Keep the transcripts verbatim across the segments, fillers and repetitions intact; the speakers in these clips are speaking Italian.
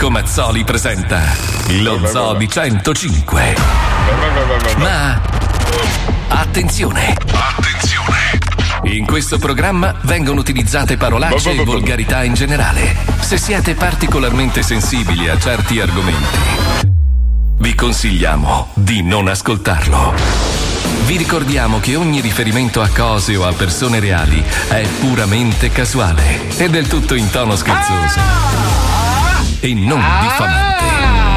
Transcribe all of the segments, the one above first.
Marco Mazzoli presenta lo Zoo di centocinque. Ma attenzione! Attenzione! In questo programma vengono utilizzate parolacce e volgarità in generale. Se siete particolarmente sensibili a certi argomenti, vi consigliamo di non ascoltarlo. Vi ricordiamo che ogni riferimento a cose o a persone reali è puramente casuale e del tutto in tono scherzoso e non diffamante.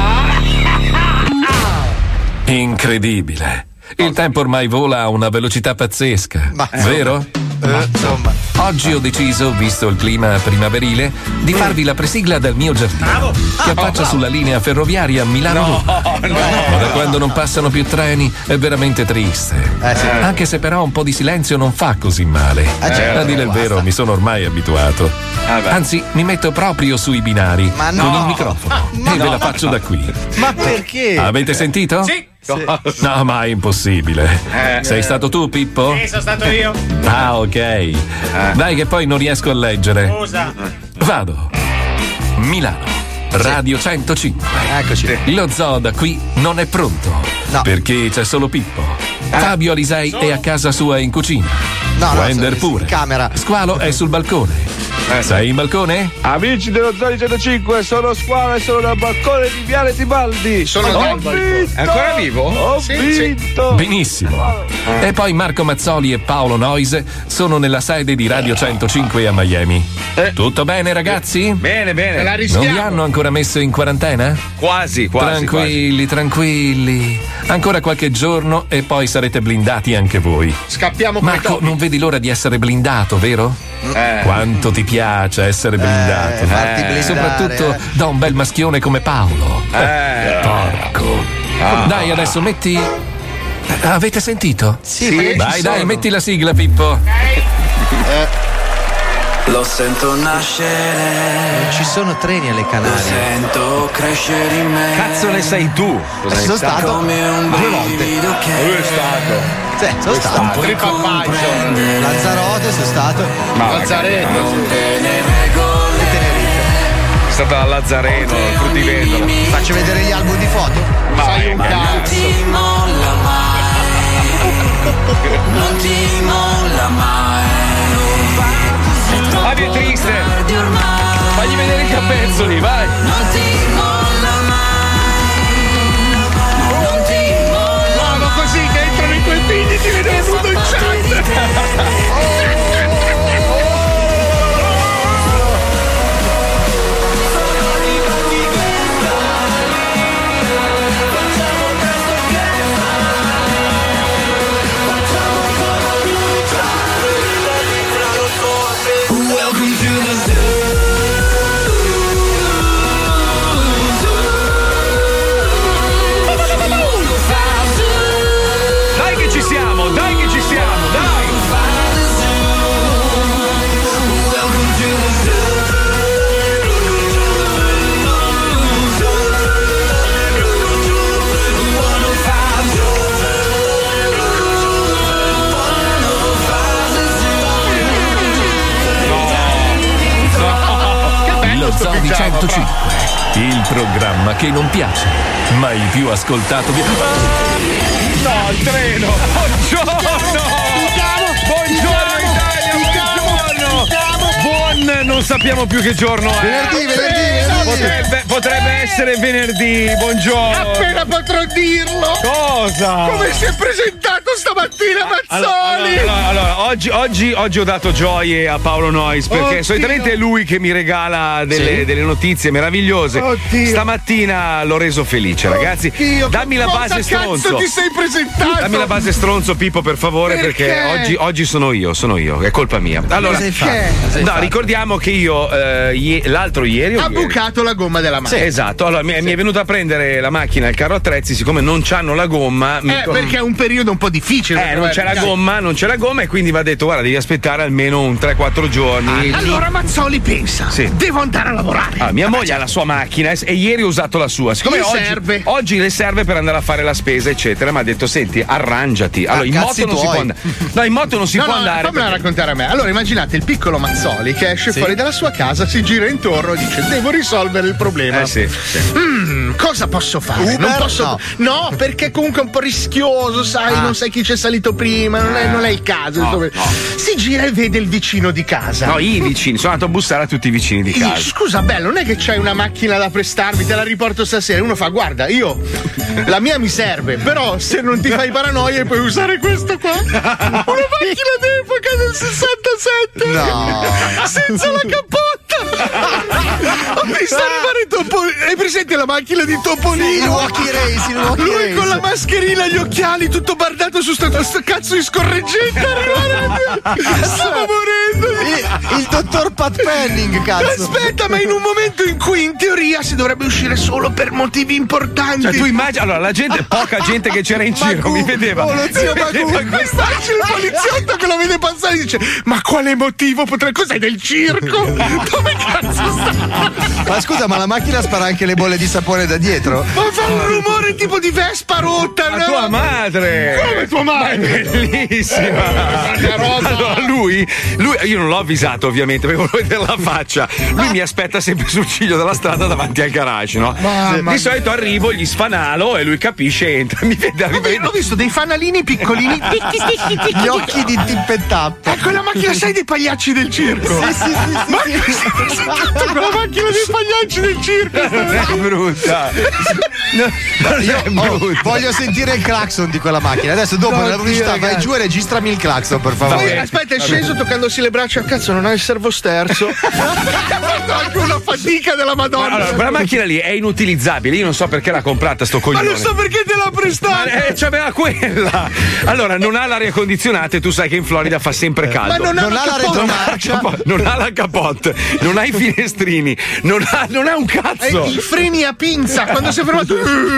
Incredibile. Il tempo ormai vola a una velocità pazzesca, Ma, vero? Eh, insomma. Oggi ho deciso, visto il clima primaverile, di farvi la presigla del mio giardino, Bravo. che affaccia sulla linea ferroviaria Milano. No, no. Da quando non passano più treni è veramente triste. Eh, sì. Anche se però un po' di silenzio non fa così male. Eh, certo, A dire il basta. vero, mi sono ormai abituato. Ah, beh. Anzi, mi metto proprio sui binari Ma no. con il microfono Ma e ve no. la faccio da qui. Ma perché? Avete sentito? Sì. No, ma è impossibile. Eh. Sei stato tu, Pippo? Sì, sono stato io. Ah, ok. Dai che poi non riesco a leggere. Scusa. Vado. Milano. Radio centocinque. Eccoci. Lo zoo da qui non è pronto. No. Perché c'è solo Pippo. Fabio Alisei è a casa sua in cucina. No, no, Wender sono pure. in camera. Squalo è sul balcone. Sei in balcone? Amici dello Zoo di centocinque, sono Squalo e sono dal balcone di Viale Tibaldi. Sono Ho dal balcone. vinto! È ancora vivo? Ho Sì, vinto! Benissimo. E poi Marco Mazzoli e Paolo Noise sono nella sede di Radio centocinque a Miami. Tutto bene, ragazzi? Bene, bene. La Non vi hanno ancora messo in quarantena? Quasi, quasi. Tranquilli, tranquilli. Ancora qualche giorno e poi sarete blindati anche voi. Scappiamo come Marco, topi. non vedi l'ora di essere blindato, vero? Eh. Quanto ti piace essere blindato. Eh, farti Eh, blindare, Soprattutto eh. da un bel maschione come Paolo. Eh. Porco. Dai, adesso metti. Avete sentito? Sì, Dai, dai, metti la sigla, Pippo. Lo sento nascere, ci sono treni alle lo Canarie. sento crescere in me. Cazzo ne sei tu? Ci sono stato Come un due volte. brivido che Dove è stato? Sì, sono stato. Tre papai sono. Lanzarote sono stato. Lazzaretto. le regole. È stato a Lazzareno, al fruttivendolo. Faccio vedere gli album di foto. Sei un Non ti molla mai, non ti molla mai. Fabio è triste. Di ormai, Fagli vedere i capezzoli, vai. non ti molla mai, non ti molla Ma così che entrano i tuoi figli ti vedono nudo in chat. Welcome to the zoo. Dai che ci siamo, dai che ci siamo, dai. Welcome to the Lo zoo di centocinque. Il programma che non piace, ma il più ascoltato vi... No, il treno. Buongiorno. Buongiorno Italia, buongiorno. Buon, non sappiamo più che giorno è. Venerdì, venerdì, venerdì. Potrebbe, potrebbe essere venerdì, buongiorno. Appena potrò dirlo! Cosa? Come si è presentato stamattina Mazzoli? Allora, allora, allora, oggi, oggi, oggi ho dato gioie a Paolo Nois perché Oddio. solitamente è lui che mi regala delle, delle notizie meravigliose. Oddio. Stamattina l'ho reso felice, ragazzi. Oddio, Dammi la cosa base cazzo stronzo. ti sei presentato? Dammi la base stronzo, Pippo, per favore, perché, Perché? oggi, oggi sono io, sono io, è colpa mia. Allora, Cosa hai fatto? Che? Cosa hai no, fatto? ricordiamo che io eh, ie- l'altro ieri. o Ha ieri? bucato la gomma della Sì, macchina. esatto. Allora mi, mi è venuto a prendere la macchina, il carro attrezzi, siccome non c'hanno la gomma. mi- Eh, perché è un periodo un po' difficile. Eh, non c'è la gomma, non c'è la gomma, e quindi va detto: guarda, devi aspettare almeno un tre quattro giorni. Allora Mazzoli pensa, Sì. devo andare a lavorare. Ah, mia moglie ha la sua macchina e, e ieri ho usato la sua. Siccome Gli oggi, serve. oggi le serve per andare a fare la spesa, eccetera, mi ha detto: senti, arrangiati. Allora, Ah, in cazzi moto non si tuoi. può andare. No, in moto non si no, può no, andare. fammela perché- raccontare a me. Allora immaginate il piccolo Mazzoli Poli che esce Sì. fuori dalla sua casa, si gira intorno e dice: devo risolvere il problema. Eh sì, sì. Mm, cosa posso fare? Uber? Non posso. No. No, perché comunque è un po' rischioso, sai, Ah. non sai chi c'è salito prima, non è, non è il caso. No, Dove- no. Si gira e vede il vicino di casa. No, i vicini, sono andato a bussare a tutti i vicini di Ih, casa. Scusa, bello, non è che c'hai una macchina da prestarmi, te la riporto stasera. Uno fa: guarda, io la mia mi serve, però se non ti fai paranoia puoi usare questo qua. Una macchina d'epoca del sessantasette. No. Senza la cappotta. Ho visto arrivare Topolino. Hai presente la macchina di Topolino? Il walkie race, il walkie Lui race. con la mascherina, gli occhiali, tutto bardato su sto, sto cazzo di scorreggente. Arrivare. Stavo morendo. Il, il dottor Pat Penning, cazzo. Aspetta, ma in un momento in cui in teoria si dovrebbe uscire solo per motivi importanti. Cioè, tu immagini, allora, la gente, poca gente che c'era in giro mi vedeva. Oh, lo zio mi vedeva Magoo. questa- Immagini il poliziotto che lo vede passare e dice: ma quale motivo potrei. Cos'è del circo? Dove cazzo sta? Ma scusa, ma la macchina spara anche le bolle di sapone da dietro? Ma fa un rumore tipo di Vespa rotta. Ma no? tua madre! Come tua madre? Bellissima! Allora lui, lui, io non l'ho avvisato ovviamente perché volevo vedere la faccia. Lui mi aspetta sempre sul ciglio della strada davanti al garage, no? Mamma Di solito arrivo, gli sfanalo e lui capisce e entra. Mi vede Ho vi- arrivare. Ho visto dei fanalini piccolini. Gli occhi di tip e tap. Ecco la macchina, sai, dei pagliacci del circo. Sì, sì, sì, sì, Ma sì. questa cosa con la macchina dei pagliacci del circo. Non è brutta. Non Io è oh, brutta. voglio sentire il clacson di quella macchina. Adesso, dopo No, nella pubblicità, Dio, vai ragazzi. giù e registrami il clacson, per Poi, favore. aspetta, è sceso toccandosi le braccia. Cazzo, non ha il servosterzo. Ha fatto anche una fatica della Madonna. Allora, quella macchina lì è inutilizzabile. Io non so perché l'ha comprata sto Ma coglione. non so perché te l'ha Ma prestata. eh, c'aveva quella. Allora, non ha l'aria condizionata e tu sai che in Florida fa sempre caldo. Ma non ha Non la ha la capotta. Non ha, la retromarcia. capo- non ha la capote, non ha i finestrini, non ha, non ha un Eh, cazzo. I freni a pinza quando si è fermato.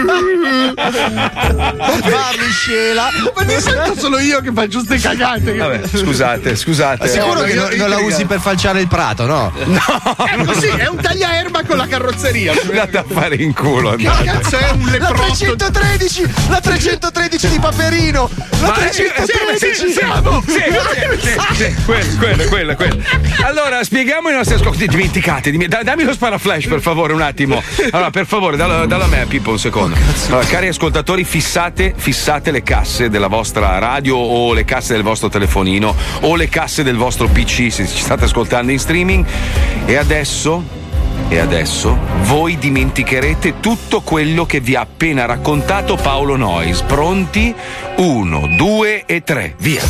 Va, miscela. Ma ti sento solo io che faccio ste cagate. Vabbè, scusate, scusate. Sicuro no, che io- non, io non la ti usi ricordo. per falciare il prato, no? È così, è un tagliaerba con la carrozzeria. Andate a fare in culo. Che andate. cazzo è un La leprotto? trecentotredici! La trecentotredici di Paperino! La Ma- trecentotredici! sì, sì, siamo. Sì, sì, sì, sì, quello, quello, quello, quello. Allora, spieghiamo ai nostri ascoltatori. Dimenticate, dim- da- dammi lo sparaflash per favore, un attimo. Allora, per favore, dallo, dallo a me, Pippo, un secondo. Allora, cari ascoltatori, fissate, fissate le casse della vostra radio o le casse del vostro telefonino o le casse del vostro P C se ci state ascoltando in streaming. E adesso. E adesso voi dimenticherete tutto quello che vi ha appena raccontato Paolo Noyes. Pronti? Uno, due e tre, via.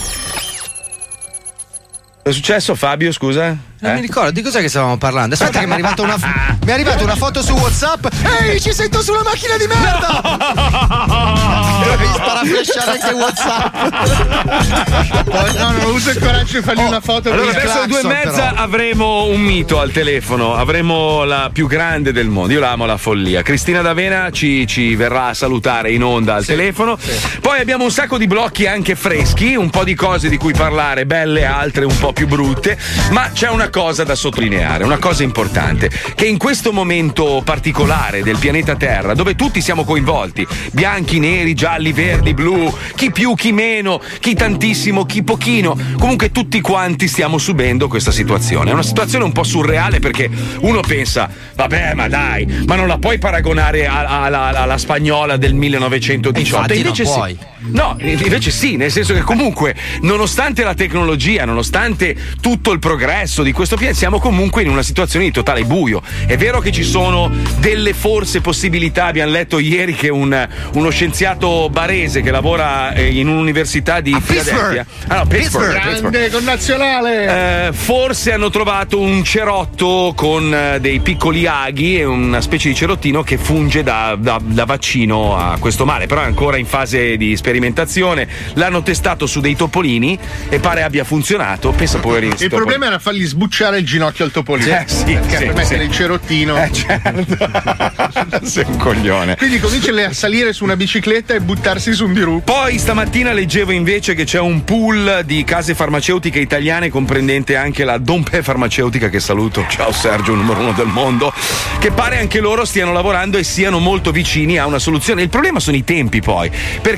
Cosa è successo, Fabio? Scusa? Non Eh? mi ricordo di cos'è che stavamo parlando. Aspetta, che mi è arrivata una, mi è arrivata una foto su WhatsApp. Ehi, ci sento sulla macchina di merda! Devi sparaflesciare anche WhatsApp. Oh, no, non ho avuto il coraggio di fargli una foto. Allora, perché- verso le due e clacson, mezza però. avremo un mito al telefono, avremo la più grande del mondo. Io la amo la follia. Cristina D'Avena ci, ci verrà a salutare in onda al telefono. Poi abbiamo un sacco di blocchi anche freschi, un po' di cose di cui parlare, belle, altre un po' più brutte. Ma c'è una cosa da sottolineare, una cosa importante: che in questo momento particolare del pianeta Terra, dove tutti siamo coinvolti, bianchi, neri, gialli, verdi, blu, chi più, chi meno, chi tantissimo, chi pochino, comunque tutti quanti stiamo subendo questa situazione. È una situazione un po' surreale perché uno pensa, vabbè, ma dai, ma non la puoi paragonare a- a- alla, alla spagnola del millenovecentodiciotto. Infatti invece non sì. puoi. No, invece sì, nel senso che comunque, nonostante la tecnologia, nonostante tutto il progresso di questo pianeta, siamo comunque in una situazione di totale buio. È vero che ci sono delle forse possibilità, abbiamo letto ieri che un, uno scienziato barese che lavora eh, in un'università di Filadelfia. Ah, no, Pittsburgh, Pittsburgh. Grande connazionale. Eh, forse hanno trovato un cerotto con eh, dei piccoli aghi e una specie di cerottino che funge da, da- da vaccino a questo male, però è ancora in fase di sperimentazione. L'hanno testato su dei topolini e pare abbia funzionato. Pensa, poverini. sti Il topolini. problema era fargli sbucciare il ginocchio al topolino. Eh, sì, perché sì, per mettere sì. il cerottino. Eh, certo. Sei un coglione. Quindi comincia a salire su una bicicletta e buttarsi su un dirupo. Poi stamattina leggevo invece che c'è un pool di case farmaceutiche italiane comprendente anche la Dompe Farmaceutica, che saluto, ciao Sergio, numero uno del mondo, che pare anche loro stiano lavorando e siano molto vicini a una soluzione. Il problema sono i tempi poi, perché i,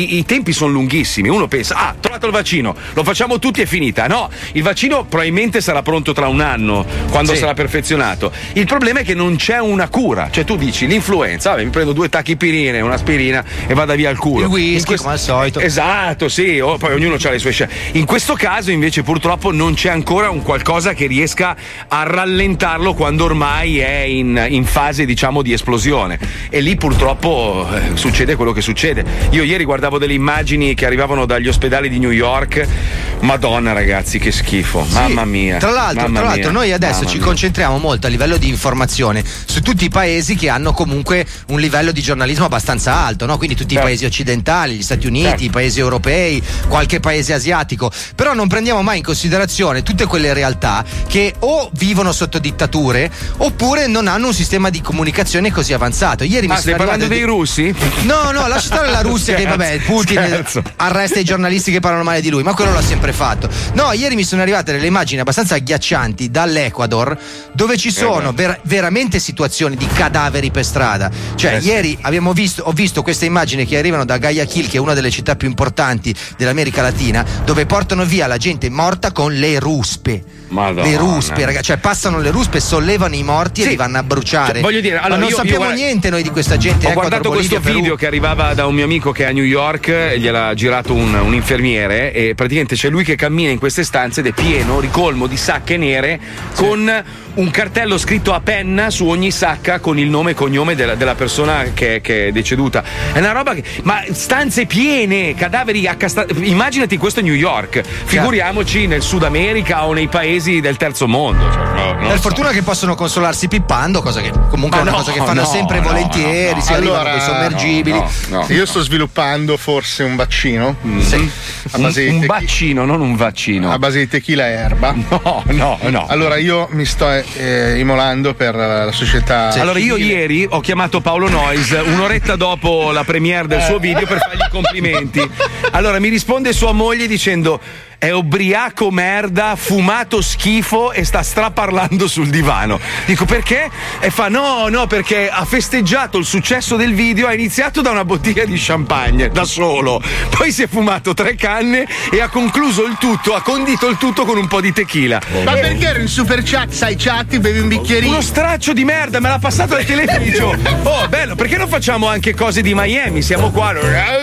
i, i tempi sono lunghissimi. Uno pensa, ah, trovato il vaccino, lo facciamo tutti e finita. No, il vaccino probabilmente sarà pronto tra un anno, quando Sì. sarà perfezionato. Il problema è che non c'è una cura. Cioè tu dici, l'influenza, vabbè, mi prendo due tachipirine, un'aspirina e vada via al culo. Il whisky, In questo- come al solito. Esatto, sì, oh, poi ognuno ha le sue scelte. In questo caso invece purtroppo non c'è ancora un qualcosa che riesca a rallentarlo quando ormai è in, in fase, diciamo, di esplosione. E lì purtroppo eh, succede quello che succede. Io ieri guardavo delle immagini che arrivavano dagli ospedali di New York. Madonna ragazzi, che schifo. Sì, Mamma mia. Tra l'altro, Mamma tra l'altro mia. noi adesso Mamma ci mia. concentriamo molto a livello di informazione su tutti i paesi che hanno comunque un livello di giornalismo abbastanza alto, no? Quindi tutti i Certo. paesi occidentali, gli Stati Uniti, Certo. i paesi europei, qualche paese asiatico, però non prendiamo mai in considerazione tutte quelle realtà che o vivono sotto dittature oppure non hanno un sistema di comunicazione così avanzato. Ieri mi Ah, sono stai parlando arrivate dei russi? No, no, lascia stare la Russia che Scherzo, vabbè, Putin scherzo. arresta i giornalisti che parlano male di lui, ma quello l'ha sempre fatto. No, ieri mi sono arrivate delle immagini abbastanza agghiaccianti dall'Ecuador dove ci sono ver- veramente situazioni di cadaveri per strada. Cioè, Eh sì. ieri abbiamo visto, ho visto queste immagini che arrivano da Guayaquil, che è una delle città più importanti dell'America Latina, dove portano via la gente morta con le ruspe. Madonna. Le ruspe, ragazzi, cioè passano le ruspe, sollevano i morti Sì. e li vanno a bruciare. Cioè, voglio dire, allora, ma non io- io sappiamo guarda- niente noi di questa gente. Ho Ecuador, guardato Bolivia, questo Perù. video che arrivava da un mio amico che è a New York, gliel'ha girato un, un infermiere e praticamente c'è lui che cammina in queste stanze ed è pieno, ricolmo di sacche nere con un cartello scritto a penna su ogni sacca con il nome e cognome della, della persona che, che è deceduta. È una roba che. Ma stanze piene, cadaveri accastati. Immaginati questo a New York. Figuriamoci nel Sud America o nei paesi del terzo mondo. Cioè, no, non Per so. fortuna che possono consolarsi pippando, cosa che comunque Ma è una no, cosa che fanno no, sempre no, volentieri, no, no. si arrivano Allora, con i sommergibili. no, no. Io sto sviluppando forse un vaccino. Sì. A Un, base di un techi- vaccino, non un vaccino. a base di tequila e erba. No, no, no. Allora io mi sto eh, immolando per la società. Allora io civile. ieri ho chiamato Paolo Noyes un'oretta dopo la premiere del suo video per fargli i complimenti. Allora mi risponde sua moglie dicendo: è ubriaco merda, fumato schifo e sta straparlando sul divano. Dico perché? E fa no, no, perché ha festeggiato il successo del video, ha iniziato da una bottiglia di champagne, da solo. Poi si è fumato tre canne e ha concluso il tutto, ha condito il tutto con un po' di tequila. Ma perché ero in super chat, sai chat, bevi un bicchierino? Uno straccio di merda, me l'ha passato al telefono e dicevo: oh bello, perché non facciamo anche cose di Miami? Siamo qua.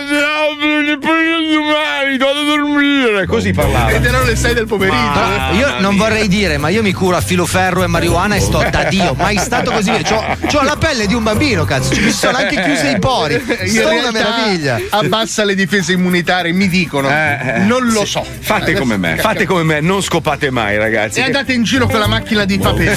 Vado a dormire. Così parlava. Ed erano le sei del pomeriggio. Ma- Io Mamma non mia. vorrei dire, ma io mi curo a filo ferro e marijuana e sto da Dio. Mai stato così bene. C'ho, c'ho la pelle di un bambino, cazzo. Ci mi sono anche chiuse i pori. In Sto una realtà meraviglia. abbassa le difese immunitarie, mi dicono. Eh, eh, non lo sì. so. Fate Adesso- come me, fate come me, non scopate mai, ragazzi. E andate in giro con la macchina di papel.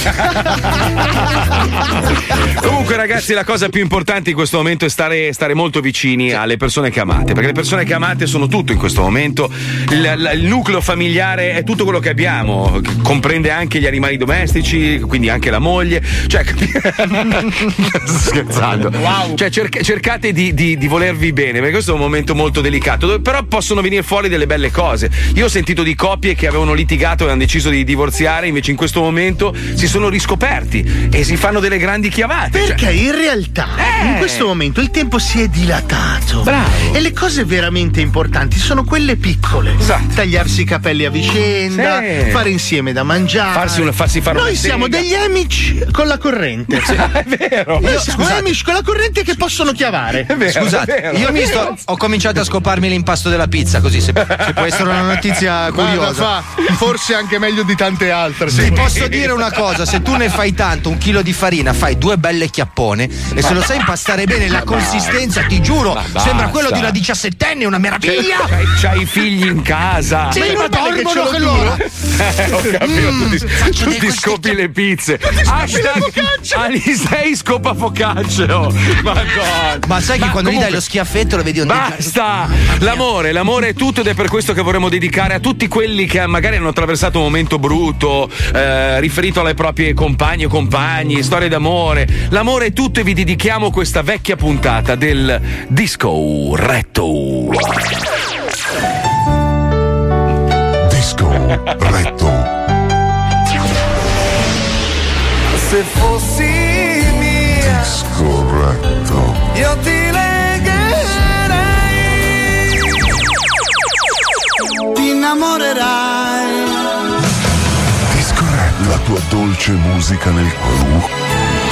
Comunque, ragazzi, la cosa più importante in questo momento è stare, stare molto vicini alle persone che amate, perché le persone che amate sono tutto in questo momento. Il, il- il nucleo familiare è tutto quello che abbiamo, che comprende anche gli animali domestici, quindi anche la moglie. Cioè, sto scherzando. Wow. Cioè, cerca- cercate di, di- di volervi bene, perché questo è un momento molto delicato, dove però possono venire fuori delle belle cose. Io ho sentito di coppie che avevano litigato e hanno deciso di divorziare, invece in questo momento si sono riscoperti e si fanno delle grandi chiavate. Cioè, Perché in realtà Eh. in questo momento il tempo si è dilatato. Bravo. E le cose veramente importanti sono quelle piccole. Esatto. Tagliarsi i capelli a vicenda, Sì. fare insieme da mangiare. Farsi una- farsi fare Noi una siamo sega. degli amici con la corrente. è vero. Noi siamo scusate. amici con la corrente che possono chiavare. È vero, è Scusate, vero, io è mi vero. sto, ho cominciato a scoparmi l'impasto della pizza, così se, se può essere una notizia Guarda, curiosa. fa, forse anche meglio di tante altre. Ti sì. posso dire una cosa, se tu ne fai tanto, un chilo di farina, fai due belle chiappone e se lo sai impastare bene la consistenza, ti giuro, Ma sembra basta. quello di una diciassettenne, una meraviglia! C'hai, c'hai i figli in casa. Sì, Ma è ma normale che dormono ce che lo loro! Eh, ho capito, Mm, tu ti, faccio tu dei ti questi- scopi le pizze. Hashtag Alisei scopa focaccio. Madonna. Ma sai che quando gli dai comunque- lo schiaffetto lo vedi ondeggiare? Basta! L'amore, l'amore è tutto ed è per questo che vorremmo dedicare a tutti quelli che magari hanno attraversato un momento brutto, eh, riferito alle proprie compagne o compagni, storie d'amore. L'amore è tutto e vi dedichiamo questa vecchia puntata del Disco Retto. Disco Retto. Se fossi mia, Disco Retto. io ti legherei ti innamorerai. Disco Rap, la tua dolce musica nel cuore.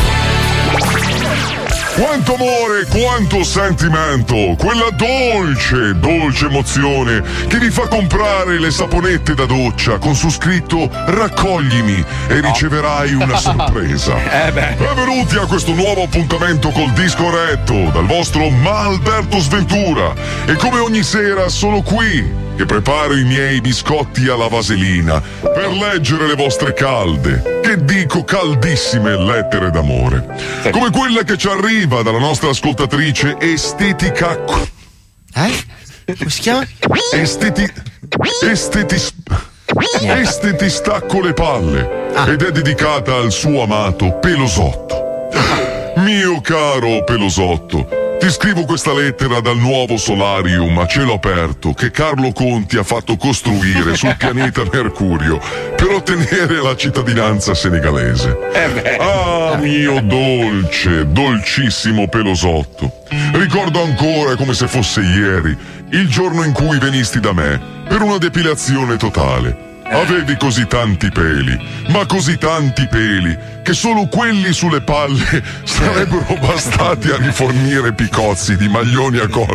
Quanto amore, quanto sentimento, quella dolce, dolce emozione che vi fa comprare le saponette da doccia con su scritto raccoglimi e riceverai una sorpresa. Eh beh. Benvenuti a questo nuovo appuntamento col disco retto dal vostro Ma Alberto Sventura e come ogni sera sono qui che preparo i miei biscotti alla vaselina per leggere le vostre calde, che dico caldissime lettere d'amore, come quella che ci arriva dalla nostra ascoltatrice Estetica. Eh? Come si chiama? Esteti. Esteti. Esteti stacco le palle ah. ed è dedicata al suo amato Pelosotto. Mio caro Pelosotto, ti scrivo questa lettera dal nuovo solarium a cielo aperto che Carlo Conti ha fatto costruire sul pianeta Mercurio per ottenere la cittadinanza senegalese. Ah, mio dolce, dolcissimo Pelosotto. Ricordo ancora come se fosse ieri, il giorno in cui venisti da me per una depilazione totale. Avevi così tanti peli, ma così tanti peli, che solo quelli sulle palle sarebbero bastati a rifornire picozzi di maglioni a collo.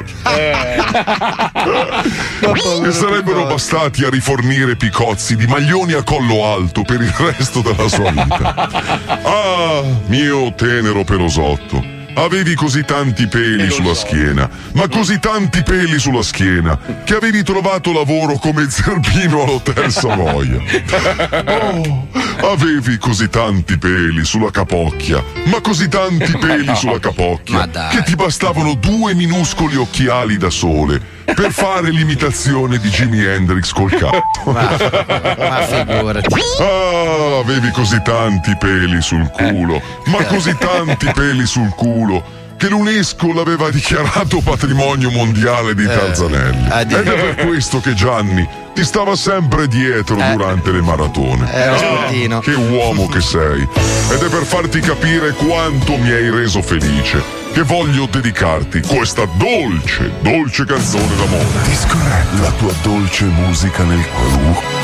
E sarebbero bastati a rifornire picozzi di maglioni a collo alto per il resto della sua vita. Ah, mio tenero Pelosotto. Avevi così tanti peli sulla schiena, ma così tanti peli sulla schiena, che avevi trovato lavoro come zerbino all'Hotel Savoia. Oh, avevi così tanti peli sulla capocchia, ma così tanti peli sulla capocchia, che ti bastavano due minuscoli occhiali da sole per fare l'imitazione di Jimi Hendrix col capo. Ma, ma figurati. Ah, avevi così tanti peli sul culo, ma così tanti peli sul culo, che l'UNESCO l'aveva dichiarato patrimonio mondiale di Tarzanelli. Eh, Ed è per questo che Gianni ti stava sempre dietro eh. durante le maratone. Eh, ah, che uomo che sei. Ed è per farti capire quanto mi hai reso felice che voglio dedicarti questa dolce, dolce canzone d'amore. Disco Rap, la tua dolce musica nel cuore.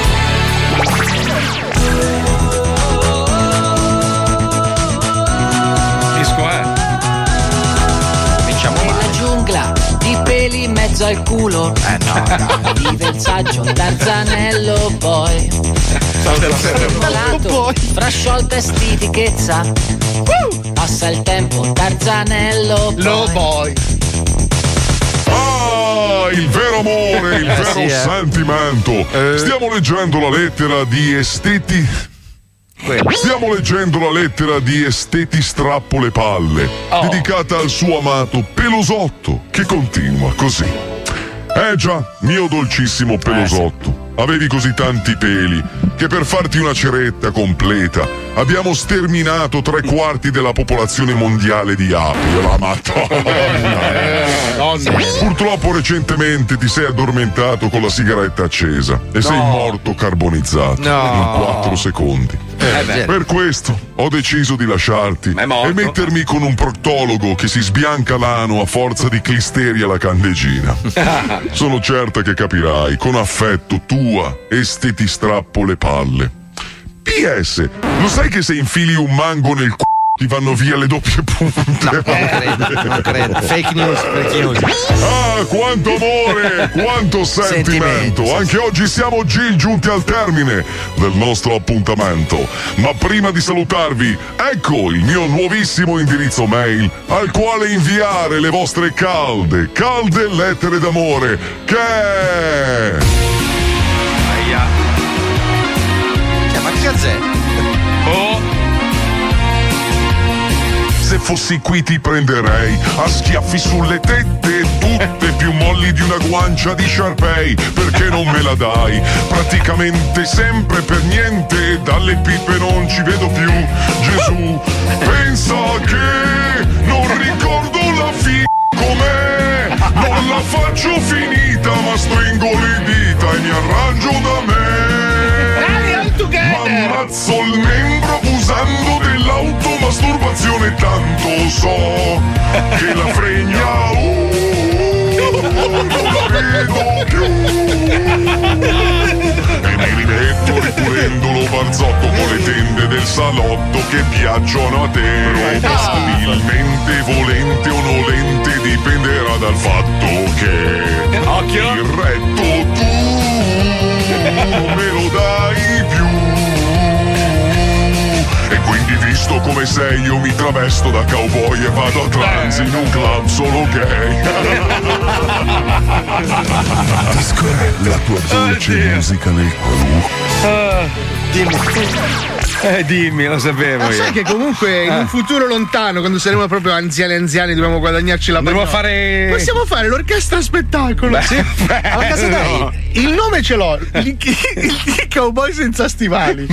Di peli in mezzo al culo. Eh no, no. Vive il saggio Tarzanello Boy. Malato, fra sciolta e stitichezza. Passa il tempo Tarzanello Boy. Lo boy. Ah, il vero amore, il vero sì, eh. sentimento. Eh. Stiamo leggendo la lettera di Esteti. Stiamo leggendo la lettera di Esteti Strappo le palle, oh. dedicata al suo amato Pelosotto, che continua così. Eh già, mio dolcissimo Pelosotto, eh, sì. avevi così tanti peli che per farti una ceretta completa abbiamo sterminato tre quarti della popolazione mondiale di api. La madonna. Purtroppo recentemente ti sei addormentato con la sigaretta accesa e no. sei morto carbonizzato no. in quattro secondi. Eh, per questo ho deciso di lasciarti e mettermi con un proctologo che si sbianca l'ano a forza di clisteri alla candeggina. Sono certa che capirai con affetto tua Esteti Strappo le palle. P S, lo sai che se infili un mango nel c***o ti vanno via le doppie punte? No, non credo, non credo. Fake news, fake news. Ah, quanto amore, quanto sentimento. sentimento. Anche oggi siamo gi- giunti al termine del nostro appuntamento. Ma prima di salutarvi, ecco il mio nuovissimo indirizzo mail al quale inviare le vostre calde, calde lettere d'amore, che è... Aia. Ma che caz'è? Oh. Se fossi qui ti prenderei a schiaffi sulle tette, tutte più molli di una guancia di Sharpei, perché non me la dai praticamente sempre per niente, dalle pippe non ci vedo più. Gesù, pensa che non ricordo la fi com'è, non la faccio finita ma stringo le dita e mi arrangio da me. M'ammazzo il membro usando dell'automasturbazione, tanto so che la fregna uh, non la vedo più. salotto che piacciono a te. Probabilmente volente o nolente dipenderà dal fatto che Occhio. il retto tu me lo dai più. E quindi visto come sei io mi travesto da cowboy e vado a trans in un club solo gay. Discorre la tua dolce musica nel cuore. Dimmi. Eh, dimmi, lo sapevo Ma io. sai che comunque in un futuro lontano, quando saremo proprio anziani anziani, dobbiamo guadagnarci la Dobbiamo bagnola. fare. Possiamo fare l'orchestra spettacolo. Sì. Alla casa dai. Il nome ce l'ho. Il, il, il cowboy senza stivali.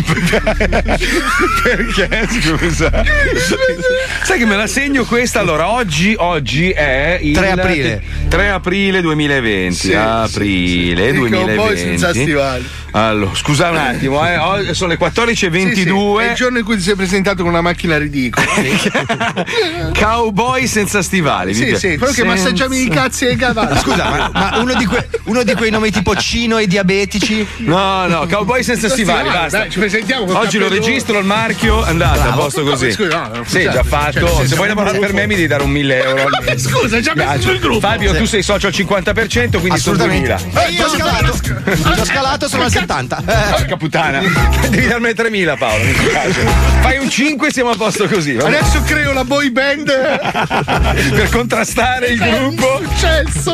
Perché? Scusa. Sai che me la segno questa? Allora, oggi, oggi è il tre aprile. tre aprile duemilaventi. Sì, aprile sì, sì. duemilaventi. Il cowboy senza stivali. Allora, scusa un attimo, eh. Oggi sono le quattordici e ventidue. Sì, sì. È il giorno in cui ti sei presentato con una macchina ridicola. Cowboy senza stivali. Sì, sì, quello che massaggiami i cazzi ai cavalli. Scusa, ma, ma uno, di que- uno di quei nomi tipo Cino e diabetici? No, no, cowboy senza stivali, basta. Dai, ci presentiamo con Oggi lo cappello- registro il marchio, andate a Bravo. posto così. Scusa, no, sì, cioè, già fatto. cioè, Se siamo vuoi lavorare un per me gruppo. mi devi dare un mille euro. al mese. Scusa, già messo Piace. sul gruppo. Fabio, Sì. tu sei socio al cinquanta per cento, quindi sono Assolutamente. duemila. Eh, io ho scalato. Ho scalato, sono al settanta. Eh. Porca puttana. Devi darmi tremila, Paolo, mi spiace. Fai un cinque, siamo a posto così. va bene? Adesso creo la boy band Per contrastare il gruppo. successo.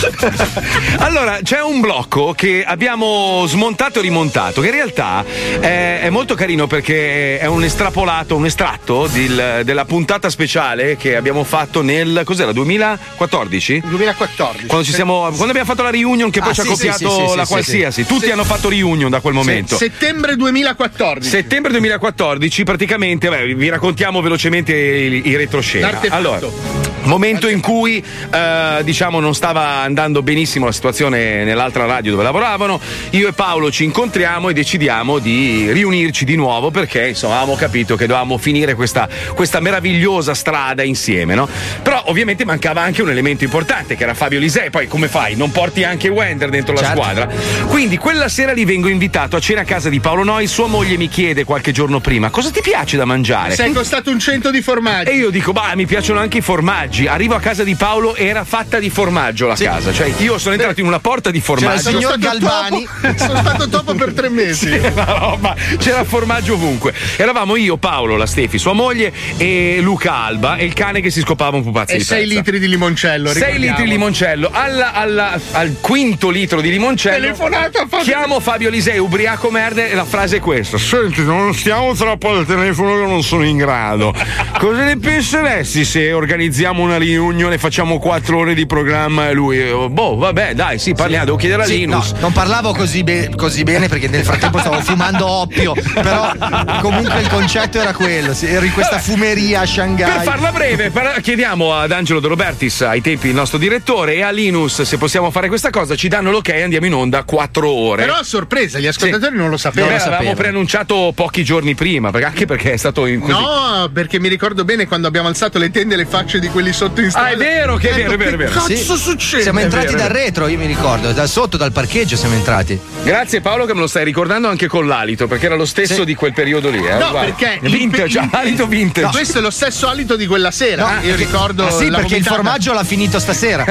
Allora, c'è un blocco che abbiamo smontato e rimontato, che in realtà è, è molto carino perché è un estrapolato, un estratto del- della puntata speciale che abbiamo fatto nel, cos'era, duemilaquattordici? duemilaquattordici. Quando, ci siamo, quando abbiamo fatto la reunion che poi Ah, ci ha sì, copiato sì, sì, sì, la sì, qualsiasi. Tutti Sì. hanno fatto reunion da quel momento. Settembre duemilaquattordici. Settembre duemilaquattordici, praticamente, beh, vi raccontiamo velocemente i, i retroscena. L'artefatto. Allora, momento in cui eh, diciamo non stava andando benissimo la situazione nell'altra radio dove lavoravano, io e Paolo ci incontriamo e decidiamo di riunirci di nuovo perché insomma avevamo capito che dovevamo finire questa, questa meravigliosa strada insieme, no? Però ovviamente mancava anche un elemento importante che era Fabio Lisei. Poi come fai? Non porti anche Wender dentro la Certo. squadra? Quindi quella sera lì vengo invitato a cena a casa di Paolo Noi. Sua moglie mi chiede qualche giorno prima cosa ti piace da mangiare. Sei costato un cento di formaggi. E io dico, bah, mi piacciono anche i formaggi. Arrivo a casa di Paolo, era fatta di formaggio la casa. Cioè, io sono entrato in una porta di C'era il formaggio. signor Sono stato Galvani. topo- Sono stato topo per tre mesi. Sì, una roba. C'era formaggio ovunque. Eravamo io, Paolo, la Stefi, sua moglie, e Luca Alba, e il cane che si scopava un pupazzo E di sei pezza. litri di limoncello. sei ricordiamo. litri di limoncello. Alla- alla- al quinto litro di limoncello Telefonata a Fabio. chiamo Fabio Lisei, ubriaco merda, e la frase è questa: senti, non stiamo troppo al telefono che non sono in grado. Cosa ne penseresti se organizziamo una riunione, facciamo quattro ore di programma e lui, oh, boh, vabbè, dai, sì, parliamo, devo chiedere a Sì, Linus. no, non parlavo così, be- così bene perché nel frattempo stavo fumando oppio, però comunque il concetto era quello, sì, ero in questa fumeria a Shanghai. Per farla breve, per- chiediamo ad Angelo De Robertis, ai tempi il nostro direttore, e a Linus se possiamo fare questa cosa, ci danno l'ok e andiamo in onda quattro ore. Però a sorpresa, gli ascoltatori non lo Beh, sapevano. l'avevamo preannunciato pochi giorni prima, perché anche perché è stato in così. No, perché mi ricordo bene quando abbiamo alzato le tende e le facce di quelli sotto in strada. Ah, è vero, che è vero, è vero, è vero. Che cazzo Sì. succede? Siamo È entrati vero, è dal vero. retro, io mi ricordo, da sotto, dal parcheggio siamo entrati. Grazie Paolo che me lo stai ricordando anche con l'alito, perché era lo stesso Sì. di quel periodo lì. Eh. No, Guarda. perché il- vintage, il- alito vintage. Questo è lo stesso alito di quella sera. No, io perché- ricordo. Ah, sì, la perché il vomitata. formaggio l'ha finito stasera.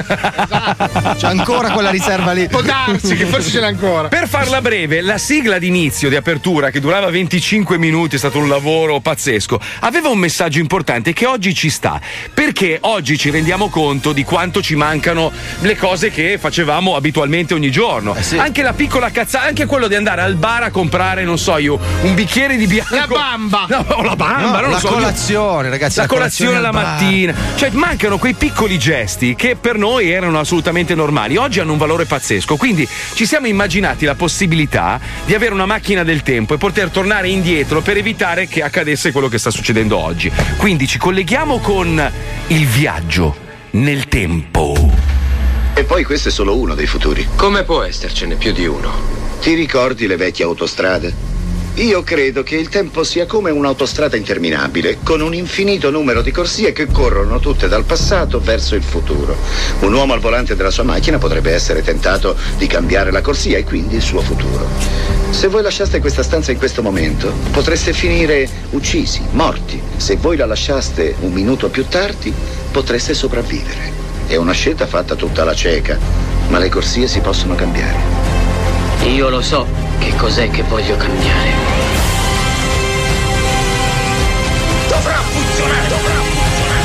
C'è ancora quella riserva lì. Può darsi che forse ce l'ha ancora. Per farla breve, la sigla d'inizio di apertura, che durava venticinque minuti, è stato un lavoro pazzesco, aveva un messaggio importante che oggi ci sta, perché oggi ci rendiamo conto di quanto ci mancano le cose che facevamo abitualmente ogni giorno. Eh sì. Anche la piccola cazzata, anche quello di andare al bar a comprare, non so io, un bicchiere di bianco. La bamba. No, o la bamba, No, non lo la so. colazione, ragazzi. La colazione al la bar. mattina, cioè mancano quei piccoli gesti che per noi erano assolutamente normali, oggi hanno un valore pazzesco. Quindi ci siamo immaginati la possibilità di avere una macchina del tempo e poter tornare indietro per evitare che accadesse quello che sta succedendo oggi. Quindi ci colleghiamo con il viaggio nel tempo. E poi questo è solo uno dei futuri. Come può essercene più di uno? Ti ricordi le vecchie autostrade? Io credo che il tempo sia come un'autostrada interminabile, con un infinito numero di corsie che corrono tutte dal passato verso il futuro. Un uomo al volante della sua macchina potrebbe essere tentato di cambiare la corsia e quindi il suo futuro. Se voi lasciaste questa stanza in questo momento, potreste finire uccisi, morti. Se voi la lasciaste un minuto più tardi, potreste sopravvivere. È una scelta fatta tutta alla cieca, ma le corsie si possono cambiare. Io lo so che cos'è che voglio cambiare. Dovrà funzionare, dovrà funzionare.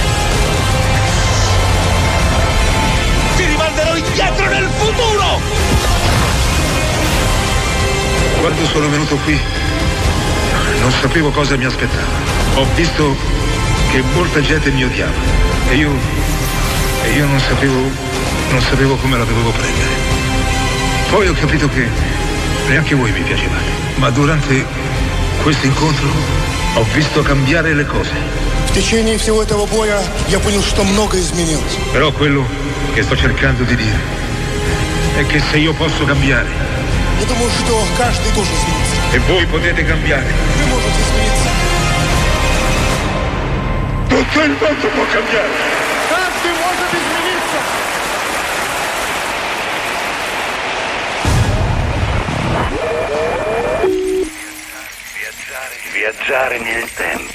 Ti rimanderò indietro nel futuro! Quando sono venuto qui, non sapevo cosa mi aspettava. Ho visto che molta gente mi odiava e io, e io non sapevo, non sapevo come la dovevo prendere. Poi ho capito che neanche voi mi piacevate, ma durante questo incontro ho visto cambiare le cose. В течение всего этого боя я понял, что многое изменилось. Però quello che sto cercando di dire è che se io posso cambiare, Я думаю, что каждый должен измениться. e voi potete cambiare, Вы можете измениться. tutto il mondo può cambiare. Каждый может измениться. Viaggiare nel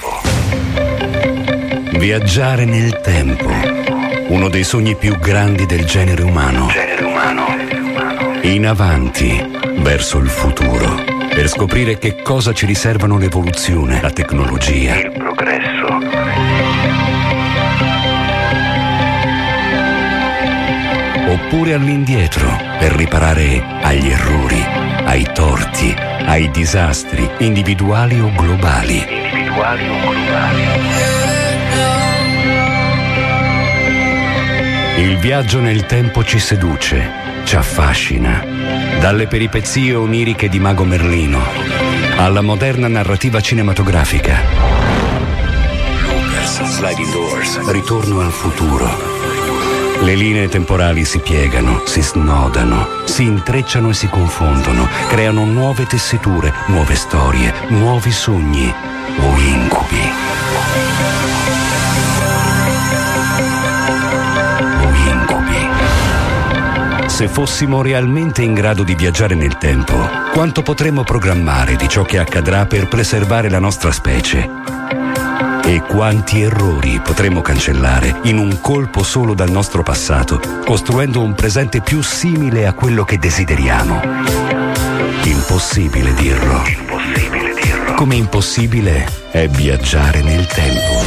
tempo. Viaggiare nel tempo. Uno dei sogni più grandi del genere umano. Genere umano. In avanti, verso il futuro. Per scoprire che cosa ci riservano l'evoluzione, la tecnologia, il progresso. Oppure all'indietro, per riparare agli errori, ai torti, ai disastri, individuali o globali. Individuali o globali. Il viaggio nel tempo ci seduce, ci affascina. Dalle peripezie oniriche di Mago Merlino alla moderna narrativa cinematografica. Lucas, Sliding Doors, Ritorno al futuro. Le linee temporali si piegano, si snodano, si intrecciano e si confondono, creano nuove tessiture, nuove storie, nuovi sogni o incubi. O incubi. Se fossimo realmente in grado di viaggiare nel tempo, quanto potremmo programmare di ciò che accadrà per preservare la nostra specie? E quanti errori potremmo cancellare in un colpo solo dal nostro passato, costruendo un presente più simile a quello che desideriamo. Impossibile dirlo. Impossibile dirlo. Come impossibile è viaggiare nel tempo.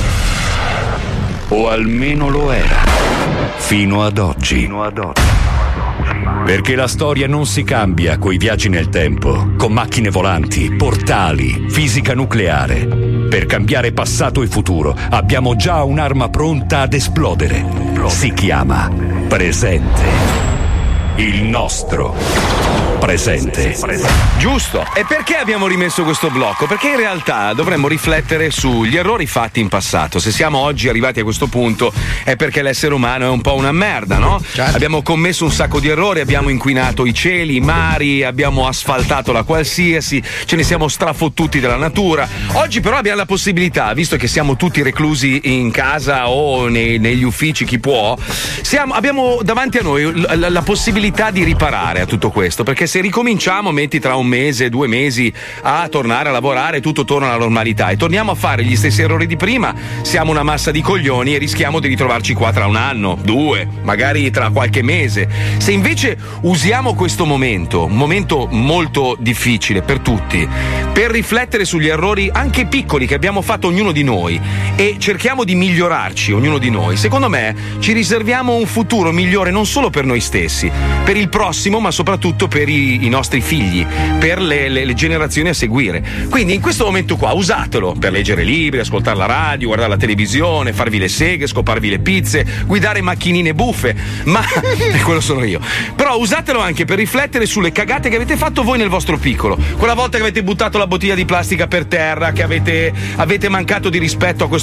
O almeno lo era. Fino ad oggi. Fino ad oggi. Perché la storia non si cambia coi viaggi nel tempo, con macchine volanti, portali, fisica nucleare. Per cambiare passato e futuro abbiamo già un'arma pronta ad esplodere. Si chiama presente. Il nostro presente. Giusto. E perché abbiamo rimesso questo blocco? Perché in realtà dovremmo riflettere sugli errori fatti in passato. Se siamo oggi arrivati a questo punto è perché l'essere umano è un po' una merda, no? Certo. Abbiamo commesso un sacco di errori, abbiamo inquinato i cieli, i mari, abbiamo asfaltato la qualsiasi, ce ne siamo strafottuti della natura. Oggi però abbiamo la possibilità, visto che siamo tutti reclusi in casa o nei, negli uffici, chi può, siamo, abbiamo davanti a noi la, la possibilità di riparare a tutto questo, perché se ricominciamo, metti tra un mese, due mesi a tornare a lavorare, tutto torna alla normalità e torniamo a fare gli stessi errori di prima, siamo una massa di coglioni e rischiamo di ritrovarci qua tra un anno, due, magari tra qualche mese. Se invece usiamo questo momento, un momento molto difficile per tutti, per riflettere sugli errori anche piccoli che abbiamo fatto ognuno di noi e cerchiamo di migliorarci ognuno di noi, secondo me ci riserviamo un futuro migliore non solo per noi stessi, per il prossimo, ma soprattutto per i, i nostri figli, per le, le, le generazioni a seguire. Quindi in questo momento qua usatelo per leggere libri, ascoltare la radio, guardare la televisione, farvi le seghe, scoparvi le pizze, guidare macchinine buffe, ma quello sono io. Però usatelo anche per riflettere sulle cagate che avete fatto voi nel vostro piccolo. Quella volta che avete buttato la bottiglia di plastica per terra, che avete, avete mancato di rispetto a questo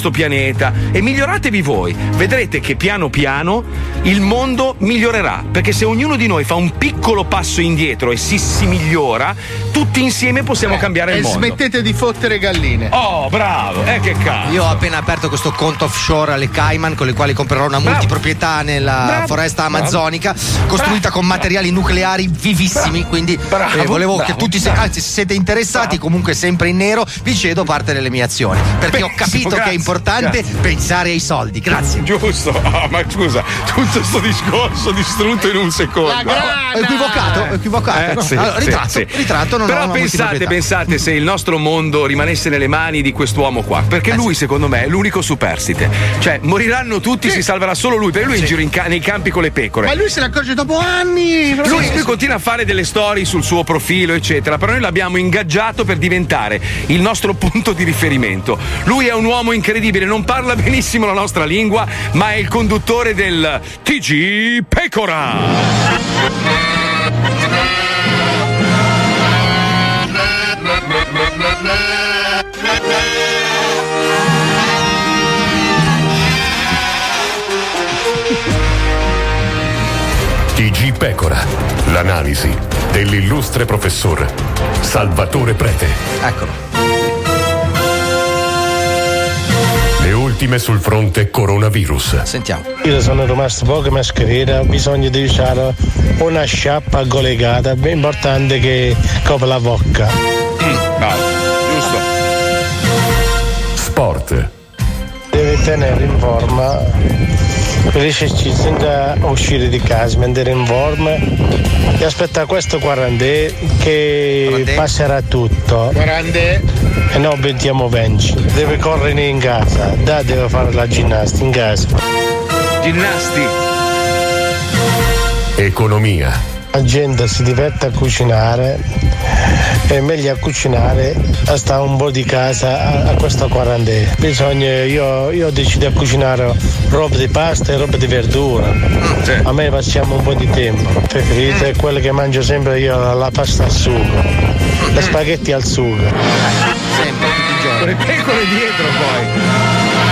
sto pianeta e miglioratevi voi. Vedrete che piano piano il mondo migliorerà, perché se ognuno di noi fa un piccolo passo indietro e si, si migliora, tutti insieme possiamo eh, cambiare il e mondo. E smettete di fottere galline. Oh, bravo! Eh, che cazzo! Io ho appena aperto questo conto offshore alle Cayman con le quali comprerò una Bravo. multiproprietà nella Bravo. foresta amazzonica, Bravo. costruita Bravo. con materiali nucleari vivissimi. Bravo. Quindi Bravo. eh, volevo Bravo. che tutti, se, anzi, se siete interessati, Bravo. comunque sempre in nero, vi cedo parte delle mie azioni. Perché Beh, ho capito grazie. che è importante Grazie. pensare ai soldi. Grazie. Giusto, oh, ma scusa, tutto sto discorso distrutto in un secondo. La grana! Ho equivocato, ho equivocato. Eh, no. sì, allora, sì, ritratto, sì. ritratto, non ho Però una pensate, multiproprietà. pensate se il nostro mondo rimanesse nelle mani di quest'uomo qua, perché lui secondo me è l'unico superstite. Cioè, moriranno tutti, si salverà solo lui, perché lui è in giro in ca- nei campi con le pecore. Ma lui se ne accorge dopo anni. Lui, lui continua a fare delle storie sul suo profilo, eccetera, però noi l'abbiamo ingaggiato per diventare il nostro punto di riferimento. Lui è un uomo incredibile, non parla benissimo la nostra lingua, ma è il conduttore del T G Pecora. T G Pecora, l'analisi dell'illustre professor Salvatore Prete. Eccolo. Le ultime sul fronte coronavirus. Sentiamo. Io sono rimasto poche mascherine, ho bisogno di usare una sciarpa collegata, è importante che copre la bocca. Mm, bravo, giusto. Sport. Deve tenere in forma per esercizi senza uscire di casa, mandare in forma e aspettare questo quarantè che quarantè. passerà tutto. Quarantè. E noi mettiamo venci. Deve correre in casa, da deve fare la ginnastica in casa. Ginnasti. Economia. La gente si diverte a cucinare, è meglio a cucinare a stare un po' di casa a, a questo quarantena. Bisogna, io, io decido a cucinare roba di pasta e roba di verdura. Sì. A me passiamo un po' di tempo. Preferito è quello che mangio sempre io, la, la pasta al sugo, le spaghetti al sugo. Sempre, tutti i giorni. Con le pecore dietro poi.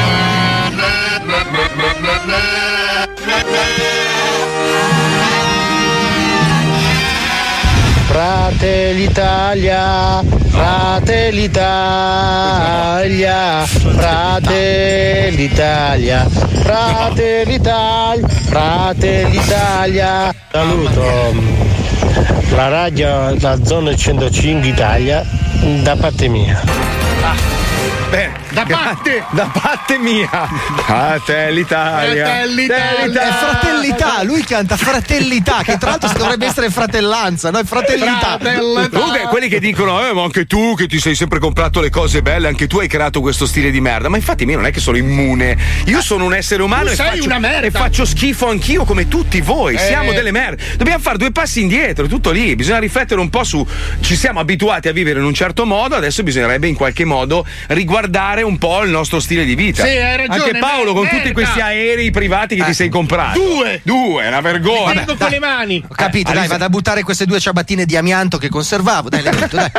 Fratelli Italia, Fratelli Italia, Fratelli Italia, Fratelli Italia, Fratelli Italia. Saluto la radio, la zona centocinque Italia, da parte mia. Bene, Da parte! Da parte mia! Fratelli Italia! Fratelli Italia! È fratellità, lui canta fratellità, che tra l'altro dovrebbe essere fratellanza, no? È fratellità. Fratelli- Comunque, quelli che dicono, eh, ma anche tu che ti sei sempre comprato le cose belle, anche tu hai creato questo stile di merda. Ma infatti, io non è che sono immune. Io sono un essere umano Tu e sei faccio, una merda. e faccio schifo anch'io, come tutti voi. Eh. Siamo delle merde. Dobbiamo fare due passi indietro, è tutto lì. Bisogna riflettere un po' su. Ci siamo abituati a vivere in un certo modo, adesso bisognerebbe in qualche modo riguardare un po' il nostro stile di vita. Sì, hai ragione, Anche Paolo, con merda. tutti questi aerei privati che ti sei comprato. Due. Due, è una vergogna. Tengo con le mani. Ho capito, Eh, dai, Alisa- vado a buttare queste due ciabattine di amianto che conservavo. Dai, le metto, dai.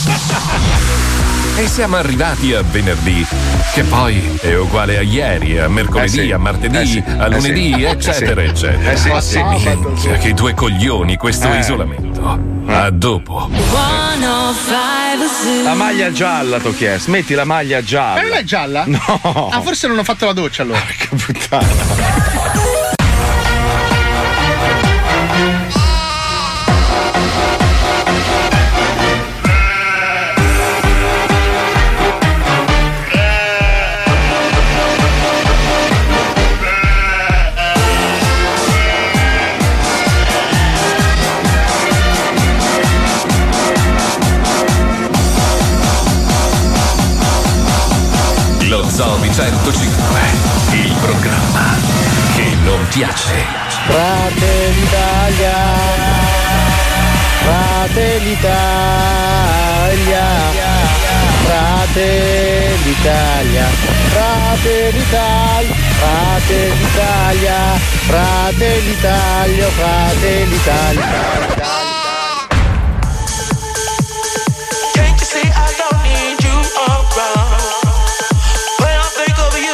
E siamo arrivati a venerdì, che poi è uguale a ieri, a mercoledì, Eh sì. a martedì, Eh sì. a lunedì, Eh sì. eccetera, Eh sì. eccetera. Eh sì. Eh sì. Minchia, che due coglioni questo Eh. isolamento. A dopo. La maglia gialla ti ho chiesto, metti la maglia gialla. Ma non è gialla? No. Ah, forse non ho fatto la doccia allora. Che puttana. Lo Zoo di centocinque, il programma che non piace. Fratelli Italia, Fratelli Italia, Fratelli Italia, Fratelli Italia, Fratelli Italia, Fratelli Italia, Fratelli Italia. Can't you see I don't need you around? When I think of you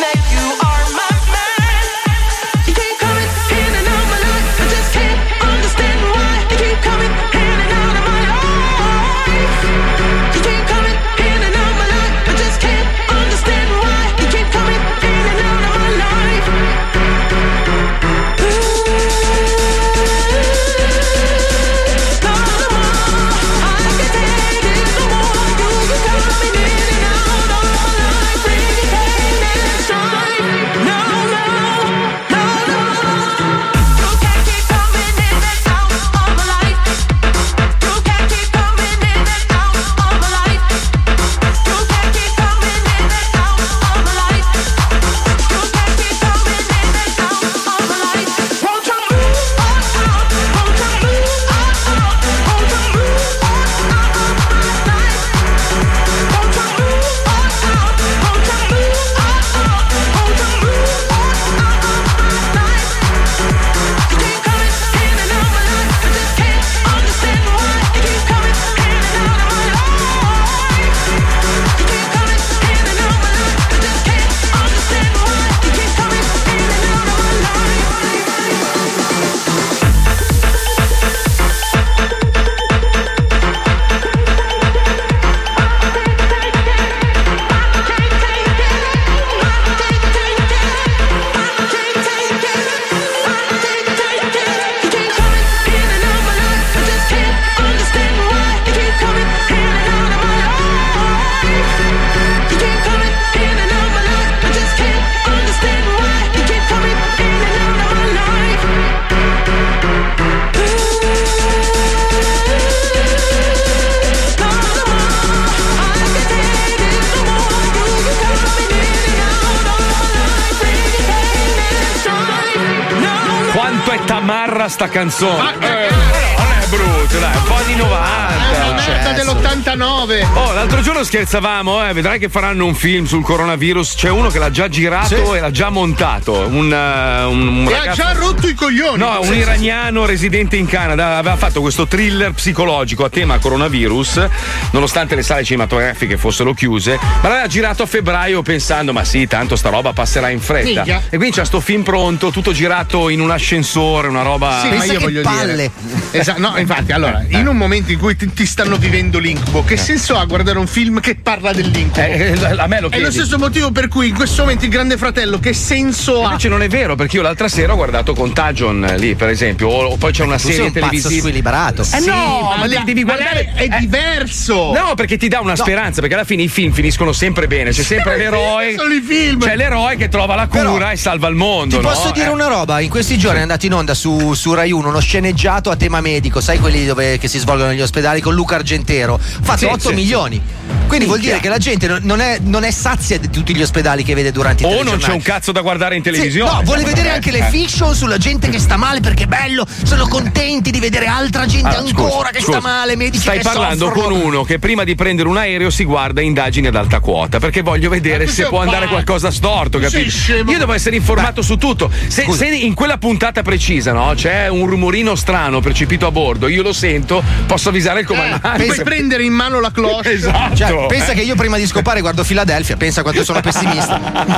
tamarra sta canzone. Eh, non è brutto, dai, un po' di novanta. È una merda dell'ottantanove. Oh, l'altro giorno scherzavamo, eh, vedrai che faranno un film sul coronavirus. C'è uno che l'ha già girato sì. e l'ha già montato. Un, uh, un, un e ragazzo... ha già rotto i coglioni. No, un iraniano residente in Canada aveva fatto questo thriller psicologico a tema coronavirus, nonostante le sale cinematografiche fossero chiuse, ma l'aveva girato a febbraio pensando, ma sì, tanto sta roba passerà in fretta. Mica. E quindi c'ha sto film pronto, tutto girato in un ascensore, una roba. Sì, ma io voglio palle. dire. Esatto, no, infatti, allora, in un momento in cui ti, ti stanno vivendo l'incubo, che senso ha guardare un film che parla dell'incubo? Eh, a me lo chiedi. È lo stesso motivo per cui in questo momento il Grande Fratello, che senso ha? Invece non è vero, perché io l'altra sera ho guardato Contagion lì, per esempio, o, o poi c'è una tu serie sei un televisiva. pazzo squilibrato. Eh sì, no, ma, ma devi, devi guardare. È eh, diverso. No, perché ti dà una No. speranza, perché alla fine i film finiscono sempre bene. C'è sempre l'eroe. Sono i film. C'è l'eroe che trova la cura Però, e salva il mondo. Ti no? posso dire eh. una roba? In questi giorni è andato in onda su, su Rai uno uno sceneggiato a tema medico, sai quelli dove che si svolgono negli ospedali con Luca Argentero. Fatto Sì, otto sì, milioni. Quindi vuol dire che la gente non- non è, non è sazia di tutti gli ospedali che vede durante i O non telegiornali. c'è un cazzo da guardare in Sì, televisione. no, vuole vedere anche le Eh. fiction sulla gente che sta male perché è bello, sono contenti di vedere altra gente Ah, ancora scusa, che scusa. sta male, medici Stai che parlando soffrono. con uno che prima di prendere un aereo si guarda indagini ad alta quota, perché voglio vedere Ma se tu può sei andare pazzo. qualcosa storto, Tu sei capito? scemo. Io devo essere informato su tutto. Se, se in quella puntata precisa, no, c'è un rumorino strano percepito a bordo, io lo sento, posso avvisare il comandante. Puoi prendere in mano la cloche. Esatto. Cioè, pensa eh. che io prima di scopare guardo Philadelphia, pensa quanto sono pessimista.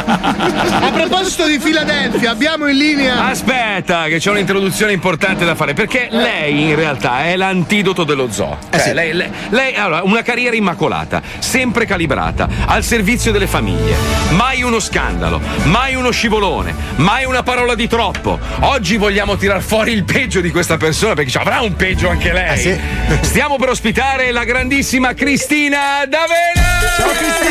A proposito di Filadelfia, abbiamo in linea. Aspetta, che c'è un'introduzione importante da fare, perché lei in realtà è l'antidoto dello zoo. Eh Cioè, sì. lei, lei, lei allora, una carriera immacolata, sempre calibrata, al servizio delle famiglie. Mai uno scandalo, mai uno scivolone, mai una parola di troppo. Oggi vogliamo tirar fuori il peggio di questa persona, perché ci avrà un peggio anche lei. Eh sì. Stiamo per ospitare la grandissima Cristina D'Avena! Ciao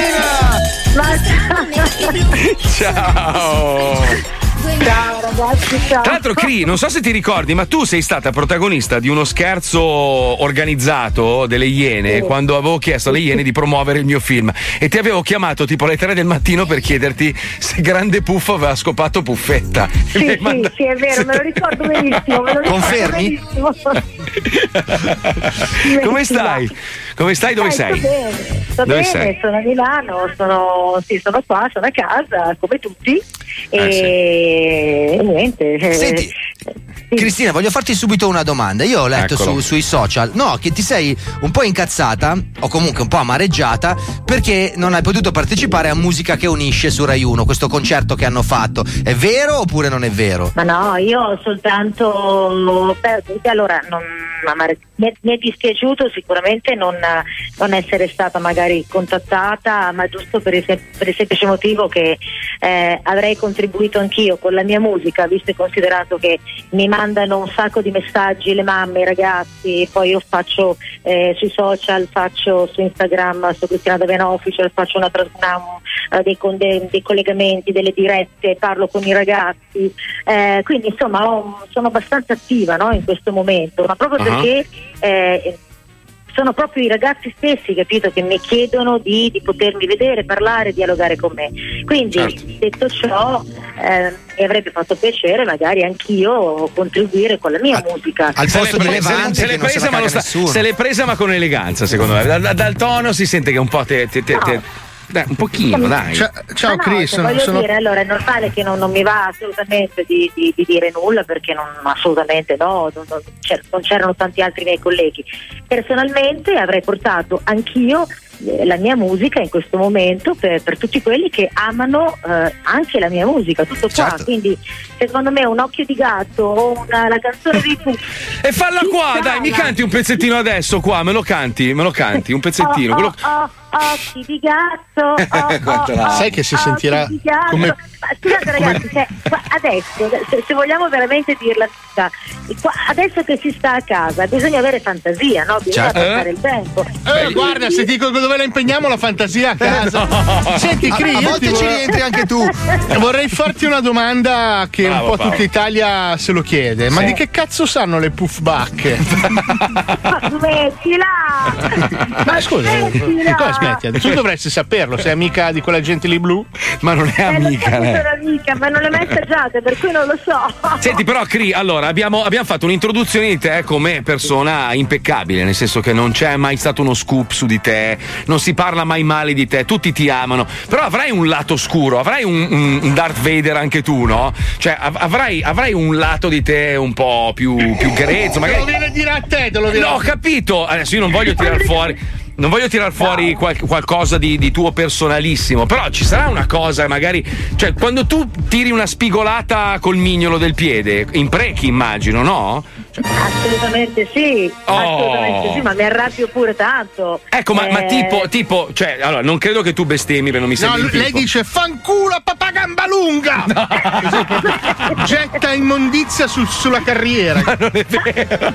Cristina! Ciao! Ciao ragazzi, ciao. Tra l'altro, Cri, non so se ti ricordi, ma tu sei stata protagonista di uno scherzo organizzato delle Iene, Sì. quando avevo chiesto alle Iene di promuovere il mio film, e ti avevo chiamato tipo alle tre del mattino per chiederti se Grande Puffo aveva scopato Puffetta. Sì, sì, sì, è vero, me lo ricordo benissimo. Me lo ricordo Confermi? benissimo. Come stai? Come stai? Dove Eh, sei? Sto bene, sto Dove bene, sei? sono a Milano, sono, sì, sono qua, sono a casa, come tutti. E, Eh, sì. e niente. eh, Senti, Cristina, voglio farti subito una domanda. Io ho letto su, sui social, no, che ti sei un po' incazzata o comunque un po' amareggiata perché non hai potuto partecipare a Musica che unisce su Rai uno, questo concerto che hanno fatto. È vero oppure non è vero? Ma no, io ho soltanto beh, allora non mi è, mi è dispiaciuto sicuramente non, non essere stata magari contattata, ma giusto per il, per il semplice motivo che eh, avrei contribuito anch'io con la mia musica, visto e considerato che mi mandano un sacco di messaggi le mamme, i ragazzi, poi io faccio eh, sui social, faccio su Instagram, su Cristina D'Avena Official, faccio una, una, dei, dei, dei collegamenti, delle dirette, parlo con i ragazzi, eh, quindi insomma ho, sono abbastanza attiva, no, in questo momento, ma proprio uh-huh. perché eh, sono proprio i ragazzi stessi, capito, che mi chiedono di, di potermi vedere, parlare, dialogare con me. Quindi, certo. detto ciò, eh, mi avrebbe fatto piacere magari anch'io contribuire con la mia a, musica. Al posto di Levante, se l'è presa, ma, sta, se l'è presa ma con eleganza, secondo me. Dal, dal tono si sente che un po' te, te, te, no. te dai, un pochino, dai. Ciao, ciao no, Chris. Cioè, voglio sono... dire, allora è normale che non, non mi va assolutamente di, di, di dire nulla, perché non assolutamente no, non, non, c'er, non c'erano tanti altri miei colleghi. Personalmente avrei portato anch'io eh, la mia musica in questo momento per, per tutti quelli che amano eh, anche la mia musica, tutto qua. Certo. Quindi secondo me un occhio di gatto o una, la canzone di tu e falla qua, dai, mi canti un pezzettino adesso qua, me lo canti, me lo canti, un pezzettino. Oh, quello... oh, oh. Occhi di gatto, oh, oh, sai che si sentirà come... Scusate ragazzi, cioè, adesso se, se vogliamo veramente dirla tutta, adesso che si sta a casa bisogna avere fantasia, no? Bisogna certo. passare il tempo. Eh, guarda, se dico dove la impegniamo la fantasia a casa. No. Senti, Cris, a, a volte ci vorrei... rientri anche tu. Vorrei farti una domanda che Bravo, un po' Paolo. Tutta Italia se lo chiede. Ma sì. di che cazzo sanno le puffbacche? Ma smettila! Ma scusa, cosa smetti? Tu dovresti saperlo, sei amica di quella gente lì blu? Ma non è amica, eh, sono amica, ma non le ho mai assaggiate, per cui non lo so. Senti, però, Cri, allora abbiamo, abbiamo fatto un'introduzione di te come persona impeccabile, nel senso che non c'è mai stato uno scoop su di te, non si parla mai male di te, tutti ti amano, però avrai un lato scuro, avrai un, un, un Darth Vader anche tu, no? Cioè avrai, avrai un lato di te un po' più, più grezzo, magari. Te lo viene a dire a te, te lo viene. No, ho capito, adesso io non voglio tirar fuori. Non voglio tirar fuori qual- qualcosa di, di tuo personalissimo, però ci sarà una cosa magari, cioè quando tu tiri una spigolata col mignolo del piede, imprechi immagino, no? Cioè... Assolutamente sì, oh. assolutamente sì, ma mi arrabbio pure tanto. Ecco, ma, eh... ma tipo, tipo, cioè, allora, non credo che tu bestemmi per non mi sembri. No, lei tipo. dice fanculo a papà Gambalunga! No. Getta immondizia sul, sulla carriera. Ma non è vero.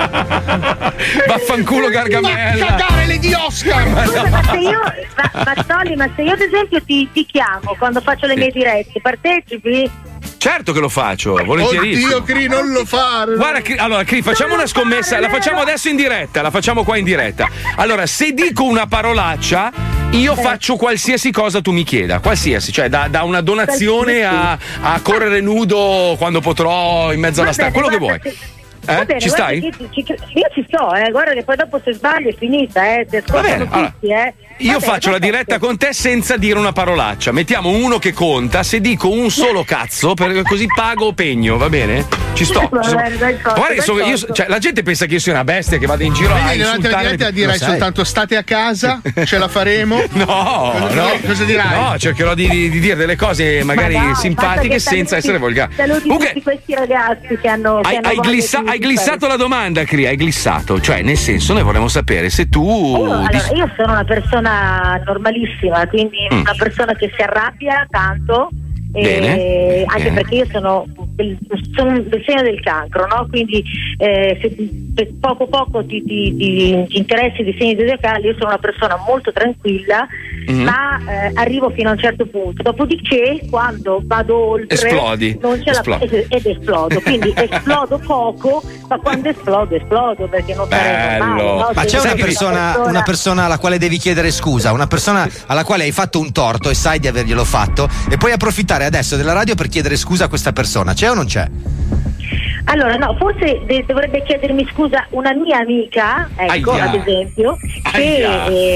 Vaffanculo Gargamella. Ma cagare le di Oscar! Ma, scusa, no. ma se io, ma, ma, Tony, ma se io ad esempio ti, ti chiamo quando faccio le sì. mie dirette, partecipi? Certo che lo faccio, volentierissimo. Oddio, Cri, non lo fare. Guarda, Cri, allora, Cri, facciamo una scommessa, fare, la facciamo adesso in diretta, la facciamo qua in diretta. Allora, se dico una parolaccia, io eh. faccio qualsiasi cosa tu mi chieda, qualsiasi, cioè da, da una donazione a, a correre nudo quando potrò in mezzo alla strada, quello che vuoi. Eh? Bene, ci stai? Che, ci, io ci sto, eh. Guarda che poi dopo se sbagli è finita, eh. Ti ascoltano tutti, allora, eh. Io bene, faccio la diretta con te senza dire una parolaccia. Mettiamo uno che conta. Se dico un solo cazzo, per, così pago o pegno, va bene? Ci sto. Va ci bene, dai, sto. Guarda che so, io, cioè, la gente pensa che io sia una bestia che vada in giro a insultare. Diretta dirai soltanto state a casa, ce la faremo. No, cosa, no. Cosa dirai? No, cercherò di, di, di dire delle cose magari Ma dai, simpatiche senza tutti, essere volgari. Saluti okay. tutti questi ragazzi che hanno. Che hai, hanno hai, glissa, hai glissato la domanda, Cri, hai glissato. Cioè, nel senso, noi vorremmo sapere se tu. Io, allora, io sono una persona normalissima, quindi mm. una persona che si arrabbia tanto. E anche Bene. Perché io sono del, sono del segno del cancro, no? Quindi eh, se, se poco poco ti, ti, ti, ti interessi di segni zodiacali, io sono una persona molto tranquilla, mm-hmm. ma eh, arrivo fino a un certo punto, dopodiché quando vado oltre esplodi non ce Esplodi. la ed esplodo, quindi esplodo poco, ma quando esplodo esplodo perché non sarei normale, no? Ma c'è una persona, persona una persona alla quale devi chiedere scusa, una persona alla quale hai fatto un torto e sai di averglielo fatto e puoi approfittare adesso della radio per chiedere scusa a questa persona, c'è o non c'è? Allora no, forse de- dovrebbe chiedermi scusa una mia amica, ecco, Aia. ad esempio, che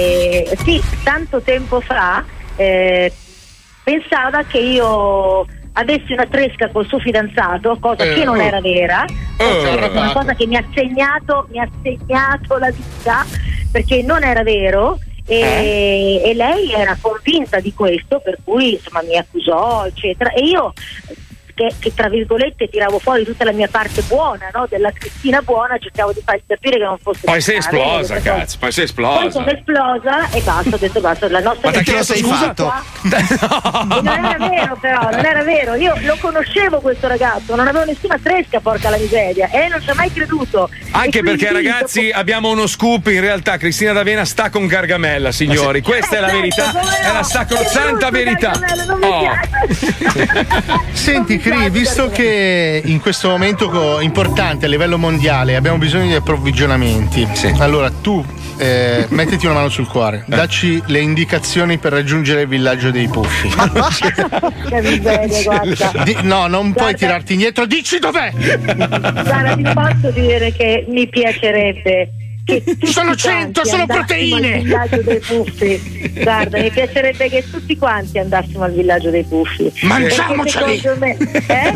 eh, sì, tanto tempo fa eh, pensava che io avessi una tresca col suo fidanzato, cosa eh, che non oh. era vera, oh, è una cosa che mi ha segnato, mi ha segnato la vita, perché non era vero. E, eh. e lei era convinta di questo, per cui insomma mi accusò, eccetera, e io che, che tra virgolette tiravo fuori tutta la mia parte buona, no? Della Cristina buona, cercavo di fargli capire che non fosse poi sei grave, esplosa, cazzo, poi sei esplosa. Poi sono esplosa e basta, ho detto basta, la nostra ma che lo sei fatto? No. Non era vero, però, non era vero. Io lo conoscevo questo ragazzo, non avevo nessuna tresca, porca la miseria, e non ci ha mai creduto. Anche e perché, quindi, ragazzi, dopo... abbiamo uno scoop. In realtà Cristina D'Avena sta con Gargamella, signori. Eh, Questa è la verità, è la sacrosanta verità. Oh. Senti, Cri, visto che in questo momento importante a livello mondiale abbiamo bisogno di approvvigionamenti, sì. Allora tu eh, mettiti una mano sul cuore, eh. dacci le indicazioni per raggiungere il villaggio dei Puffi. Che miseria, guarda. Di, no, non guarda, puoi tirarti indietro, dici dov'è? Guarda, ti posso dire che mi piacerebbe che sono cento, sono proteine. Al villaggio dei Puffi. Guarda, mi piacerebbe che tutti quanti andassimo al villaggio dei Puffi. Mangiamoceli! Me, eh?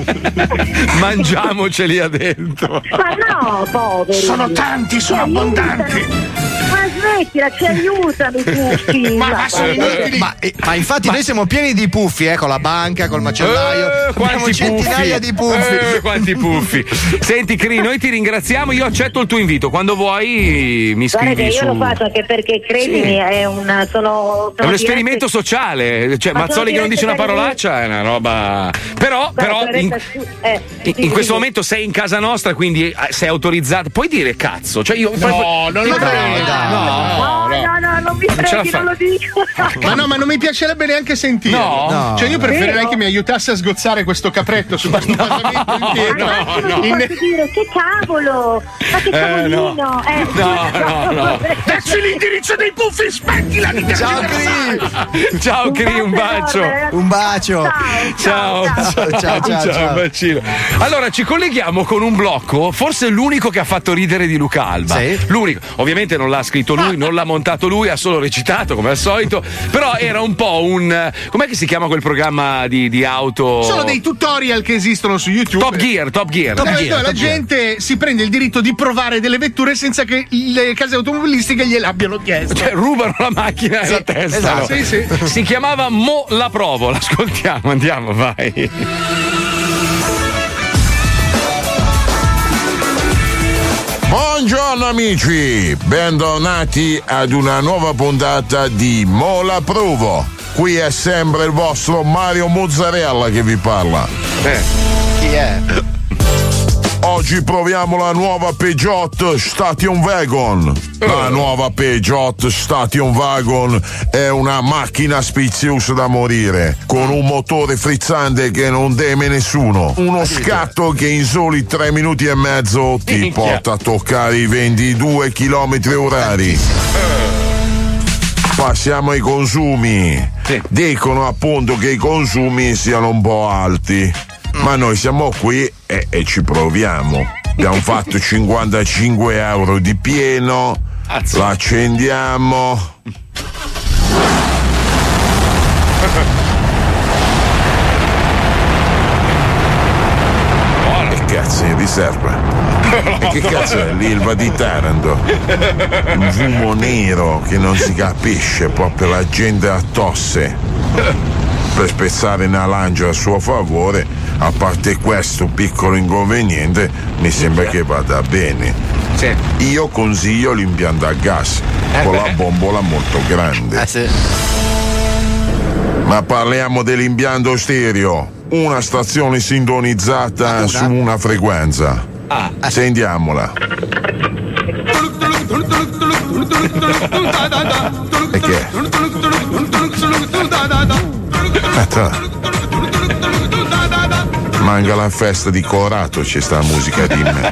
Mangiamoceli a dentro. Ma no, poveri. Sono tanti, sono ci abbondanti. Aiutano. Ma smettila, ci aiutano i Puffi. Ma, ma, ma, ma, ma infatti ma... noi siamo pieni di Puffi, eh, con la banca, col macellaio. Eh, quanti centinaia puffi. di Puffi. Eh, quanti Puffi. Senti, Cri, noi ti ringraziamo. Io accetto il tuo invito. Quando vuoi mi scrivi. Guarda che io su... lo faccio anche perché credimi, sì. è una sono, sono è un esperimento dirette... sociale. Cioè, ma Mazzoli che non dice una parolaccia è una roba. Però, però in, eh, in, in questo momento sei in casa nostra, quindi sei autorizzato. Puoi dire cazzo. Cioè io no, proprio... non lo credo. No, no, no, no, non mi freghi, non lo dico. Ma no, ma non mi piacerebbe neanche sentire. No, no. Cioè io preferirei Vero? che mi aiutasse a sgozzare questo capretto su questo no, casamento in piedi. No, no, in... dire che cavolo, ma che cavolino. No, eh, no, no, no. Dacci l'indirizzo dei Puffi, smettila di ciao Cri. Ciao Cri, un bacio. Un bacio. Ciao. Ciao, ciao, ciao. ciao, ciao. Bacino. Allora ci colleghiamo con un blocco, forse l'unico che ha fatto ridere di Luca Alba. Sì. L'unico. Ovviamente non l'ha scritto lui, non l'ha montato lui, ha solo recitato come al solito, però era un po' un... com'è che si chiama quel programma di, di auto? Sono dei tutorial che esistono su YouTube. Top Gear, Top Gear. Top Top Gear, Gear la top gente Gear. si prende il diritto di provare delle vetture senza che le case automobilistiche gliel'abbiano chiesto. Cioè rubano la macchina e sì, la testa. Esatto. Sì, sì. Si chiamava Mo la provo, l'ascoltiamo, andiamo, vai. Buongiorno amici, bentornati ad una nuova puntata di Mo la provo. Qui è sempre il vostro Mario Mozzarella che vi parla. Eh. Chi è? Oggi proviamo la nuova Peugeot Station Wagon. La nuova Peugeot Station Wagon è una macchina spiziosa da morire, con un motore frizzante che non teme nessuno. Uno scatto che in soli tre minuti e mezzo ti porta a toccare i ventidue chilometri orari. Passiamo ai consumi. Dicono appunto che i consumi siano un po' alti. Ma noi siamo qui e, e ci proviamo. Abbiamo fatto cinquantacinque euro di pieno. Azzo. La accendiamo. Che cazzo è in riserva? E che cazzo è l'Ilva di Taranto? Un fumo nero che non si capisce, proprio la gente a tosse. Per spezzare una lancia a suo favore, a parte questo piccolo inconveniente, mi sembra che vada bene. Sì. Io consiglio l'impianto a gas eh con beh. la bombola molto grande. Eh sì. Ma parliamo dell'impianto stereo, una stazione sintonizzata una? su una frequenza. Ah. Sentiamola. E che è? Manca la festa di Corato, c'è sta musica di me.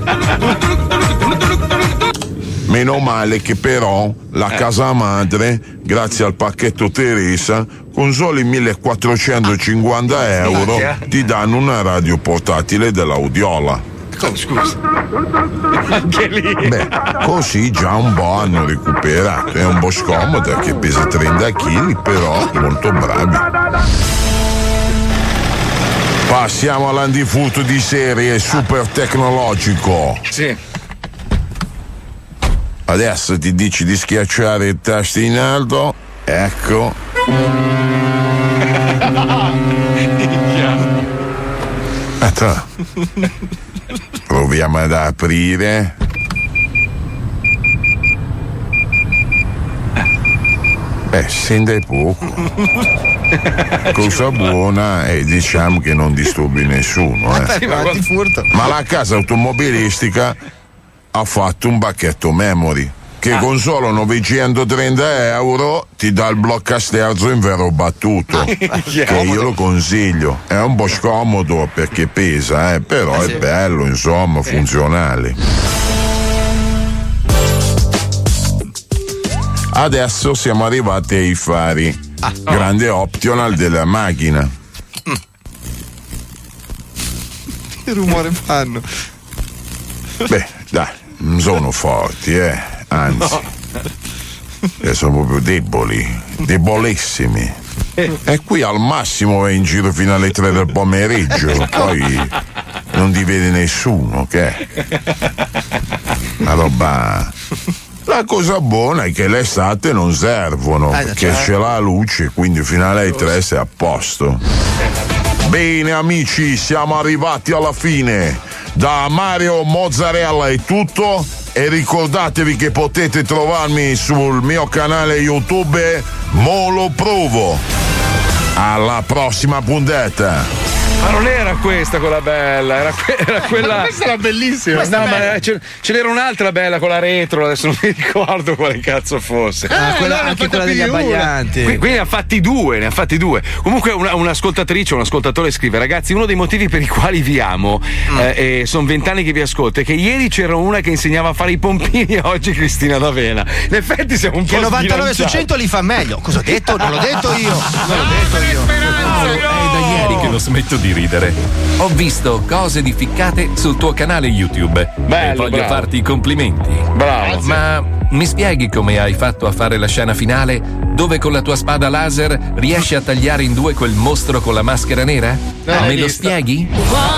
Meno male che però la casa madre, grazie al pacchetto Teresa, con soli millequattrocentocinquanta euro ti danno una radio portatile dell'Audiola. Scusa. Anche lì. Beh, così già un po' hanno recuperato. È un po' scomoda che pesa trenta chili, però molto bravi. Passiamo all'antifoto di serie super tecnologico. Sì. Adesso ti dici di schiacciare il tasto in alto. Ecco. Aspetta. Proviamo ad aprire. Eh, sente poco. Cosa buona e diciamo che non disturbi nessuno. Eh. Sì, ma, ma la casa automobilistica ha fatto un pacchetto memory che ah. con solo novecentotrenta euro ti dà il bloccasterzo in vero battuto, ah, che io lo consiglio. È un po' scomodo perché pesa, eh, però ah, è sì. bello, insomma, sì. funzionale. Adesso siamo arrivati ai fari. Ah, oh. Grande optional della macchina. Mm. Che rumore fanno? Beh, dai, non sono forti, eh. Anzi, no. sono proprio deboli, debolissimi. E qui al massimo vai in giro fino alle tre del pomeriggio, poi non ti vede nessuno, che? Una roba. La cosa buona è che l'estate non servono, eh, perché c'è la luce, quindi fino alle tre sei a posto. Bene amici, siamo arrivati alla fine. Da Mario Mozzarella è tutto e ricordatevi che potete trovarmi sul mio canale YouTube Molo Provo. Alla prossima puntata. Ma non era questa quella bella, era, que- era quella. Ma questa era bellissima. Questa no, ma ce-, ce n'era un'altra bella con la retro, adesso non mi ricordo quale cazzo fosse. Ah, eh, quella, anche quella degli abbaglianti. Qui, qui ne ha fatti due, ne ha fatti due. Comunque una, un'ascoltatrice, un ascoltatore scrive: ragazzi, uno dei motivi per i quali vi amo, mm. eh, e sono vent'anni che vi ascolto, è che ieri c'era una che insegnava a fare i pompini e oggi Cristina D'Avena. In effetti siamo un po' che novantanove su cento li fa meglio. Cosa ho detto? Non l'ho detto io. Non l'ho detto io. È da ieri che non smetto di ridere. Ho visto cose di ficcate sul tuo canale YouTube. Bello, e voglio bravo. farti i complimenti. Bravo. Ma mi spieghi come hai fatto a fare la scena finale dove con la tua spada laser riesci a tagliare in due quel mostro con la maschera nera? No, Me l'hai lo vista. spieghi?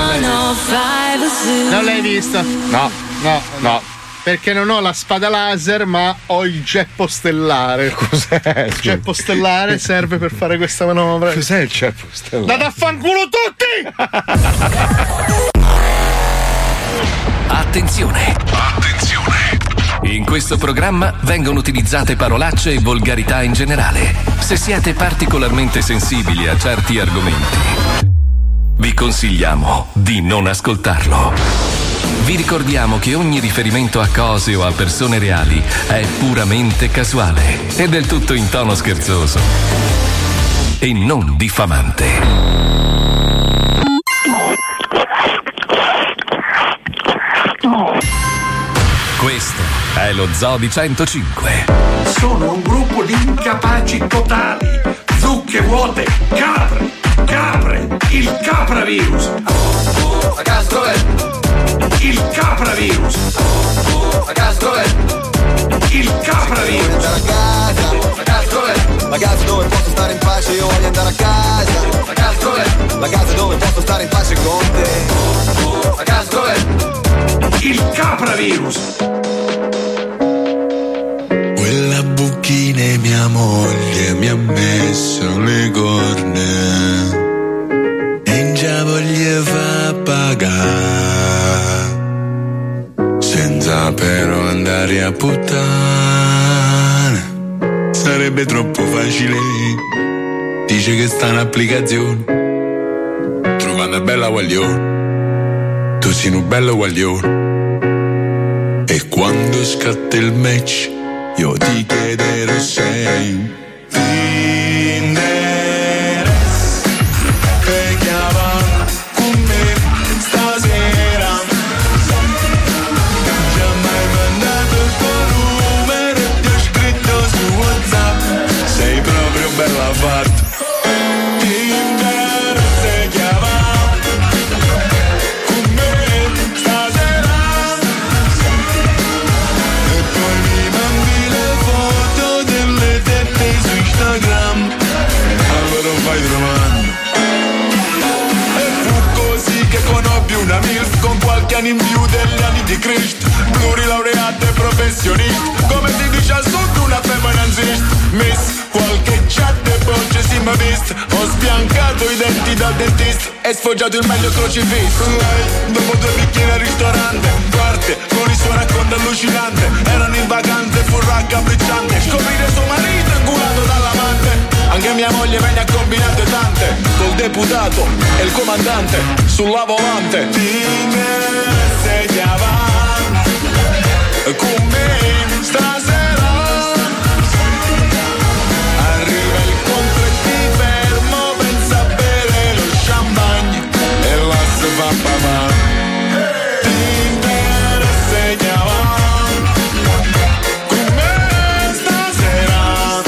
Non l'hai vista? No, no, no. Perché non ho la spada laser, ma ho il ceppo stellare. Cos'è? Il ceppo stellare serve per fare questa manovra. Cos'è il ceppo stellare? Date a fanculo tutti! Attenzione! Attenzione! In questo programma vengono utilizzate parolacce e volgarità in generale. Se siete particolarmente sensibili a certi argomenti, vi consigliamo di non ascoltarlo. Vi ricordiamo che ogni riferimento a cose o a persone reali è puramente casuale e del tutto in tono scherzoso e non diffamante. Questo è lo Zoo di centocinque. Sono un gruppo di incapaci totali, zucche vuote, capre, capre, il capravirus. A caso dov'è? Il capravirus. A caso dov'è? Il capravirus. A caso dov'è? La casa dove posso stare in pace, io voglio andare a casa. A caso dov'è? La casa dove posso stare in pace con te. A caso dov'è? Il capravirus. Quella buchina e mia moglie mi ha messo le corna e in già voglio fa pagare senza però andare a puttana. Sarebbe troppo facile. Dice che sta un'applicazione, trova una bella guaglione, tu sei un bello guaglione e quando scatta il match io ti chiederò se ti interessa e chiama con me stasera. Già mai mandato il tuo numero e ti ho scritto su WhatsApp. Sei proprio bella fatta. Ti interessa e chiama con me stasera. E poi mi mandi le foto delle tette su Instagram. anni in più degli anni di Cristo, plurilaureato e professionista, come si dice al sud una femmina non esiste. Miss, qualche chat e voce si m'ha visto, ho sbiancato i denti dal dentista e sfoggiato il meglio crocifisso. Lei, dopo due bicchieri al ristorante, parte con il suo racconto allucinante, erano in vacanze, fu raccapricciante, scoprire suo marito inculato dall'amante. Anche mia moglie me ne ha combinate tante, col deputato e il comandante sulla volante. Dimmi se ti avanti con me stasera, arriva il conto e ti fermo, pensa a bere lo champagne e la si fa papà. Dimmi se ti avanti con me stasera,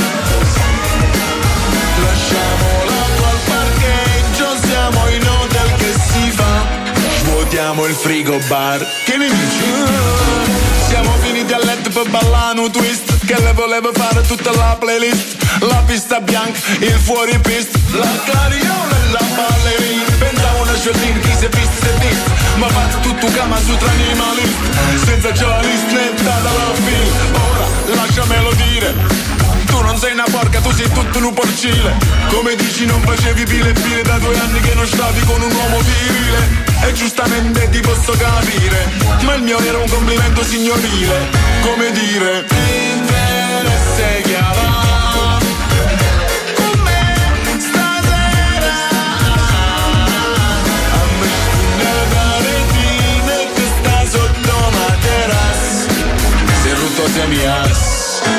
lasciamo l'auto al parcheggio, siamo in hotel che si fa, svuotiamo il frigo bar. Che ne dici? Siamo finiti a letto per ballare un twist, che le volevo fare tutta la playlist, la pista bianca, il fuori pista, la cariola e la ballerina. Pensavo una shooting, chi si è visto si è visto, ma fatto tutto cama su tra animalist, senza già la listetta dalla fila. Ora lasciamelo dire, tu non sei una porca, tu sei tutto un porcile. Come dici non facevi pile e pile, da due anni che non stavi con un uomo virile. E giustamente ti posso capire, ma il mio era un complimento signorile. Come dire, interesse che avanti con me stasera, a me una retina che sta sotto materasso, se rutto se mi as.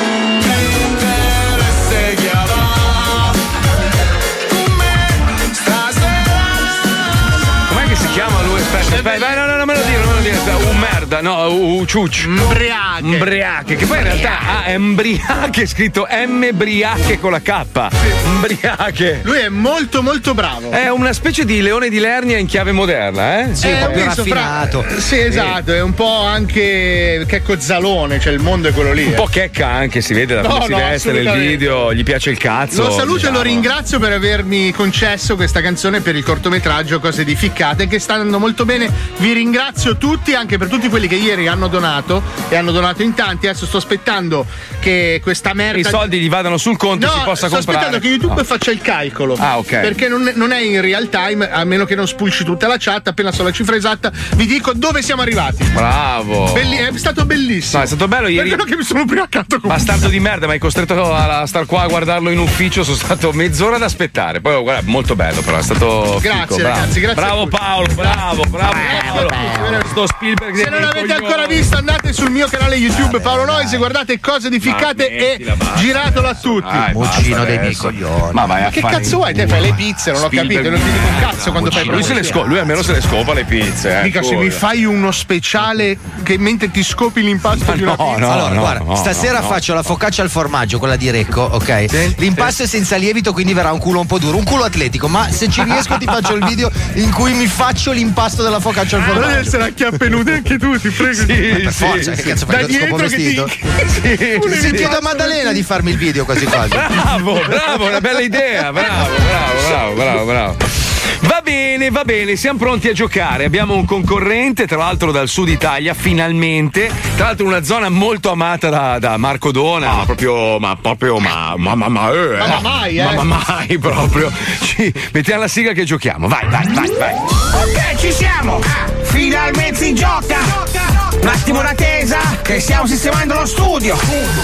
Chiama lui, aspetta, aspetta, vai, no, no, non me lo dire, non me lo dire, aspetta, un merda, no, un ciuccio. Mbriache. Mbriache, che poi in realtà ah, è mbriache, scritto M briache con la K. Sì. Mbriache. Lui è molto molto bravo. È una specie di Leone di Lernia in chiave moderna, eh? Sì, è un po' più raffinato. Fra... Sì, esatto, è un po' anche Checco Zalone, cioè il mondo è quello lì. Un eh. po' checca anche, si vede da come no, si no, veste nel video, gli piace il cazzo. Lo saluto diciamo. E lo ringrazio per avermi concesso questa canzone per il cortometraggio Cose di Ficcate, che sta andando molto bene. Vi ringrazio tutti, anche per tutti quelli che ieri hanno donato e hanno donato in tanti. Adesso sto aspettando che questa merda, i soldi gli vadano sul conto no, e si possa sto comprare. aspettando che YouTube no. faccia il calcolo. Ah, ok. Perché non è, non è in real time, a meno che non spulci tutta la chat. Appena so la cifra esatta vi dico dove siamo arrivati. Bravo. Belli- è stato bellissimo. No, è stato bello ieri. Perché che mi sono ubriacato con bastardo di merda, mi hai costretto a star qua a guardarlo in ufficio. Sono stato mezz'ora ad aspettare. Poi guarda, molto bello, però è stato grazie fico, ragazzi, bravo. grazie. Bravo Paolo, bravo, bravo Paolo. Sto Spielberg. Se non avete ancora visto, andate sul mio canale YouTube Paolo Noise, guardate Cose di Ficcate e giratelo a tutti. Mucino dei miei coglioni. Ma vai a che fare cazzo vuoi? Te fai le pizze, non ho capito, non ti dico un cazzo quando fai lui se le scopa, lui almeno se le scopa le pizze. Eh. Mica se mi fai uno speciale che mentre ti scopi l'impasto ma di una no, pizza. No, allora, no, guarda, no, stasera no, faccio la focaccia al formaggio, quella di Recco, ok? Sì, L'impasto sì. è senza lievito, quindi verrà un culo un po' duro, un culo atletico, ma se ci riesco ti faccio il video in cui mi faccio l'impasto della focaccia al formaggio. Devi essere a chiappe nude anche tu, ti prego. Sì, per forza, sì, che cazzo da fai? dietro Scopo che ti... vestito? sì. Si chiedo a Maddalena di farmi il video quasi quasi. Bravo, bravo, una bella idea. Bravo, bravo, bravo, bravo, bravo. Va bene, va bene, siamo pronti a giocare. Abbiamo un concorrente, tra l'altro dal sud Italia, finalmente. Tra l'altro una zona molto amata da, da Marco Dona, ma proprio, ma proprio, ma, ma, ma, ma, eh, ma, ma mai, eh. Ma, ma mai proprio. Ci mettiamo la sigla che giochiamo. Vai, vai, vai, vai. Ok, ci siamo. Finalmente si gioca. Un attimo d'attesa, che stiamo sistemando lo studio.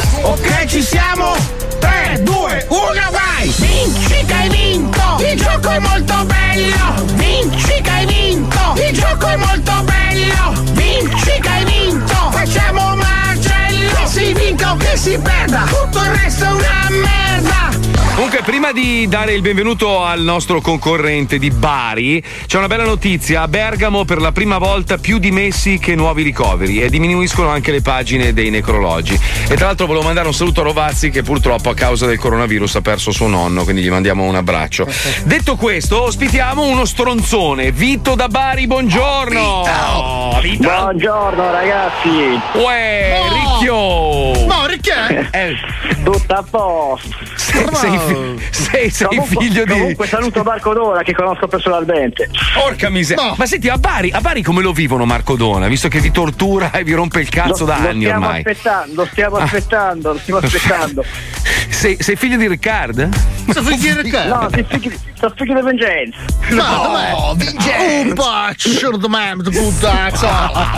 Ok, ci siamo. tre, due, uno, vai! Vinci che hai vinto! Il gioco è molto bello! Vinci che hai vinto! Il gioco è molto bello! Vinci che hai vinto! Facciamo un marcello! Che si vinca o che si perda! Tutto il resto è una merda! Comunque, prima di dare il benvenuto al nostro concorrente di Bari, c'è una bella notizia. A Bergamo per la prima volta più dimessi che nuovi ricoveri e diminuiscono anche le pagine dei necrologi. E tra l'altro volevo mandare un saluto a Rovazzi, che purtroppo a causa del coronavirus ha perso suo nonno, quindi gli mandiamo un abbraccio. Detto questo, ospitiamo uno stronzone, Vito da Bari, buongiorno. Vito. Vito. Buongiorno ragazzi. Uè, no. Ricchio. No, Ricchio. Eh. Tutto a posto. Sei fi- sei, sei comunque, figlio di. Comunque saluto Marco Dona che conosco personalmente. Porca miseria. No. Ma senti, a Bari, a Bari come lo vivono Marco Dona? Visto che vi tortura e vi rompe il cazzo lo, da lo anni stiamo ormai. Aspettando, lo stiamo Ah. aspettando, lo stiamo aspettando. Sei, sei figlio di Riccardo? Sono figlio di Riccardo? No, sei figlio, sono figlio di Vincenzo. No, Vincenzo! Un bacio di me, puttazzo!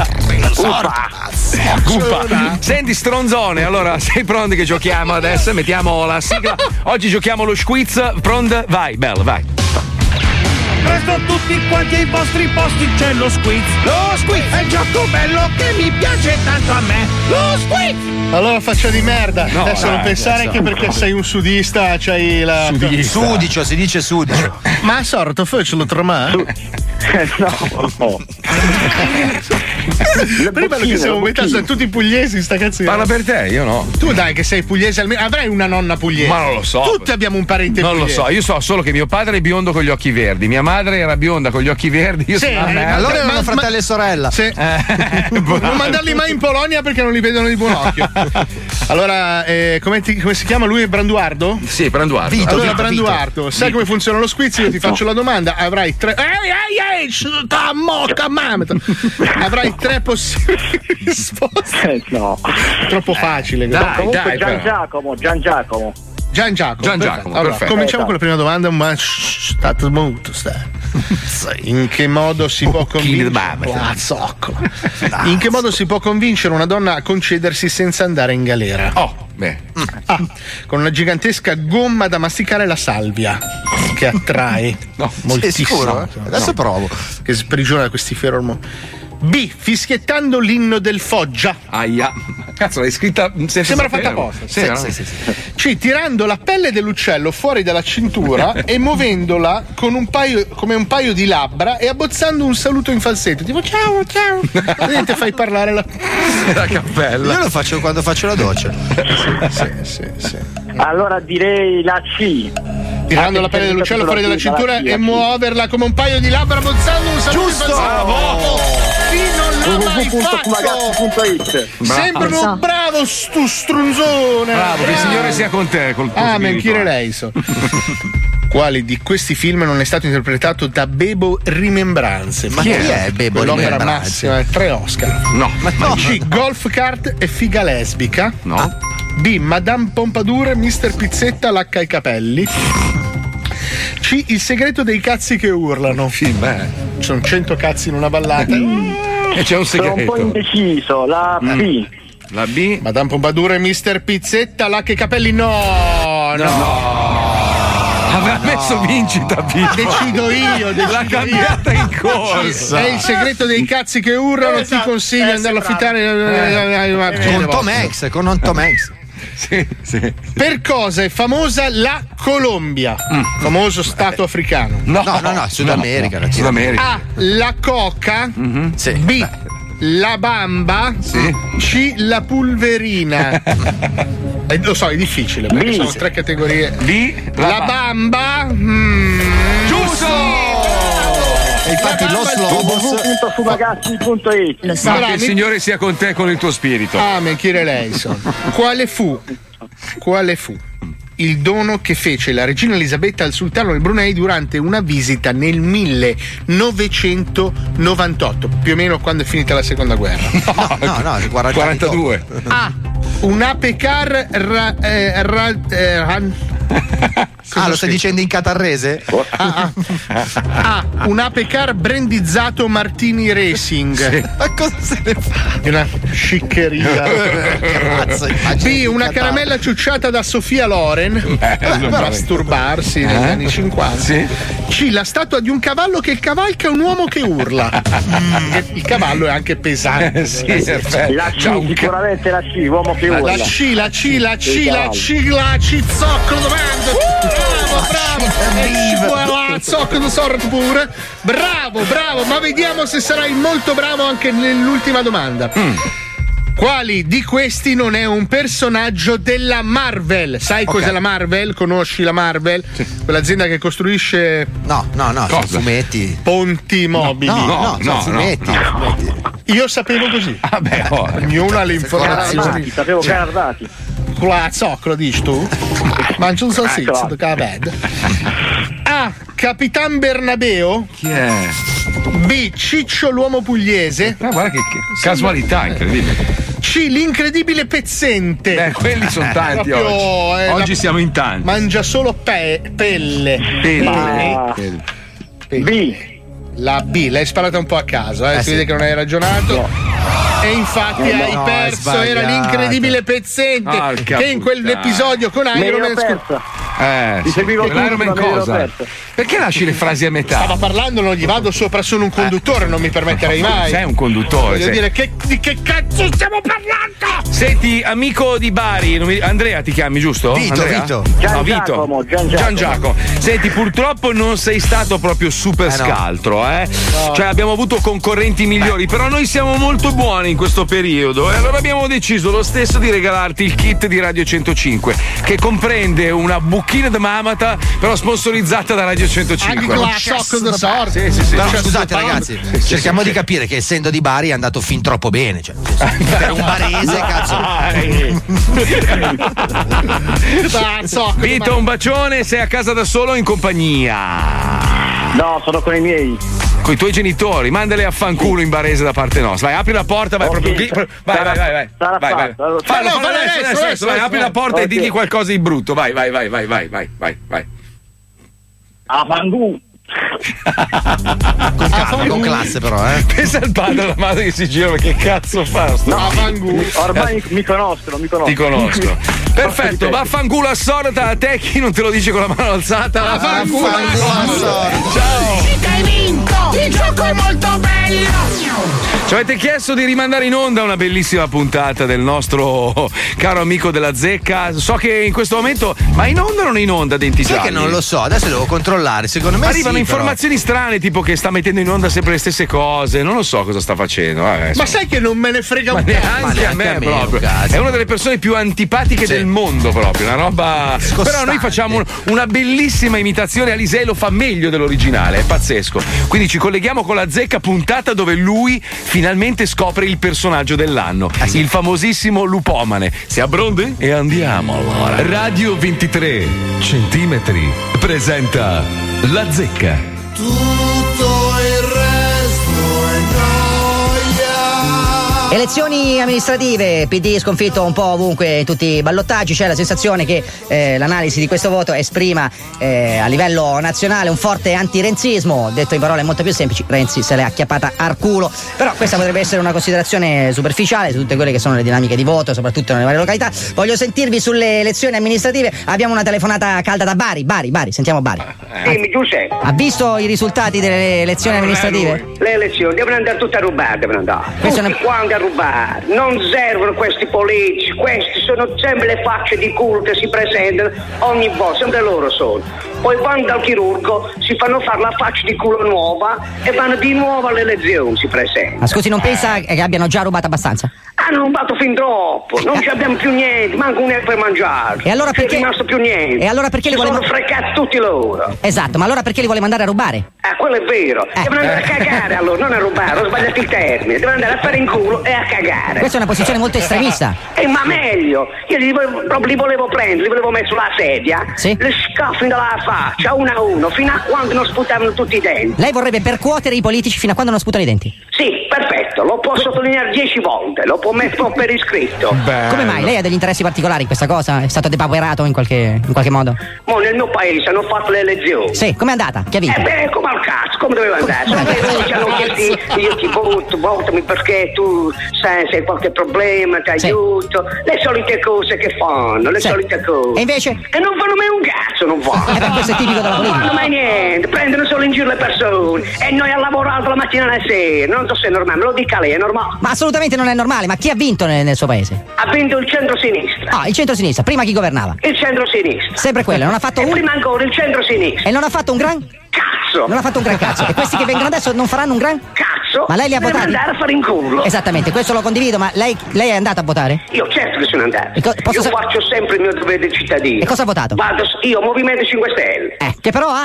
Upa. Senti stronzone, allora sei pronti che giochiamo adesso? Mettiamo la sigla. Oggi giochiamo lo squiz. Pronto? Vai, bello, vai. Presto tutti quanti ai vostri posti, c'è lo squiz. Lo squiz è il gioco bello che mi piace tanto a me. Lo squiz! Allora faccia di merda. No, adesso non eh, pensare adesso. che perché sei un sudista c'hai la. Sudista. Sudicio, si dice sudicio. Ma sorto, facelo tra me. No, no. Però è bello che siamo metà, sono tutti pugliesi sta cazzina. Parla per te, io no. Tu dai che sei pugliese almeno, avrai una nonna pugliese. Ma non lo so. Tutti abbiamo un parente Non pugliese. lo so, io so solo che mio padre è biondo con gli occhi verdi, mia madre era bionda con gli occhi verdi. Io Sì, sono una eh, merda. Allora ma- erano ma- fratello e sorella. Sì. Non mandarli mai in Polonia perché non li vedono di buon occhio. Allora, eh, come, ti- come si chiama lui? Branduardo? Sì, Branduardo. Vito, allora, Vito, Branduardo, Vito. sai Vito. come funziona lo squiz? Io ti faccio la domanda, avrai tre. Ehi, ehi, ehi, sta mocca, mamma. Avrai tre possibili risposte. No. Troppo facile. Dai, comunque dai, Gian però. Giacomo, Gian Giacomo. Gian Giacomo. Gian perfetto. Giacomo, Allora, perfetto. cominciamo Esatto. con la prima domanda, ma shh, state molto sta. In che modo si può convincere? Ah, zoccola. In che modo si può convincere una donna a concedersi senza andare in galera? Oh, beh. A. Con una gigantesca gomma da masticare la salvia che attrae No, moltissimo. sei sicuro? Adesso No. provo. Che sprigiona questi feromoni. B. Fischiettando l'inno del Foggia. Aia. Cazzo, l'hai scritta. se- Sembra se- fatta apposta. Sì, Sì, veramente. sì, sì. C. Tirando la pelle dell'uccello fuori dalla cintura e muovendola con un paio, come un paio di labbra e abbozzando un saluto in falsetto. Tipo ciao, ciao. Vedete, fai parlare la. La cappella. Io lo faccio quando faccio la doccia. Sì, sì, sì. Allora direi la C. Tirando la pelle dell'uccello fuori dalla cintura e muoverla come un paio di labbra abbozzando un saluto in Giusto! falsetto. Chi non l'ha mai w w w punto fumagazzi punto fatto? it. Sembra Bravo. un bravo stu strunzone. Bravo, che il Signore sia con te. Col tuo Amen, spirito. chi lei so. Quali di questi film non è stato interpretato da Bebo Rimembranze? Ma chi è Bebo L'opera Rimembranze? massima, tre Oscar. No, Ma no. C. Golf kart e figa lesbica. no. B. Madame Pompadour, mister Pizzetta lacca i capelli. C. Il segreto dei cazzi che urlano. Sì, beh. Ci sono cento cazzi in una ballata. E c'è un Sono un po' segreto. indeciso. La B. La B. Madame Pompadour e mister Pizzetta lacca i capelli. No, no. Avrà messo vincita, B. Decido io, decido L'ha cambiata in corsa. È il segreto dei cazzi che urlano. Ti consiglio di andarlo a affittare Con Tom Hanks, con non Tom Hanks. Sì, sì. Per cosa è famosa la Colombia? Famoso stato africano. No, no, no, Sud America. Sud America. A. La coca. Sì. B. La bamba. Sì. C. La pulverina. Eh, lo so, è difficile perché B. sono tre categorie. B. La bamba. Mm. Giusto! E infatti La Los bamba- w w w Lobos. punto fumagazzi punto it. Lo so. Ma che Bravi. il Signore sia con te e con il tuo spirito. Amen, Kire Leison. Quale fu? Quale fu il dono che fece la regina Elisabetta al sultano del Brunei durante una visita nel millenovecentonovantotto, più o meno quando è finita la seconda guerra? No, no, no, quaranta quarantadue. A. Un apecar ra, eh, ra, eh, ran- Ah, lo stai dicendo in catarrese? A, A. A. Un apecar brandizzato Martini Racing. Ma cosa se ne fa? È una sciccheria. Cazzo, immagini B. in Una Qatar. caramella ciucciata da Sofia Loren per masturbarsi negli Eh? anni cinquanta. Sì. C. La statua di un cavallo che cavalca un uomo che urla. Perché il cavallo è anche pesante. Eh, sì, perfetto. La C'ha C, un ca- sicuramente la C, uomo che urla. La C, la C, la C, la C, la C, zoccolo domanda. Bravo, bravo. E ci vuole la zoccolo sorto pure. Bravo, bravo, ma vediamo se sarai molto bravo anche nell'ultima domanda. Quali di questi non è un personaggio della Marvel? Sai Ok. cos'è la Marvel? Conosci la Marvel? Quell'azienda che costruisce No, no, no, sono Cosa? fumetti. ponti mobili. No, no, No, sono no, fumetti. fumetti. Io sapevo così. Vabbè, oh. Ognuno ha le informazioni. Carardati, sapevo Carardati. culo a zoccolo, dici tu? Mangia un salsiccio, che va bene. A. Capitan Bernabeo. Chi è? B. Ciccio l'uomo pugliese. Ma guarda che, che casualità incredibile. C. L'incredibile pezzente. Beh, quelli sono tanti Proprio, oggi. eh, Oggi la... siamo in tanti. Mangia solo pe- pelle. Pelle. Ma... Pelle. B. La B, l'hai sparata un po' a caso, eh? Eh, si sì. vede che non hai ragionato. No. E infatti No, hai no, perso, è era l'incredibile pezzente Porca che in quell'episodio con Iron Man scu- Eh, Ti seguivo sì. L'Iron Man tutto, ma mi ero cosa? perso. Perché lasci le frasi a metà? Stava parlando, non gli vado sopra, sono un conduttore, non mi permetterei mai. Sei un conduttore. Voglio sei. dire, che, di che cazzo stiamo parlando? Senti, amico di Bari, non mi- Andrea ti chiami, giusto? Vito, Andrea? Vito. Gian No, Vito. Giacomo, Gian Giacomo. Gian Giacomo. Senti, purtroppo non sei stato proprio super Eh, no. scaltro, eh? No. Cioè, abbiamo avuto concorrenti migliori, però noi siamo molto buoni in questo periodo e allora abbiamo deciso lo stesso di regalarti il kit di Radio centocinque, che comprende una bucchina di mamata, però sponsorizzata da Radio centocinque. Anche con la socco da sorte. Sì, sì, sì. Però Cioè, scusate sul ragazzi, sì, cerchiamo sì, di sì. capire che essendo di Bari è andato fin troppo bene. Cioè, per un barese, cazzo. Dai. Dai, socco, Vito, un bacione, sei a casa da solo o in compagnia? No, sono con i miei. Con i tuoi genitori, mandali a fanculo in barese da parte nostra. Vai, apri la porta, vai Ok. proprio qui. Vai, vai, Sarà- vai, vai. sarà Vai, vai. fatto. Allora, Fallo, no, fallo fallo adesso, adesso, adesso, adesso, vai, adesso, apri la porta ok. e digli qualcosa di brutto. Vai, vai, vai, vai, vai, vai, vai, vai. A Bangù. Con, calma, con classe però, eh. Pensa al padre e alla madre che si girano, che cazzo fa? Sto? A Bangù. Ormai mi conoscono, mi conoscono. Ti conosco. Perfetto, vaffanculo a sorta a te chi non te lo dice con la mano alzata. Vaffanculo a sorta. Ciao. Hai vinto! Il gioco è molto bello! Ci avete chiesto di rimandare in onda una bellissima puntata del nostro caro amico della Zecca. So che in questo momento, ma in onda o non in onda, Denti Sai Gialli? che non lo so, adesso devo controllare. Secondo me Arrivano sì, informazioni strane, tipo che sta mettendo in onda sempre le stesse cose. Non lo so cosa sta facendo. eh, Ma sai che non me ne frega Ma un neanche, cazzo? Ma a neanche me, a me, proprio. cazzo. È una delle persone più antipatiche Sì. del mondo, proprio. Una roba. Scostante. Però noi facciamo una bellissima imitazione. Alisei lo fa meglio dell'originale, è pazzesco. Quindi ci colleghiamo con la Zecca, puntata dove lui finalmente scopre il personaggio dell'anno, Ah, sì. il famosissimo lupomane. Si abbronde? E andiamo allora. Radio ventitré centimetri presenta La Zecca. Tutto il resto è noia. Elezioni amministrative, P D sconfitto un po' ovunque in tutti i ballottaggi. C'è la sensazione che eh, l'analisi di questo voto esprima eh, a livello nazionale un forte antirenzismo. Detto in parole molto più semplici, Renzi se l'è acchiappata al culo. Però questa potrebbe essere una considerazione superficiale su tutte quelle che sono le dinamiche di voto, soprattutto nelle varie località. Voglio sentirvi sulle elezioni amministrative. Abbiamo una telefonata calda da Bari. Bari, Bari, sentiamo Bari. Dimmi, Giuseppe. Ha visto i risultati delle elezioni amministrative? Le elezioni devono andare tutte a rubare, devono andare. Questo Tutti è una- quanti a rubare. Non servono questi politici, questi sono sempre le facce di culo che si presentano ogni volta, sempre loro sono. Poi vanno dal chirurgo, si fanno fare la faccia di culo nuova e vanno di nuovo alle elezioni, si presentano. Ma scusi, non pensa che abbiano già rubato abbastanza? Hanno rubato fin troppo, non ci abbiamo più niente, manco un euro per mangiare. E allora Non perché- è rimasto più niente. E allora perché si li vuole sono ma- frecati tutti loro. Esatto, ma allora perché li vuole mandare a rubare? Ah, quello è vero. Devono andare a cagare allora, non a rubare, ho sbagliato il termine. Devono andare a fare in culo e a cagare. Questa è una posizione molto estremista. Eh, ma meglio! Io li volevo, proprio li volevo prendere, li volevo mettere sulla sedia, Sì. li scaffino dalla faccia, uno a uno, fino a quando non sputavano tutti i denti. Lei vorrebbe percuotere i politici fino a quando non sputano i denti. Sì, perfetto, lo può sottolineare dieci volte, lo può mettere per iscritto. Come mai? Lei ha degli interessi particolari in questa cosa? È stato depauperato in qualche, in qualche modo? Mo nel mio paese hanno fatto le elezioni. Sì, com'è andata? Chi ha vinto? Eh beh, come al cazzo, come doveva andare? Sono loro ci hanno chiesto, io ti voto, votami perché tu sai se hai qualche problema, ti aiuto. Le solite cose che fanno, le Sì. solite cose. E invece? E non fanno mai un cazzo, non fanno. Eh beh, questo è tipico della Non politica. fanno mai niente, prendono solo in giro le persone. E noi a lavorare dalla mattina alla sera. Non so se è normale, me lo dica lei, è normale. Ma assolutamente non è normale, ma chi ha vinto nel, nel suo paese? Ha vinto il centro-sinistra. Ah, il centro-sinistra, prima chi governava? Il centro-sinistra. Sempre quello, non ha fatto E un... prima ancora il centro-sinistra. E non ha fatto un gran... Cazzo! Non ha fatto un gran cazzo. E questi che vengono adesso non faranno un gran... Cazzo! Ma lei li ha Deve votati? andare a fare in culo. Esattamente, questo lo condivido, ma lei, lei è andata a votare? Io certo che sono andato. E co- posso io sa- faccio sempre il mio dovere di cittadino. E cosa ha votato? Vado io, Movimento cinque Stelle. Eh, che però ha...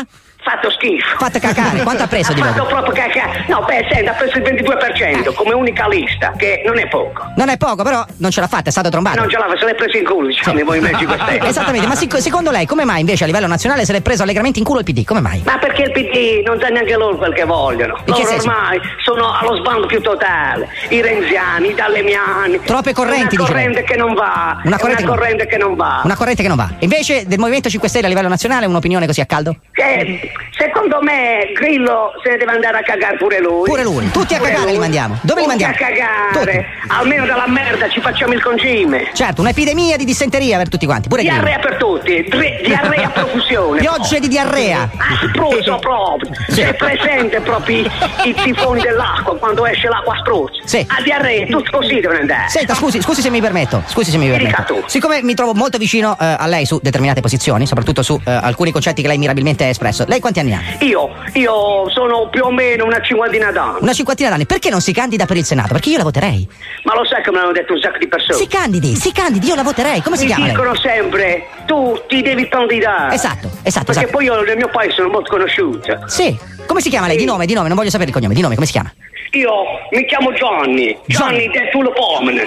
Fatto schifo. Fatto cacare, quanto ha preso di Ha fatto voto? proprio cacare. No, beh, senti, ha preso il ventidue per cento come unica lista, che non è poco. Non è poco, però non ce l'ha fatta, è stato trombato. Non ce l'ha, se l'è preso in culo, diciamo, i movimenti cinque Stelle. Esattamente, ma sic- secondo lei come mai invece a livello nazionale se l'è preso allegramente in culo il P D? Come mai? Ma perché il P D non sa neanche loro quel che vogliono. In che Loro senso? ormai sono allo sbando più totale. I renziani, i dallemiani. Troppe correnti, Una dice lei. corrente che non va. Una Una corrente, corrente, una corrente che non va. Una corrente che non va. Invece del Movimento cinque Stelle a livello nazionale un'opinione così a caldo? Che secondo me Grillo se ne deve andare a cagare pure lui. Pure lui. Tutti a Pure cagare lui. li mandiamo. Dove li Tutti mandiamo? a cagare. Almeno dalla merda ci facciamo il concime. Certo, un'epidemia di dissenteria per tutti quanti. Pure Grillo. Diarrea per tutti. Dri- diarrea a profusione. Piogge di diarrea. A spruzzo proprio. C'è presente proprio i, i tifoni dell'acqua quando esce l'acqua a spruzzo. Sì. A diarrea, tutti così devono andare. Senta, scusi, scusi se mi permetto. Scusi se mi Dica permetto. tu. Siccome mi trovo molto vicino eh, a lei su determinate posizioni, soprattutto su eh, alcuni concetti che lei mirabilmente ha espresso. Lei quanti anni ha? Io, io sono più o meno una cinquantina d'anni. Una cinquantina d'anni. Perché non si candida per il Senato? Perché io la voterei. Ma lo sai che me l'hanno detto un sacco di persone? Si candidi, si candidi, io la voterei. Come si Mi chiama lei? dicono sempre, tu ti devi candidare. Esatto, esatto, Perché esatto. poi io nel mio paese sono molto conosciuto. Sì. Come si chiama lei? Di nome, di nome, non voglio sapere il cognome. Di nome, come si chiama? Io mi chiamo Johnny. Johnny detto Lupomane.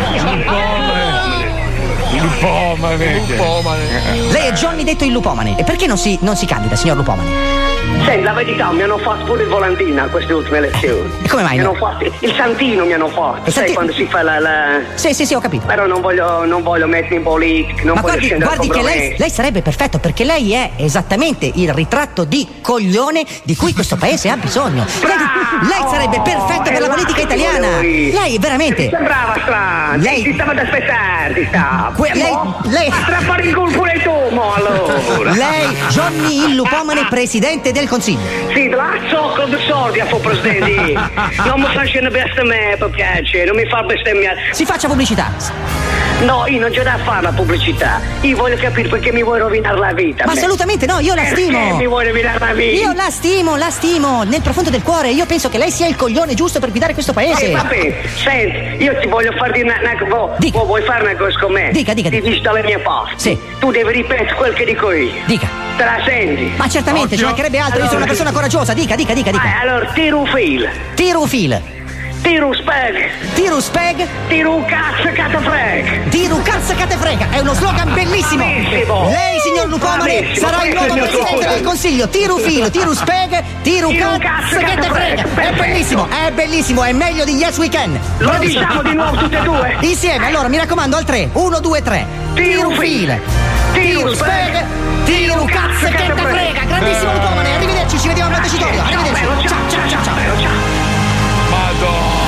Lupomane. Lei è Johnny detto il Lupomane. E perché non si, non si candida, signor Lupomane? Senti, la verità, mi hanno fatto pure il volantino a queste ultime elezioni. E come mai? Mi hanno fatto, il santino mi hanno fatto. Il Sai santi- quando si fa la, la... Sì, sì, sì, ho capito. Però non voglio, non voglio mettermi in politica, non Ma voglio guardi, scendere guardi al che lei, compromesso. lei sarebbe perfetto perché lei è esattamente il ritratto di coglione di cui questo paese ha bisogno. Lei, lei sarebbe perfetto per la politica italiana. Lei veramente. Mi sembrava strano. Lei- Ti stavo ad aspettare, ti stavo. Que- E lei- mo? lei- A strappare il culo pure tu, mo allora. Lei, Johnny il Lupomane, presidente del Consiglio. Sì, là zocco di soldi a fu presidente. Non mi faccio bestemmia per piacere, non mi fa bestemmiare. Si faccia pubblicità. No, io non c'ho da fare la pubblicità. Io voglio capire perché mi vuoi rovinare la vita. Ma a me. assolutamente no, io la Perché stimo. mi vuoi rovinare la vita? Io la stimo, la stimo nel profondo del cuore. Io penso che lei sia il coglione giusto per guidare questo paese. Eh, vabbè, senti, io ti voglio far dire una, una, vo- vo- vuoi fare una cosa con me? Dica, dica, Ti dica. dici dalle mie parti. Sì. Tu devi ripetere quel che dico io. Dica. Te la senti? Ma certamente, ci mancherebbe altro, io sono una persona coraggiosa. Dica, dica, dica, dica. Ah, allora, tiro un fil. Tiro un fil. Tiro un speg. Tiro un speg. Tiro un cazzo che te frega. Tiro un cazzo che te frega. È uno slogan bellissimo. Bravissimo. Lei, signor Lupomane, Bravissimo. sarà il Questo nuovo è il mio presidente slogan. del Consiglio. Tiro un filo, tiro un speg, tiro un Tiro un cazzo che te frega. È Perfetto. bellissimo, è bellissimo, è meglio di Yes We Can. Lo diciamo di nuovo tutte e due? Insieme, allora mi raccomando al tre. Uno, due, tre. Tiro un filo. Tiro un speg, tiro un cazzo che te frega. Grandissimo Lupomane, arrivederci, ci vediamo al Montecitorio. Arrivederci. Ciao, ciao, ciao, ciao. Madonna.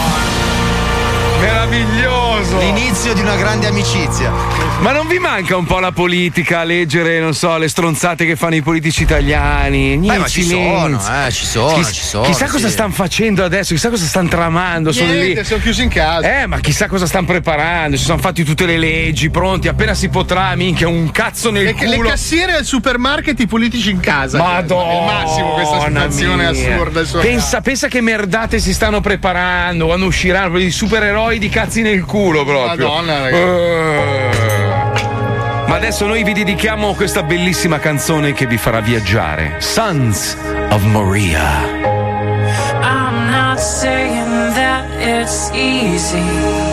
Meraviglioso! L'inizio di una grande amicizia. Ma non vi manca un po' la politica, leggere, non so, le stronzate che fanno i politici italiani? Niente, Beh, ma ci sono, eh, ci sono, Chiss- ci sono. Chissà cosa sì. stanno facendo adesso, chissà cosa stanno tramando. Sono lì. Niente, sono chiusi in casa. Eh, ma chissà cosa stanno preparando. Si sono fatti tutte le leggi, pronti. Appena si potrà, minchia, un cazzo nel Le, le culo. cassiere al supermarket, i politici in casa. Madonna, È il massimo questa situazione mia. assurda. surreale. Pensa, pensa che merdate si stanno preparando quando usciranno i supereroi di cazzi nel culo proprio. Madonna, ragazzi. Eh. Ma adesso noi vi dedichiamo questa bellissima canzone che vi farà viaggiare. Sons of Maria. I'm not saying that it's easy,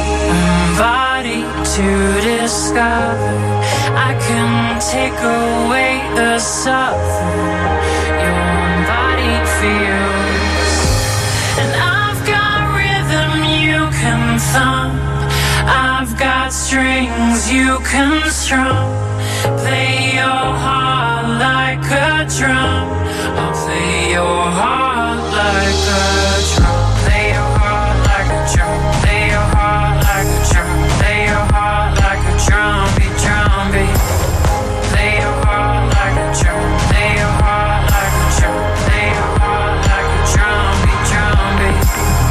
body to discover. I can take away the suffering your body feels, and I've got rhythm you can thump. I've got strings you can strum. Play your heart like a drum. I'll play your heart like a drum. Play your heart like a drum. Play your heart like a drum. Play your heart like a drum beat, drum beat. Play your heart like a drum. Play your heart like a drum. Play your heart like a drum beat, drum beat.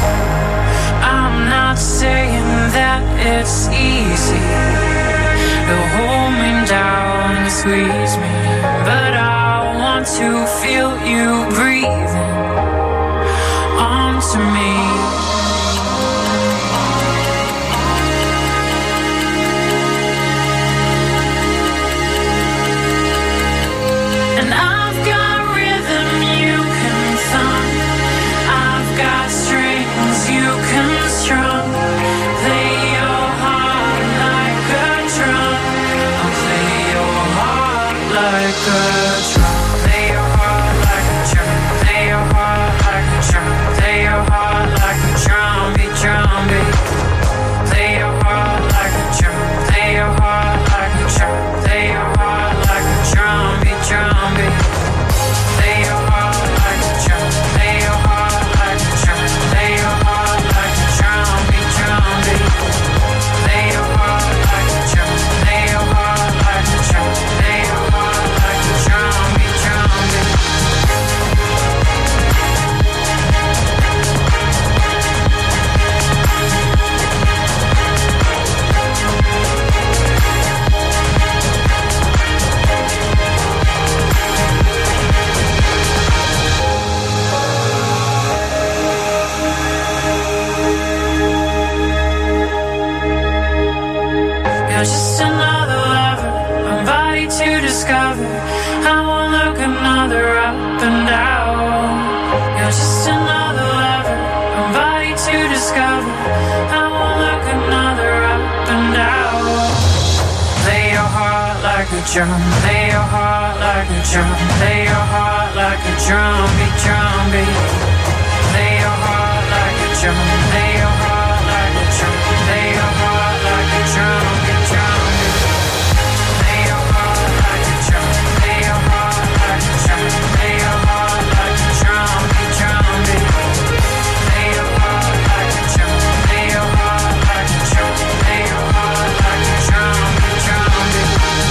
I'm not saying that it's easy to hold me down and squeeze me, but I want to feel you breathing onto me. And I've got rhythm another up and down. You're just another lover, a body to discover. I won't look another up and down. Lay your heart like a drum, lay your heart like a drum, lay your heart like a drum beat, drum beat. Lay your heart like a drum, lay your heart like a drum, lay your heart like a drum beat, drum beat. Lay your heart like a drum, lay your heart like a drum, lay your heart like a drum beat, drum beat. Lay your heart like a drum, lay your heart like a drum, lay your heart like a drum beat, drum beat.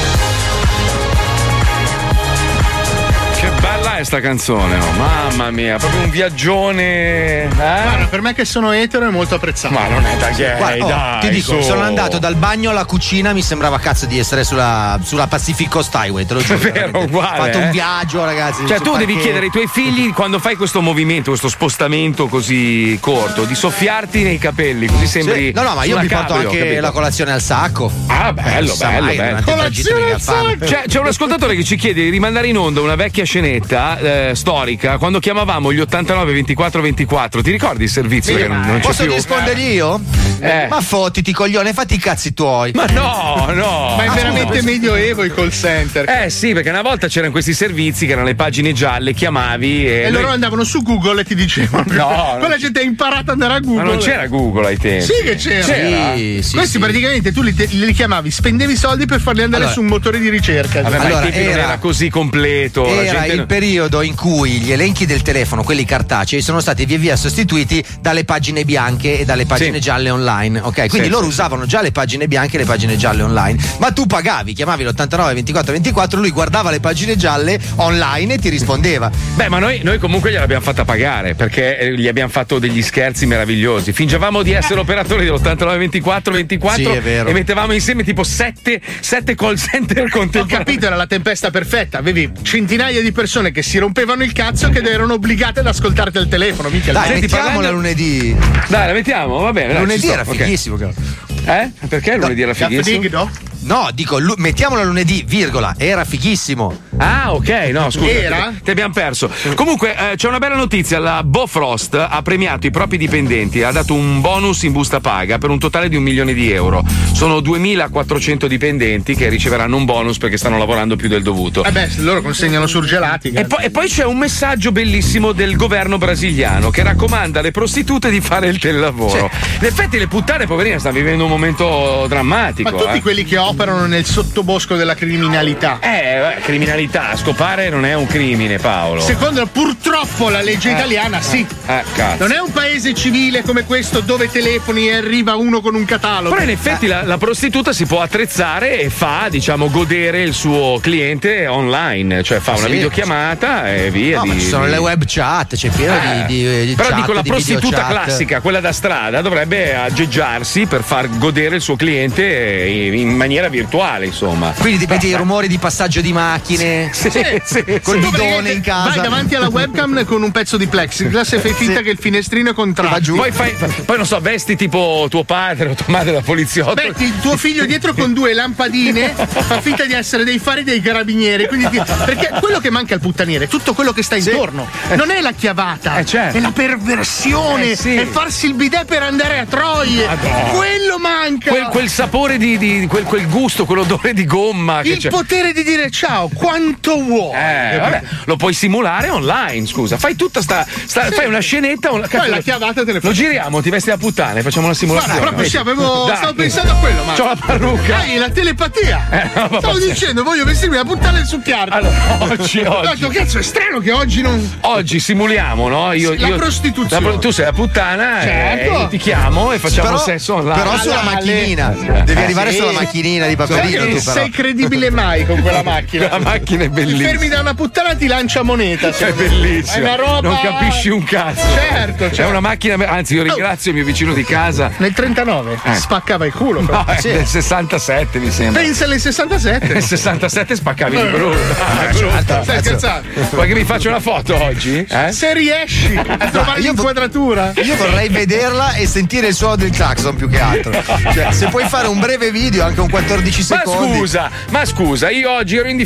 Che bella è sta canzone, oh, mamma mia, proprio un viaggione. Eh? Guarda, per me che sono etero è molto apprezzato. Ma non è da gay, Guarda, oh, dai, ti dico, su. sono andato dal bagno alla cucina, mi sembrava cazzo di essere sulla, sulla Pacific Coast Highway, te lo giuro. È vero, uguale. Ho fatto eh? un viaggio, ragazzi. Cioè, su tu devi parcheggio. chiedere ai tuoi figli, quando fai questo movimento, questo spostamento così corto, di soffiarti nei capelli, così sembri. Sì. No, no, ma io una mi porto cabrio, anche capito? la colazione al sacco. Ah, bello, Sa bello, mai, bello. durante il tragitto di Galfano. C'è, c'è un ascoltatore che ci chiede di rimandare in onda una vecchia scenetta eh, storica quando chiamavamo gli ottantanove ventiquattro ventiquattro. Ti ricordi il servizio Sì, che non, non c'è posso più? rispondergli io? Eh. Ma fottiti, coglione, fatti i cazzi tuoi. Ma no, no. Ma è Ah, veramente scusa, medioevo il call center. Eh sì, perché una volta c'erano questi servizi che erano le pagine gialle, chiamavi e. E noi- loro andavano su Google e ti dicevano. No, Quella gente ha imparato ad andare a Google. Ma non c'era Google ai tempi. Sì, che c'era. C'era? Sì, sì, Questi sì. praticamente tu li, te- li chiamavi, spendevi soldi per farli andare Allora- su un motore di ricerca. Vabbè, ma Allora, ai tempi non era- era così completo. la Era gente il non- periodo in cui gli elenchi del telefono, quelli cartacei, sono stati via via sostituiti dalle pagine bianche e dalle pagine Sì. gialle online. Ok, quindi Sì, loro sì, usavano già le pagine bianche e le pagine gialle online. Ma tu pagavi, chiamavi l'ottantanove ventiquattro ventiquattro, lui guardava le pagine gialle online e ti rispondeva. Beh, ma noi, noi comunque gliel'abbiamo fatta pagare perché eh, gli abbiamo fatto degli scherzi meravigliosi. Fingevamo di essere operatori dell'ottantanove ventiquattro ventiquattro Sì, è vero. e mettevamo insieme tipo sette, sette call center Ho contemporanei. capito, era la tempesta perfetta. Avevi centinaia di persone che si rompevano il cazzo che erano obbligate ad ascoltarti al telefono. Mica Dai, Senti, mettiamola parlando- lunedì. Dai, la mettiamo, va bene. dai, Lunedì ci sto, era ok. fighissimo, caro. Eh? Perché lunedì era fighissimo? No, dico, lu- mettiamola lunedì, virgola, era fighissimo. Ah, ok, no, scusa. Era? Ti, ti abbiamo perso. Comunque, eh, c'è una bella notizia: la Bofrost ha premiato i propri dipendenti, ha dato un bonus in busta paga per un totale di un milione di euro. Sono duemilaquattrocento dipendenti che riceveranno un bonus perché stanno lavorando più del dovuto. Eh beh, loro consegnano surgelati. E poi, e poi c'è un messaggio bellissimo del governo brasiliano che raccomanda alle prostitute di fare il telelavoro. In effetti, le puttane, poverine, stanno vivendo un momento drammatico. Ma tutti eh. quelli che operano nel sottobosco della criminalità. Eh, criminalità, scopare non è un crimine, Paolo. Secondo purtroppo la legge Eh, italiana, sì. Eh, cazzo. Non è un paese civile come questo dove telefoni e arriva uno con un catalogo. Però in effetti la, la prostituta si può attrezzare e fa, diciamo, godere il suo cliente online, cioè fa Ah, una sì? videochiamata e via. No, di, ma ci sono di- le web chat, c'è pieno Eh, di, di, di Però chat, dico la di prostituta video chat. classica, quella da strada, dovrebbe aggeggiarsi per far godere il suo cliente in, in maniera virtuale, insomma. Quindi ti metti i rumori di passaggio di macchine, Sì, sì, col Tu bidone praticamente in casa. Vai davanti alla webcam con un pezzo di plexiglass e fai finta che il finestrino è contratto. Poi, fai, poi non so, vesti tipo tuo padre o tua madre da poliziotto. Metti il tuo figlio dietro con due lampadine, fa finta di essere dei fari dei carabinieri. Quindi ti- perché quello che manca al puttaniere è tutto quello che sta intorno. Non è la chiavata, Eh, certo. è la perversione, Eh, sì. è farsi il bidet per andare a Troie. Madonna. Quello manca. Quel, quel sapore di, di quel, quel gusto, quell'odore di gomma. Che il c'è. potere di dire ciao, quanto vuoi. Eh, vabbè, lo puoi simulare online, scusa. Fai tutta sta. sta- Sì. Fai una scenetta. Una, Poi la chiavata te ne fai. Lo giriamo, ti vesti a puttane, facciamo una simulazione. Guarda, proprio sì, avevo, Dai. stavo pensando a quello, ma. C'ho la parrucca. Hai la telepatia. Eh, no, ma stavo pazzesco. dicendo, voglio vestirmi da puttana e succhiarti. Allora, oggi, Ho oggi. detto, cazzo, è strano che oggi non. Oggi simuliamo, no? Io, La io- prostituzione. la pro- tu sei la puttana Certo. e io ti chiamo e facciamo Però- sesso online. però sulla Ale. macchinina. Eh, Devi eh, arrivare sì. sulla macchinina di Paperino. Non tu, però. sei credibile mai con quella macchina. La macchina è Ti bellissima. fermi da una puttana ti lancia moneta. È secondo me. bellissimo. È una roba. Non capisci un cazzo. Certo, certo. È una macchina. Anzi, io ringrazio il mio vicino di casa. Nel trentanove Eh. spaccava il culo. No, però. è del sessantasette, mi sembra. Pensa nel sessantasette. Nel sessantasette spaccavi Eh, di brutto. Dai, certo, brutto. stai scherzando? Vuoi che mi faccia una foto oggi? Eh? Se riesci a trovare io vo- l'inquadratura. Io vorrei vederla e sentire il suono del clacson più che altro. Cioè, se puoi fare un breve video, anche un quattordici Ma secondi. scusa, ma scusa, io oggi ero in difficoltà.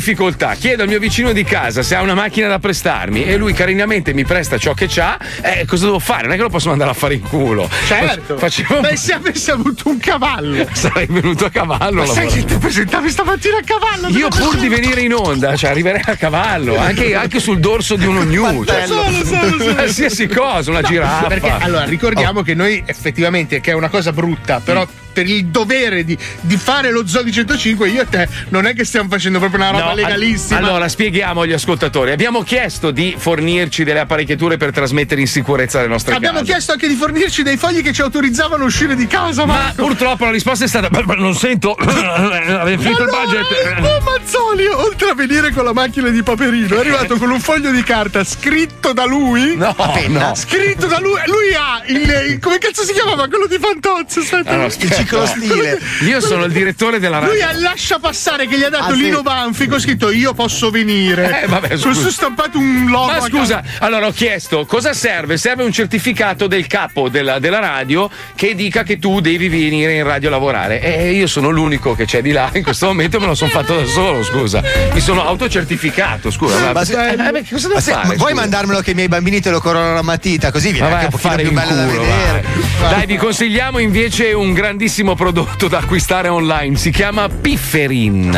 fa: chiedo al mio vicino di casa se ha una macchina da prestarmi e lui carinamente mi presta ciò che c'ha, eh, cosa devo fare? Non è che lo posso mandare a fare in culo. Certo. Facevo... Beh, se avessi avuto un cavallo. Sarei venuto a cavallo. Ma sai che ti presentavi stamattina a cavallo? Io pur di venire in onda, cioè arriverei a cavallo, anche, anche sul dorso di uno gnu. Cioè, solo, solo, solo. Qualsiasi cosa, una No, giraffa. Perché allora ricordiamo oh. che noi effettivamente, che è una cosa brutta, però per il dovere di, di fare lo Zoo di centocinque, io e te non è che stiamo facendo proprio una roba No, legalissima. Allora spieghiamo agli ascoltatori: abbiamo chiesto di fornirci delle apparecchiature per trasmettere in sicurezza le nostre Abbiamo case. chiesto anche di fornirci dei fogli che ci autorizzavano a uscire di casa, ma Marco. purtroppo la risposta è stata: non sento, avete finito allora, il budget. Oh, Mazzoli, oltre a venire con la macchina di Paperino, è arrivato con un foglio di carta scritto da lui. No, no. Scritto da lui. Lui ha il, il come cazzo si chiamava quello di Fantozzi? Aspetta, allora, il ciclostile. Io sono il direttore della radio. Lui ha lascia passare che gli ha dato ah, Lino sì. Banfi con scritto io posso venire. Eh, vabbè, Sono scusa. stampato un logo. Ma scusa, allora ho chiesto cosa serve? Serve un certificato del capo della, della radio che dica che tu devi venire in radio a lavorare. E io sono l'unico che c'è di là in questo momento, me lo sono fatto da solo, scusa. Mi sono autocertificato, scusa. Ma, ma se, eh, beh, cosa devo ma se, fare? ma vuoi scusa? mandarmelo che i miei bambini te lo corrono la matita, così viene Ma anche un vai a pochino fare più in bello culo, da vedere. vai. Dai, vi consigliamo invece un grandissimo prodotto da acquistare online. Si chiama Pifferin.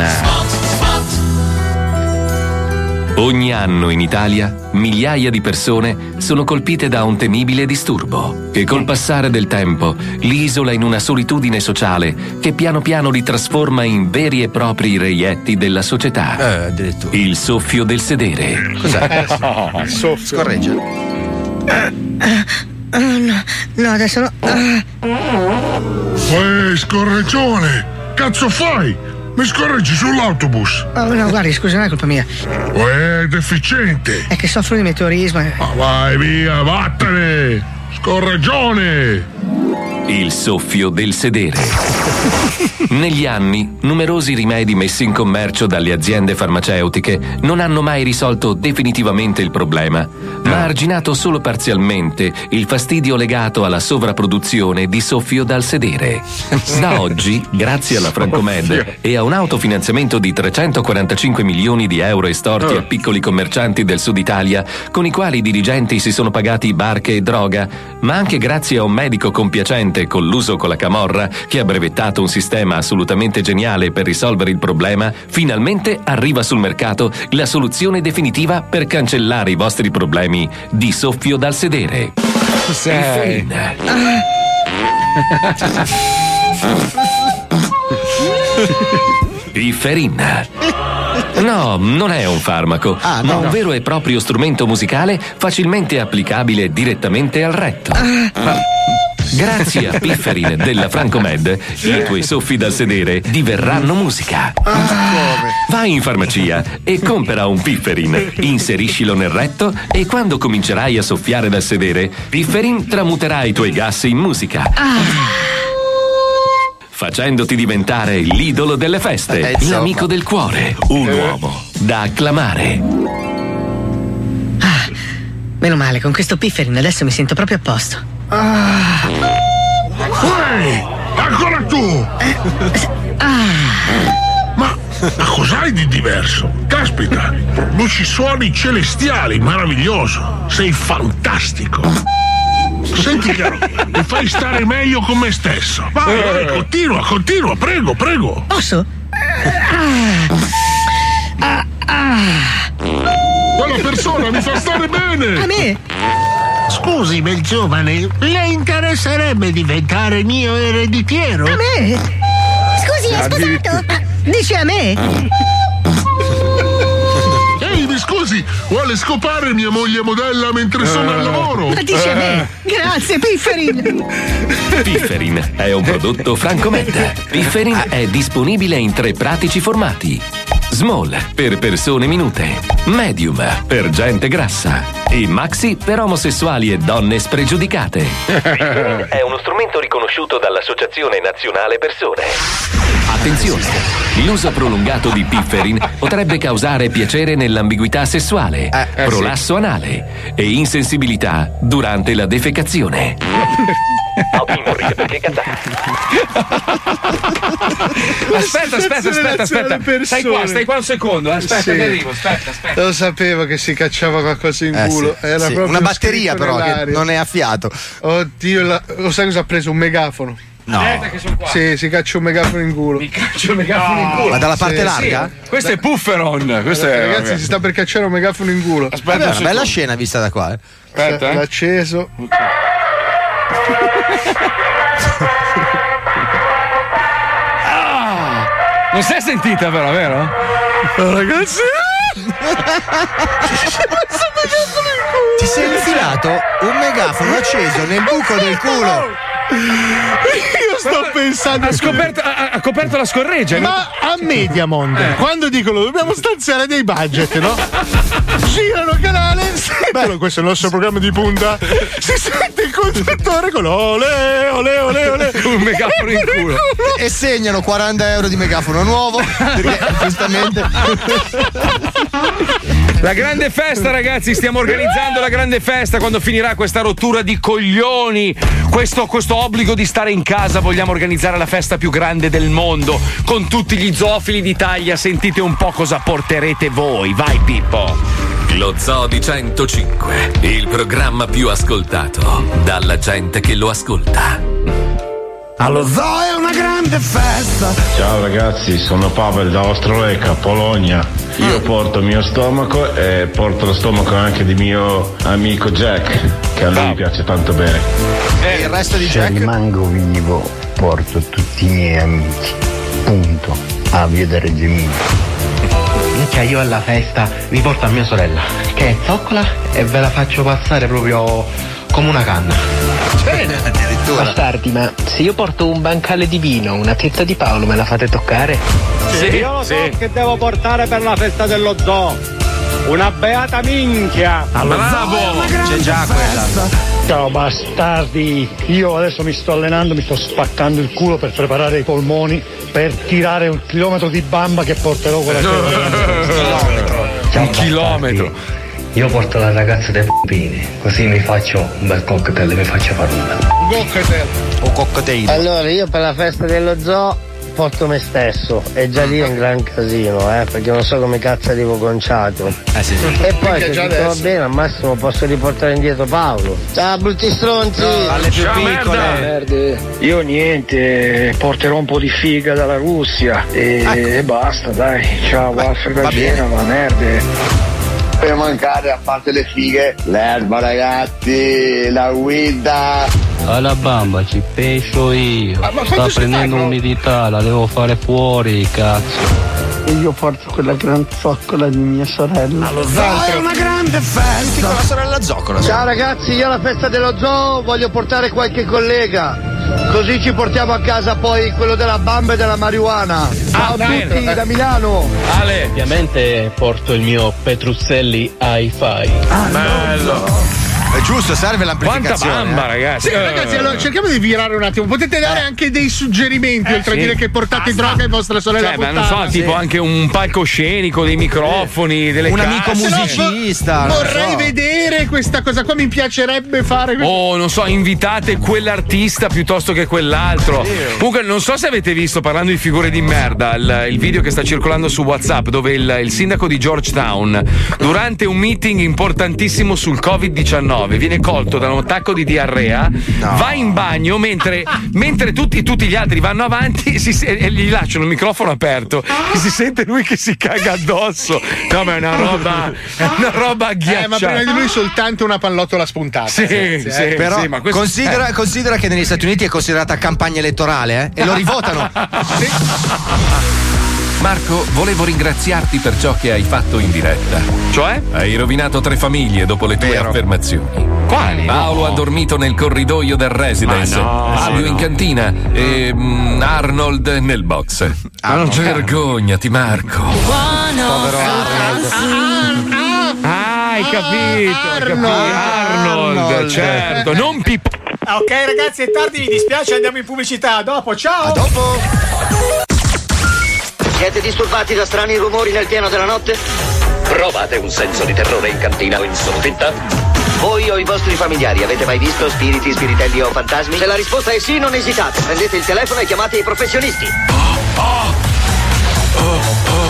Ogni anno in Italia migliaia di persone sono colpite da un temibile disturbo che col passare del tempo li isola in una solitudine sociale che piano piano li trasforma in veri e propri reietti della società. Eh, addirittura. Il soffio del sedere. Cos'è? No, il soffio. Scorreggia. Uh, no, no, adesso no. Uh. Uè, scorreggione! Cazzo fai? Mi scorreggi sull'autobus! Oh, no, guardi, scusa, non è colpa mia. Uè, deficiente! È che soffro di meteorismo. Ma vai via, vattene! Scorreggione! Il soffio del sedere. Negli anni, numerosi rimedi messi in commercio dalle aziende farmaceutiche non hanno mai risolto definitivamente il problema, ma ha arginato solo parzialmente il fastidio legato alla sovrapproduzione di soffio dal sedere. Da oggi, grazie alla Francomed e a un autofinanziamento di trecentoquarantacinque milioni di euro estorti a piccoli commercianti del Sud Italia, con i quali i dirigenti si sono pagati barche e droga, ma anche grazie a un medico compiacente colluso con la camorra che ha brevettato un sistema assolutamente geniale per risolvere il problema, finalmente arriva sul mercato la soluzione definitiva per cancellare i vostri problemi di soffio dal sedere. Sei. Pifferin. No, non è un farmaco, Ah, no, ma un no. vero e proprio strumento musicale facilmente applicabile direttamente al retto. Grazie a Pifferin della Francomed, i tuoi soffi dal sedere diverranno musica. Vai in farmacia e compra un Pifferin, inseriscilo nel retto e quando comincerai a soffiare dal sedere, Pifferin tramuterà i tuoi gas in musica. Facendoti diventare l'idolo delle feste, Eh, insomma. l'amico del cuore, un uomo da acclamare. Ah, meno male, con questo Pifferin adesso mi sento proprio a posto. Uè, ancora tu! Ma, ma cos'hai di diverso? Caspita, produci suoni celestiali, meraviglioso! Sei fantastico! Senti caro, mi fai stare meglio con me stesso. Vai, vai, continua, continua, prego, prego. Posso? Ah, ah. Quella persona mi fa stare bene. A me? Scusi, bel giovane, le interesserebbe diventare mio ereditiero? A me? Scusi, è sposato? Dice a me? Ehi, mi scusi, vuole scopare mia moglie modella mentre sono al lavoro? Ma dice a me? Grazie, Pifferin! Pifferin è un prodotto Francomed. Pifferin è disponibile in tre pratici formati. Small per persone minute, Medium per gente grassa e Maxi per omosessuali e donne spregiudicate. Pifferin è uno strumento riconosciuto dall'Associazione Nazionale Persone. Attenzione! L'uso prolungato di Pifferin potrebbe causare piacere nell'ambiguità sessuale, Eh, eh, prolasso anale e insensibilità durante la defecazione. morire perché cantare. Aspetta, aspetta, aspetta, aspetta. Stai qua, stai qua un secondo. Aspetta, Sì. che arrivo. Aspetta, aspetta. Lo sapevo che si cacciava qualcosa in Eh, culo. sì, Era sì. proprio Una batteria, scritto però, che nell'aria. non è a fiato. Oddio, la- lo sai cosa ha preso? Un megafono. No. Aspetta che sono qua. Sì, si caccia un megafono in culo. Mi caccio il megafono in culo. Ma dalla parte Sì, larga? Sì. Questo è Pufferon. Questo è. Ragazzi, si sta per cacciare un megafono in culo. Aspetta, Vabbè, un una bella secondo. scena vista da qua. Eh. Aspetta, eh. L'ha acceso. Ah, non si è sentita però, vero? Oh, ragazzi. Ti sei infilato un megafono acceso nel buco del culo. Io sto pensando. Ha, scoperto, ha, ha coperto la scorreggia. Ma a Mediamond, Eh. quando dicono dobbiamo stanziare dei budget, no? Girano canale, sentono, questo è il nostro programma di punta. Si sente il conduttore con ole, ole, ole, ole. Un megafono in culo. E segnano quaranta euro di megafono nuovo. Perché giustamente. La grande festa, ragazzi, stiamo organizzando la grande festa. Quando finirà questa rottura di coglioni, questo, questo obbligo di stare in casa, vogliamo organizzare la festa più grande del mondo con tutti gli zoofili d'Italia. Sentite un po' cosa porterete voi. Vai, Pippo. Lo Zoo di centocinque, il programma più ascoltato dalla gente che lo ascolta. Allo zoo è una grande festa. Ciao ragazzi, sono Pavel da Ostrołęka, Polonia. Io porto il mio stomaco e porto lo stomaco anche di mio amico Jack, che a lui piace tanto bene. E il resto di Se Jack? rimango vivo, porto tutti i miei amici. Punto. A Via del Reggio Emilia. Minchia, io alla festa vi porto a mia sorella, che è zoccola, e ve la faccio passare proprio come una canna. Addirittura. Bastardi, ma se io porto un bancale di vino, una tetta di Paolo, me la fate toccare? Sì, io lo so che devo portare per la festa dello zoo. Una beata minchia. Bravo! C'è già quella. Ciao bastardi, io adesso mi sto allenando, mi sto spaccando il culo per preparare i polmoni per tirare un chilometro di bamba che porterò con la chilometro. Un chilometro. Io porto la ragazza dei pompini, così mi faccio un bel cocktail e mi faccio fare un bel. Cocktail. O cocktail. Allora, io per la festa dello zoo porto me stesso e già lì è un gran casino, eh, perché non so come cazzo arrivo conciato. Eh sì, sì. E poi Perché se già tutto va adesso. bene al massimo posso riportare indietro Paolo. Ciao brutti stronzi! Alle più Ciao, piccole. Merde. Io niente, porterò un po' di figa dalla Russia e, e basta, dai. Ciao, Alfred da Genova, merde. Per mancare, a parte le fighe, l'erba ragazzi, la guida. Alla bamba ci penso io. Ma- ma Sta quanto si prendendo fanno? umidità, la devo fare fuori, cazzo. E io porto quella gran zoccola di mia sorella. Allo zoo è una grande festa. Con la sorella zoccola. Ciao ragazzi, io alla festa dello zoo voglio portare qualche collega. Così ci portiamo a casa poi quello della bamba e della marijuana. Ciao a dai, tutti eh. da Milano. Ale. Ovviamente porto il mio Petruzzelli hi-fi. Bello. È giusto, serve Quanta l'amplificazione. bamba, eh. ragazzi. Sì, ragazzi, allora cerchiamo di virare un attimo. Potete dare anche dei suggerimenti, oltre a sì. dire che portate droga e vostra sorella Cioè, ma puttana. non so, tipo anche un palcoscenico, dei microfoni, delle Un casse. amico Se no, musicista. non Vorrei so. vedere questa cosa qua, mi piacerebbe fare. Oh, non so, invitate quell'artista piuttosto che quell'altro. Comunque, non so se avete visto, parlando di figure di merda, il, il video che sta circolando su WhatsApp, dove il, il sindaco di Georgetown, durante un meeting importantissimo sul covid diciannove, viene colto da un attacco di diarrea, va in bagno mentre, mentre tutti, tutti gli altri vanno avanti si, e gli lasciano il microfono aperto e si sente lui che si caga addosso. No, ma è una roba, è una roba Eh, agghiacciata. ma prima di lui soltanto una pallottola spuntata. Sì, ragazzi, sì, eh. Però sì, ma questo- considera, eh. considera che negli Stati Uniti è considerata campagna elettorale, eh? E lo rivotano. Marco, volevo ringraziarti per ciò che hai fatto in diretta. Cioè? Hai rovinato tre famiglie dopo le tue Vero. affermazioni. Quali? Paolo No. ha dormito nel corridoio del residence, Ma no, Fabio no. in cantina e mm, Arnold nel box. Ah, non c'è- Vergognati, Marco. Povero Arnold. Ah, hai capito, hai capito. Arnold, Arnold. certo, non Pippo. Ok ragazzi, è tardi, mi dispiace, andiamo in pubblicità. A dopo, ciao! A dopo. Siete disturbati da strani rumori nel pieno della notte? Provate un senso di terrore in cantina o in soffitta? Voi o i vostri familiari avete mai visto spiriti, spiritelli o fantasmi? Se la risposta è sì, non esitate. Prendete il telefono e chiamate i professionisti. Oh, oh. Oh, oh.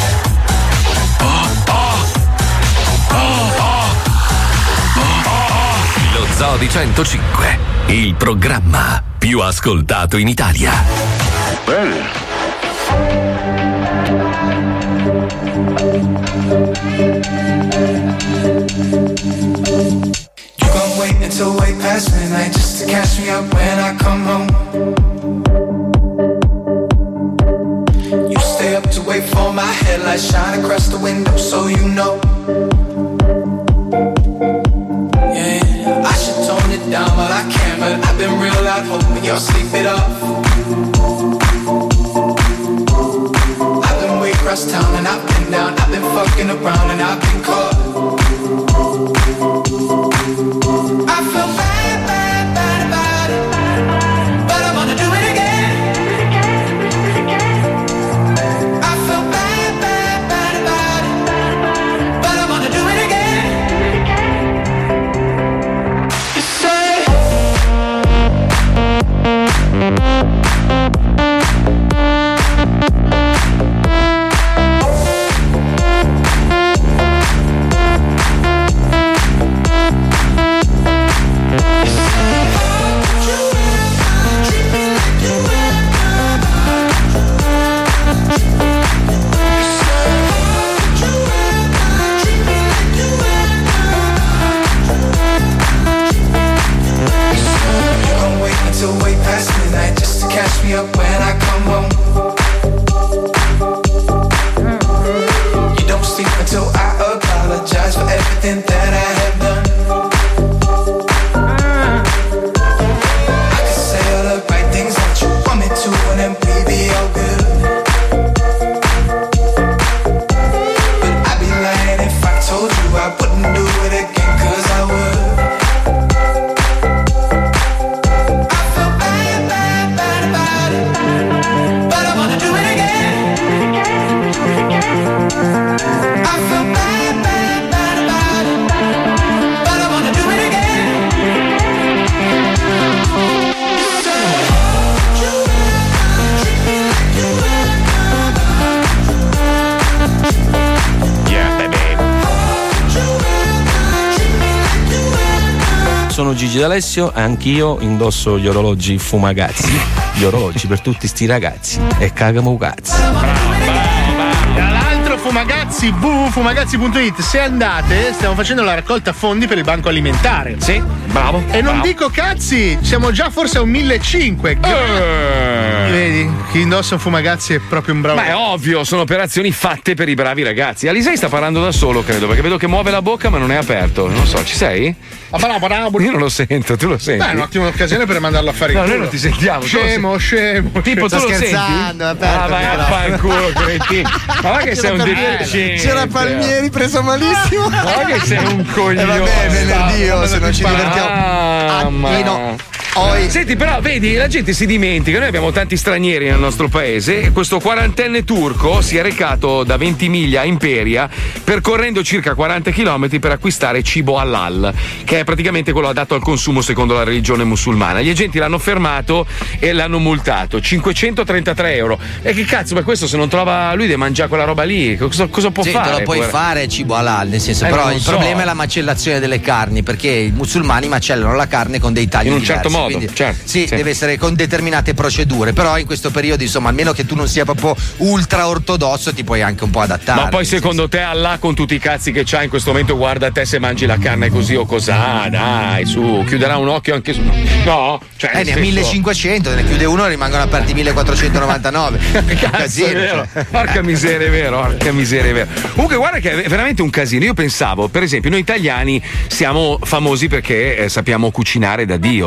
Lo Zoo di centocinque, il programma più ascoltato in Italia. Bene. You gon' wait until way past midnight just to catch me up when I come home. You stay up to wait for my headlights shine across the window so you know. Yeah, I should tone it down, but I can't. But I've been real loud, hoping you'll sleep it off. I've been way across town and I've been down. I've been fucking around and I've been caught. I feel bad, bad, bad about it, but I wanna do it again. I feel bad, bad, bad about it, but I wanna do it again. You say catch me up when I come home. You don't sleep until I apologize for everything that I have done. I can say all the right things that you want me to, and then we be all good. But I'd be lying if I told you I wouldn't do it again, cause I would. Sono Gigi D'Alessio e anch'io indosso gli orologi Fumagazzi. Gli orologi per tutti sti ragazzi. E cagamo cazzi. Tra l'altro Fumagazzi, w w w punto fumagazzi punto it, se andate stiamo facendo la raccolta fondi per il banco alimentare. Sì, bravo. E non bravo. dico cazzi, siamo già forse a un millecinquecento. Eh. Vedi, chi indossa un Fumagazzi è proprio un bravo. Ma è ovvio, sono operazioni fatte per i bravi ragazzi. Alisei sta parlando da solo, credo, perché vedo che muove la bocca ma non è aperto. Non so, ci sei? Io non lo sento, tu lo senti? Beh, è un'ottima occasione per mandarlo a fare il No, culo. noi non ti sentiamo. Scemo, scemo. Tipo, tu Sto lo scherzando, senti? aperto, Ah, vai a fanculo, cretino. Ma va che sei un deficiente. C'era Palmieri preso malissimo. Ma va che sei un coglione. E vabbè, venerdì, oh, se non ci divertiamo. Ah, ma... Oi. Senti, però, vedi, la gente si dimentica. Noi abbiamo tanti stranieri nel nostro paese. E questo quarantenne turco si è recato da Ventimiglia a Imperia, percorrendo circa quaranta chilometri per acquistare cibo halal, che è praticamente quello adatto al consumo secondo la religione musulmana. Gli agenti l'hanno fermato e l'hanno multato cinquecentotrentatré euro. E che cazzo, ma questo se non trova lui deve mangiare quella roba lì, cosa, cosa può sì, fare? Te lo puoi Guarda. fare cibo halal, nel senso, Eh, però non il so. problema è la macellazione delle carni, perché i musulmani macellano la carne con dei tagli In un diversi, certo modo, quindi, certo, sì, sì. deve essere con determinate procedure, però in questo periodo, insomma, almeno che tu non sia proprio ultra ortodosso, ti puoi anche un po' adattare. Ma poi secondo te Allah con tutti i cazzi che c'ha in questo momento guarda te se mangi la carne così o cos'ha? Dai, su, chiuderà un occhio anche su. No? Cioè, Eh, nel ne ha senso- millecinquecento, ne chiude uno e rimangono aperti millequattrocentonovantanove. Che Cazzo, casino, è vero. cioè. Porca miseria, è vero, porca miseria, è vero. Comunque, guarda che è veramente un casino. Io pensavo, per esempio, noi italiani siamo famosi perché eh, sappiamo cucinare da Dio, no?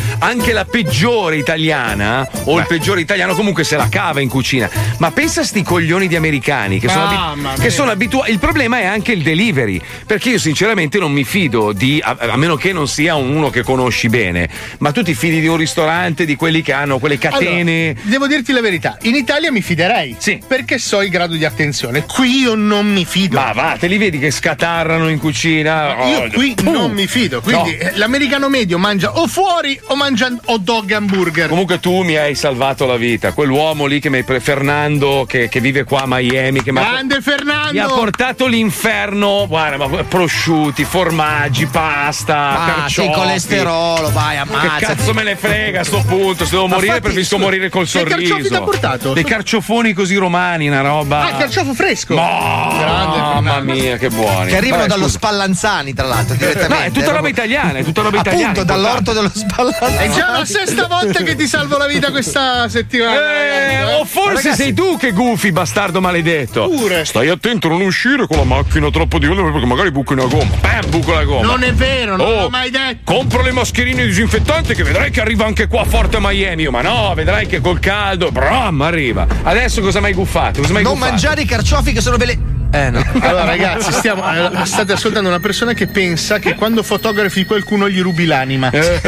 anche la peggiore italiana o Beh. il peggiore italiano comunque se la cava in cucina. Ma pensa a sti coglioni di americani che sono, abi- che sono abituati. Il problema è anche il delivery, perché io sinceramente non mi fido di, a, a meno che non sia uno che conosci bene, ma tu ti fidi di un ristorante, di quelli che hanno quelle catene? Allora, devo dirti la verità, in Italia mi fiderei, sì, perché so il grado di attenzione. Qui io non mi fido. Ma va, te li vedi che scatarrano in cucina? Io oh, qui puh. non mi fido, quindi no. L'americano medio mangia o fuori o mangia hot dog hamburger. Comunque tu mi hai salvato la vita, quell'uomo lì che mi pre- Fernando che, che vive qua a Miami, che grande mi ha, Fernando, mi ha portato l'inferno. Guarda, ma prosciutti, formaggi, pasta, ah, carciofi, sì, colesterolo, vai, ammazza. Che cazzo me ne frega a sto punto? Se devo Ma morire, fatti, preferisco su, morire col sorriso. Che carciofi ti ha portato? Dei carciofoni così romani, una roba. Ah, carciofo fresco. No, grande, mamma mia, che buoni. Che arrivano Vabbè, dallo scusa. Spallanzani, tra l'altro, direttamente. No, è tutta roba italiana, è tutta roba italiana. Appunto, dall'orto dello Spallanzani. È già la sesta volta che ti salvo la vita questa settimana. Eh, o forse ragazzi, sei tu che gufi, bastardo maledetto. Pure. Stai attento a non uscire con la macchina troppo di veleno perché magari buco una gomma. Bam, buco la gomma. Non è vero, non oh, l'ho mai detto. Compro le mascherine disinfettanti che vedrai che arriva anche qua forte a Miami. Io, ma no, vedrai che col caldo, bram, arriva. Adesso cosa mai guffato? Cosa mai non guffato? mangiare i carciofi che sono belle. Eh no. Allora ragazzi, stiamo, eh, state ascoltando una persona che pensa che quando fotografi qualcuno gli rubi l'anima. Eh.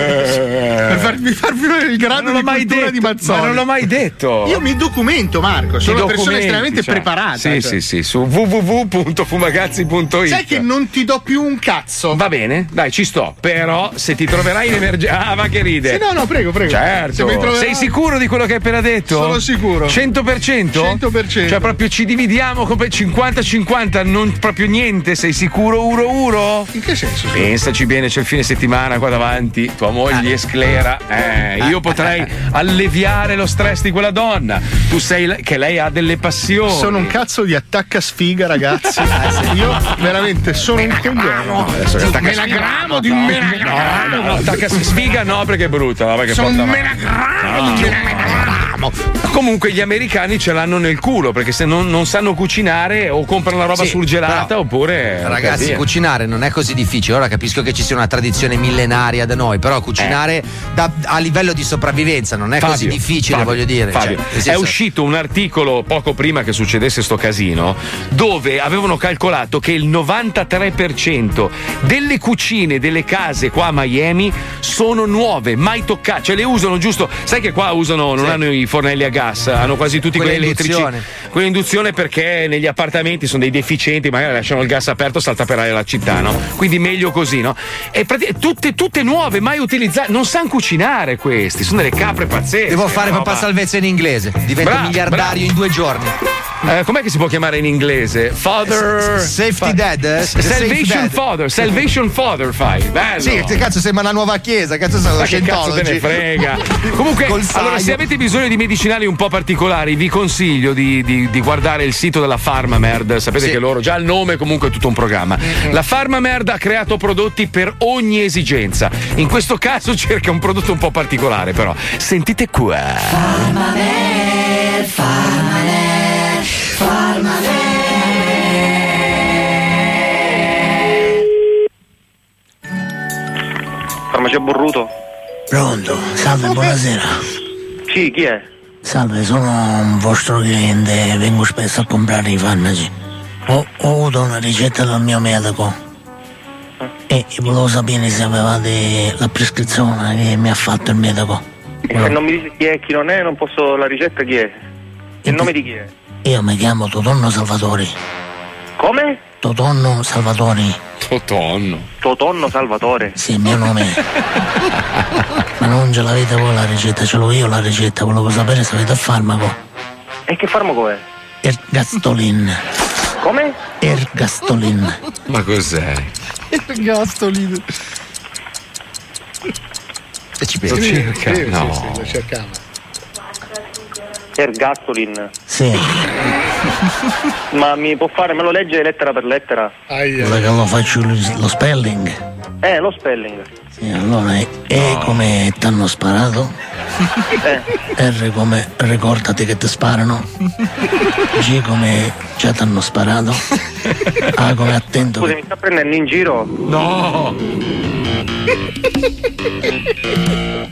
Per farvi, farvi vedere il grado di cultura di Mazzoli. Ma non l'ho mai detto. Io mi documento, Marco, sono una persona estremamente cioè. preparata. Sì, cioè. sì, sì, su w w w punto fumagazzi punto it. Sai che non ti do più un cazzo. Va bene, dai, ci sto. Però se ti troverai in emergenza. Ah, va che ride. Sì, no, no, prego, prego. Certo. troverai... Sei sicuro di quello che hai appena detto? Sono sicuro. cento per cento? cento per cento. Cioè proprio ci dividiamo come cinquanta cinquanta, non proprio niente, sei sicuro uro uro? In che senso? Pensaci bene, c'è il fine settimana qua davanti, tua moglie è sclera, eh, io potrei alleviare lo stress di quella donna. Tu sei la... che lei ha delle passioni. Sono un cazzo di attacca sfiga, ragazzi. Io veramente sono un coglione. Adesso Di un attacca menagramo, di un menagramo. No, no, attacca sfiga no, perché è brutta, no, perché sono porta un male. menagramo, di un menagramo. Comunque gli americani ce l'hanno nel culo perché se non, non sanno cucinare o comprano la roba Sì, surgelata però, oppure ragazzi, via. cucinare non è così difficile. Ora capisco che ci sia una tradizione millenaria da noi, però cucinare eh. da, a livello di sopravvivenza non è Fabio, così difficile, Fabio, voglio dire. Fabio, cioè, è uscito un articolo poco prima che succedesse sto casino dove avevano calcolato che il novantatré per cento delle cucine delle case qua a Miami sono nuove, mai toccate, cioè le usano giusto, sai che qua usano, non sì. hanno i fornelli a gas, hanno quasi tutti Quella quelli elettrici. induzione. Quella induzione perché negli appartamenti sono dei deficienti, magari lasciano il gas aperto, salta per aria la città, no? Quindi meglio così, no? E praticamente tutte, tutte nuove, mai utilizzate, non sanno cucinare questi, sono delle capre pazzesche. Devo fare no, papà ma... salvezza in inglese, divento Bravo, miliardario bravo. in due giorni. Eh, com'è che si può chiamare in inglese? Father. Safety fa... dead? Salvation Safe Father. Salvation Father fai. Bello. Sì, che cazzo sembra una nuova chiesa, cazzo sono Ma che cazzo te ne Scientology. frega? Comunque, Col saio. allora, se avete bisogno di medicinali un po' particolari, vi consiglio di, di, di guardare il sito della Pharmamerd. Sapete Sì. che loro già il nome comunque è tutto un programma. La Pharmamerd ha creato prodotti per ogni esigenza. In questo caso cerca un prodotto un po' particolare, però. Sentite qua. Pharmamerd, Pharmamerd, Pharmamerd. Farmacia Borruto. Pronto, salve, buonasera. Sì, chi è? Salve, sono un vostro cliente, vengo spesso a comprare i farmaci. Ho, ho avuto una ricetta dal mio medico e volevo sapere se avevate la prescrizione che mi ha fatto il medico. E se non mi dice chi è e chi non è, non posso la ricetta chi è? Il nome di chi è? Io mi chiamo Totonno Salvatori. Come? Totonno Salvatori. Totonno. Totonno Salvatore. Sì, il mio nome. Ma non ce l'avete voi la ricetta, ce l'ho io la ricetta, volevo sapere se avete il farmaco. E che farmaco è? Ergastolin. Come? Ergastolin. Ma cos'è? Gastolino. E ci Lo pensi? cerca? Sì, sì, No. sì, lo cercava. Ergastolin. Sì, Ma mi può fare, me lo legge lettera per lettera? Aia. vuole che lo faccio lo spelling? Eh, lo spelling. Sì, allora E come t'hanno sparato, Eh. R come ricordati che ti sparano, G come già t'hanno sparato, A come attento Scusi, che... mi sta prendendo in giro? No.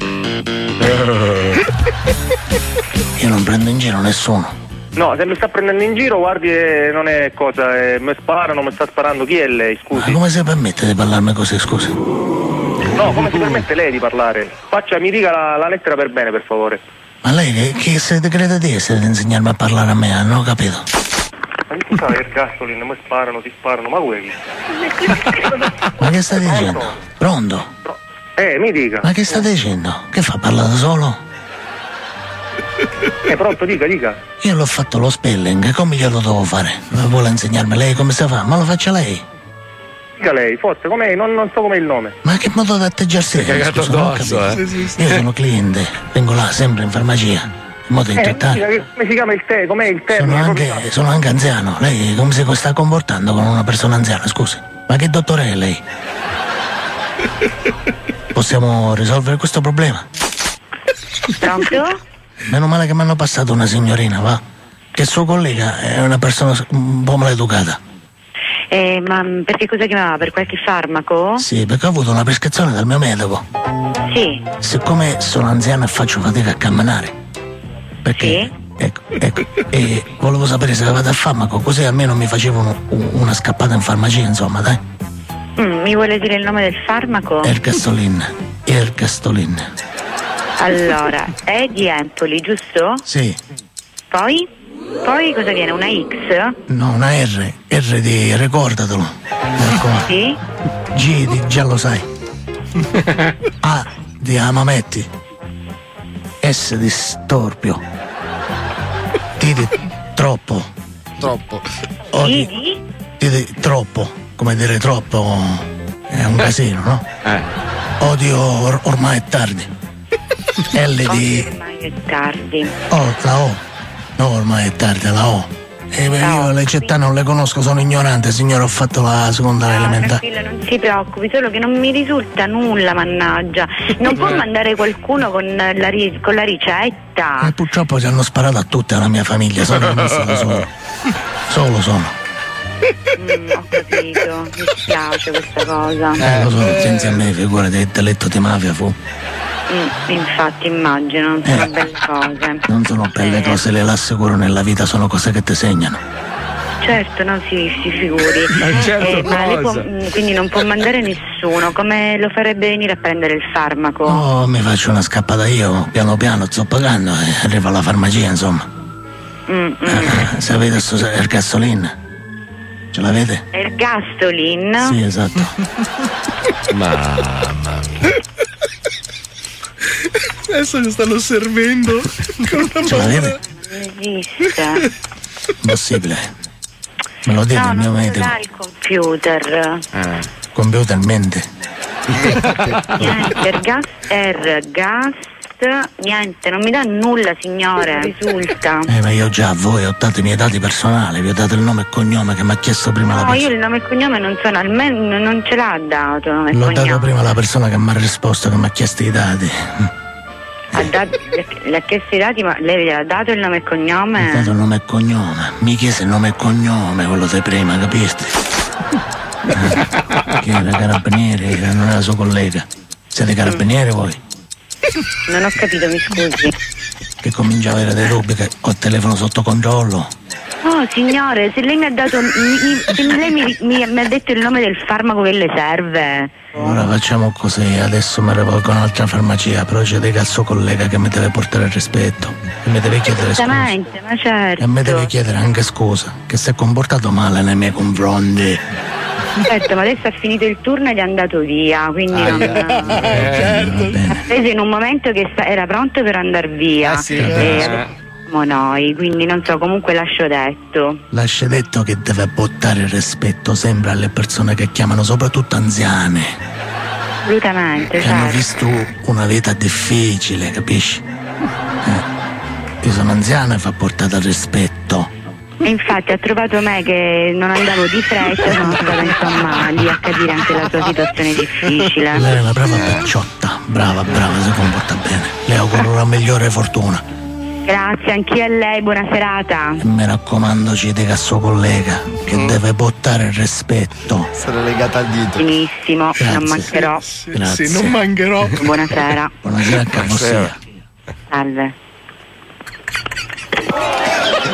Io non prendo in giro nessuno. No, se mi sta prendendo in giro, guardi, eh, non è cosa, eh, mi sparano, mi sta sparando. Chi è lei, scusi? Ma come si permette di parlarmi così, scusi? No, come si permette lei di parlare? Faccia, mi dica la, la lettera per bene, per favore. Ma lei che, che se crede di essere di insegnarmi a parlare a me? Non ho capito. Ma che sa, il gasolino, mi sparano, ti sparano, ma quelli. Ma che sta dicendo? Pronto? Eh, mi dica. Ma che sta dicendo? Che fa, parla da solo? Eh, pronto, dica, dica. Io l'ho fatto lo spelling, come glielo devo fare? Vuole insegnarmi lei come si fa? Ma lo faccia lei. Dica lei, forse, com'è? Non, non so com'è il nome. Ma che modo di atteggiarsi? È cagato addosso, eh. Io sono cliente, vengo là sempre in farmacia, in modo di Eh, trattare. dica che- come si chiama il te? Com'è il termine? Sono Proprio- anche, sono anche anziano. Lei come si sta comportando con una persona anziana, scusi? Ma che dottore è lei? Possiamo risolvere questo problema? Pronto? Meno male che mi hanno passato una signorina, va? Che suo collega è una persona un po' maleducata. Eh, ma perché cosa chiamava? Per qualche farmaco? Sì, perché ho avuto una prescrizione dal mio medico. Sì. Siccome sono anziano e faccio fatica a camminare. Perché? Sì. Ecco, ecco. E volevo sapere se avevate il farmaco, così almeno mi facevano un- una scappata in farmacia, insomma, dai. Mm, mi vuole dire il nome del farmaco? Ergastolin. Ergastolin. Allora, è di Empoli, giusto? Sì. Poi? Poi cosa viene? Una X? No, una R. R di ricordatelo. Mi raccomando. Sì. G di già lo sai. A di Amametti. S di Storpio. T di troppo. Troppo. O Di? di, T di troppo. Come dire troppo è un casino, no? Eh. Odio or- ormai è tardi. L di Ormai è tardi. O, la O. No, ormai è tardi, la O. E beh, io le città non le conosco, sono ignorante, signore, ho fatto la seconda No, elementare. tranquillo, non si preoccupi, solo che non mi risulta nulla, mannaggia. Non può mandare qualcuno con la, ri- con la ricetta? E purtroppo ci hanno sparato a tutta la mia famiglia, sono rimasto da solo. Solo sono. Mm, ho capito, mi spiace questa cosa. Eh, lo so, senza me, figurati, il deletto di mafia fu. Mm, infatti immagino, non sono Eh. belle cose. Non sono belle Eh, cose, le l'assicuro, nella vita sono cose che ti segnano. Certo, no, si, si figuri. Ma certo Eh, ma lei può, cosa? mm, quindi non può mandare nessuno, come lo farebbe venire a prendere il farmaco? Oh, mi faccio una scappata io, piano piano, sto pagando e arrivo alla farmacia, insomma. Mm, mm. Eh, se avete sto il gasolin, ce l'avete? È il Gastolin? Sì, esatto. Mamma mia. Adesso mi stanno servendo con una Ce l'avete? Non esiste. Impossibile. Me lo dite No, il mio non ce medico. l'ha il computer. Computer mente. Niente, il gas, er, gas, niente, non mi dà nulla, signore. Non risulta. Eh, ma io già a voi ho dato i miei dati personali, vi ho dato il nome e cognome che mi ha chiesto prima la No, persona. io il nome e cognome non sono, almeno non ce l'ha dato nome e L'ho cognome. dato prima la persona che mi ha risposto, che mi ha chiesto i dati. Ha dato, le, le ha chiesto i dati, ma lei le ha dato il nome e Mi ha cognome? dato il nome e cognome. Mi chiese il nome e cognome, quello di prima, capiste? Eh, che era carabinieri, era- non era suo collega. Siete carabinieri voi? Non ho capito, mi scusi. Che comincia a avere dei dubbi che ho il telefono sotto controllo. Oh, signore, se lei mi ha dato. mi- mi- se lei mi, mi- mi ha detto il nome del farmaco che le serve. Ora facciamo così, adesso mi rivolgo a un'altra farmacia, però c'è dei cazzo collega che mi deve portare il rispetto. E mi deve chiedere scusa. Esattamente, ma certo. E mi deve chiedere anche scusa, che si è comportato male nei miei confronti. Certo, ma adesso ha finito il turno ed è andato via, quindi non. Ha preso in un momento che sta- era pronto per andare via. sì, e eh. adesso siamo noi, quindi non so, comunque lascio detto. Lascia detto che deve buttare il rispetto sempre alle persone che chiamano, soprattutto anziane, Assolutamente, che hanno certo. visto una vita difficile, capisci? Eh, io sono anziano e fa portata al rispetto. E infatti ha trovato me che non andavo di fretta, sono stata insomma lì a capire anche la sua situazione difficile. Lei è una brava picciotta, brava, brava, si comporta bene. Le auguro la migliore fortuna. Grazie, anch'io a lei, buona serata. E mi raccomando, ci dica a suo collega che deve buttare il rispetto. Sarà legata al dito. Benissimo, Grazie. non mancherò. Grazie. Sì, non mancherò. Buonasera. Buonasera a Carrossia. Salve.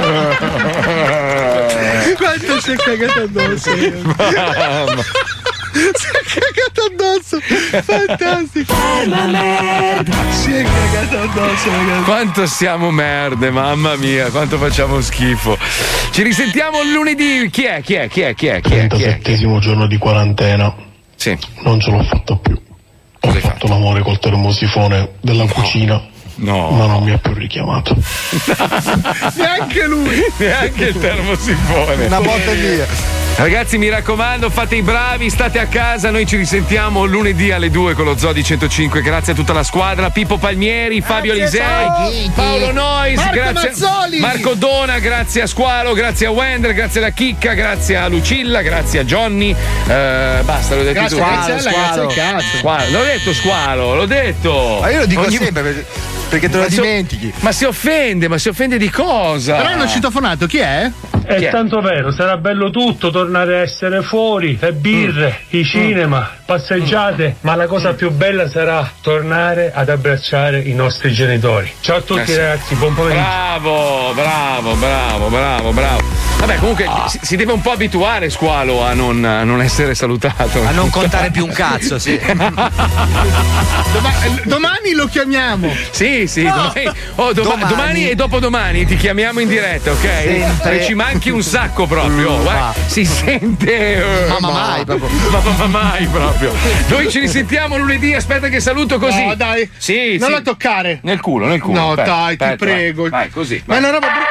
Quanto si è cagato addosso. Mamma. Si è cagato addosso. Fantastico. La merda. Si è cagato addosso, ragazzi. Quanto siamo merde, mamma mia, quanto facciamo schifo. Ci risentiamo lunedì. Chi è? Chi è? Chi è? Chi è? Chi è? Chi è? trentasettesimo giorno di quarantena. Sì. Non ce l'ho fatta più. Ho fatto, fatto l'amore col termosifone della no. cucina. No. Ma non mi ha più richiamato. Neanche lui. Neanche il termosifone. Una botta via. Ragazzi, mi raccomando, fate i bravi, state a casa. Noi ci risentiamo lunedì alle due con lo Zoo di centocinque. Grazie a tutta la squadra. Pippo Palmieri, Fabio Alisei, Paolo Nois, Marco grazie Mazzoli, Marco Dona, grazie a Squalo, grazie a Wender, grazie alla Chicca, grazie a Lucilla, grazie a Johnny. Eh, basta, l'ho detto grazie, tu. Grazie, Squalo, grazie al cazzo. Squalo. L'ho detto Squalo, l'ho detto. Ma io lo dico Ogni... sempre perché te lo ma dimentichi. Si, ma si offende, ma si offende di cosa? Però hanno citofonato, chi è? È chi tanto è? Vero, sarà bello tutto, tornare a essere fuori, le birre, mm. i cinema, mm. passeggiate, mm. ma la cosa più bella sarà tornare ad abbracciare i nostri genitori. Ciao a tutti, eh sì. ragazzi, buon pomeriggio. Bravo, bravo, bravo, bravo, bravo. Vabbè, comunque ah. si, si deve un po' abituare, Squalo, a non, a non essere salutato. A non contare più un cazzo, sì. Doma- domani lo chiamiamo. Sì, sì, no. domani, oh, doma- domani. domani e dopodomani ti chiamiamo in diretta, ok? Sempre. Ci manchi un sacco proprio. Uh, guarda, si sente. Uh, mamma ma, mai proprio. Mamma mai proprio. Noi ci risentiamo lunedì, aspetta che saluto così. No, dai. Sì, non sì. la toccare. Nel culo, nel culo. No, aspetta, dai, aspetta, ti prego. Vai, vai così. Ma vai. è una roba brutta.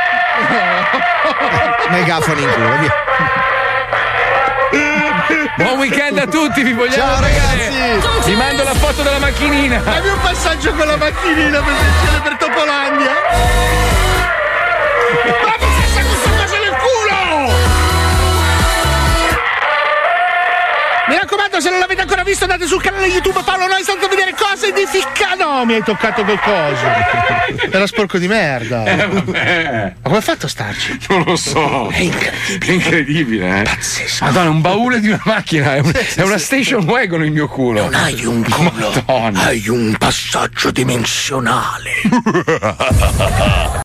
Megafono in culo, via. Buon weekend a tutti, vi vogliamo ciao, bene. Ragazzi. Vi mando la foto della macchinina. Dammi un passaggio con la macchinina per piacere per Topolandia. Ma passa questa cosa nel culo! Mi raccomando, se non l'avete ancora visto, andate sul canale YouTube Paolo Nois, tanto a vedere cose di ficca. No, mi hai toccato quel coso. Era sporco di merda. Eh, vabbè. Ma come hai fatto a starci? Non lo so. È incredibile. È incredibile, eh. Pazzesco. Madonna, un baule di una macchina. È, un, sì, è una sì, station wagon il mio culo. Non hai un culo. Madonna. Hai un passaggio dimensionale.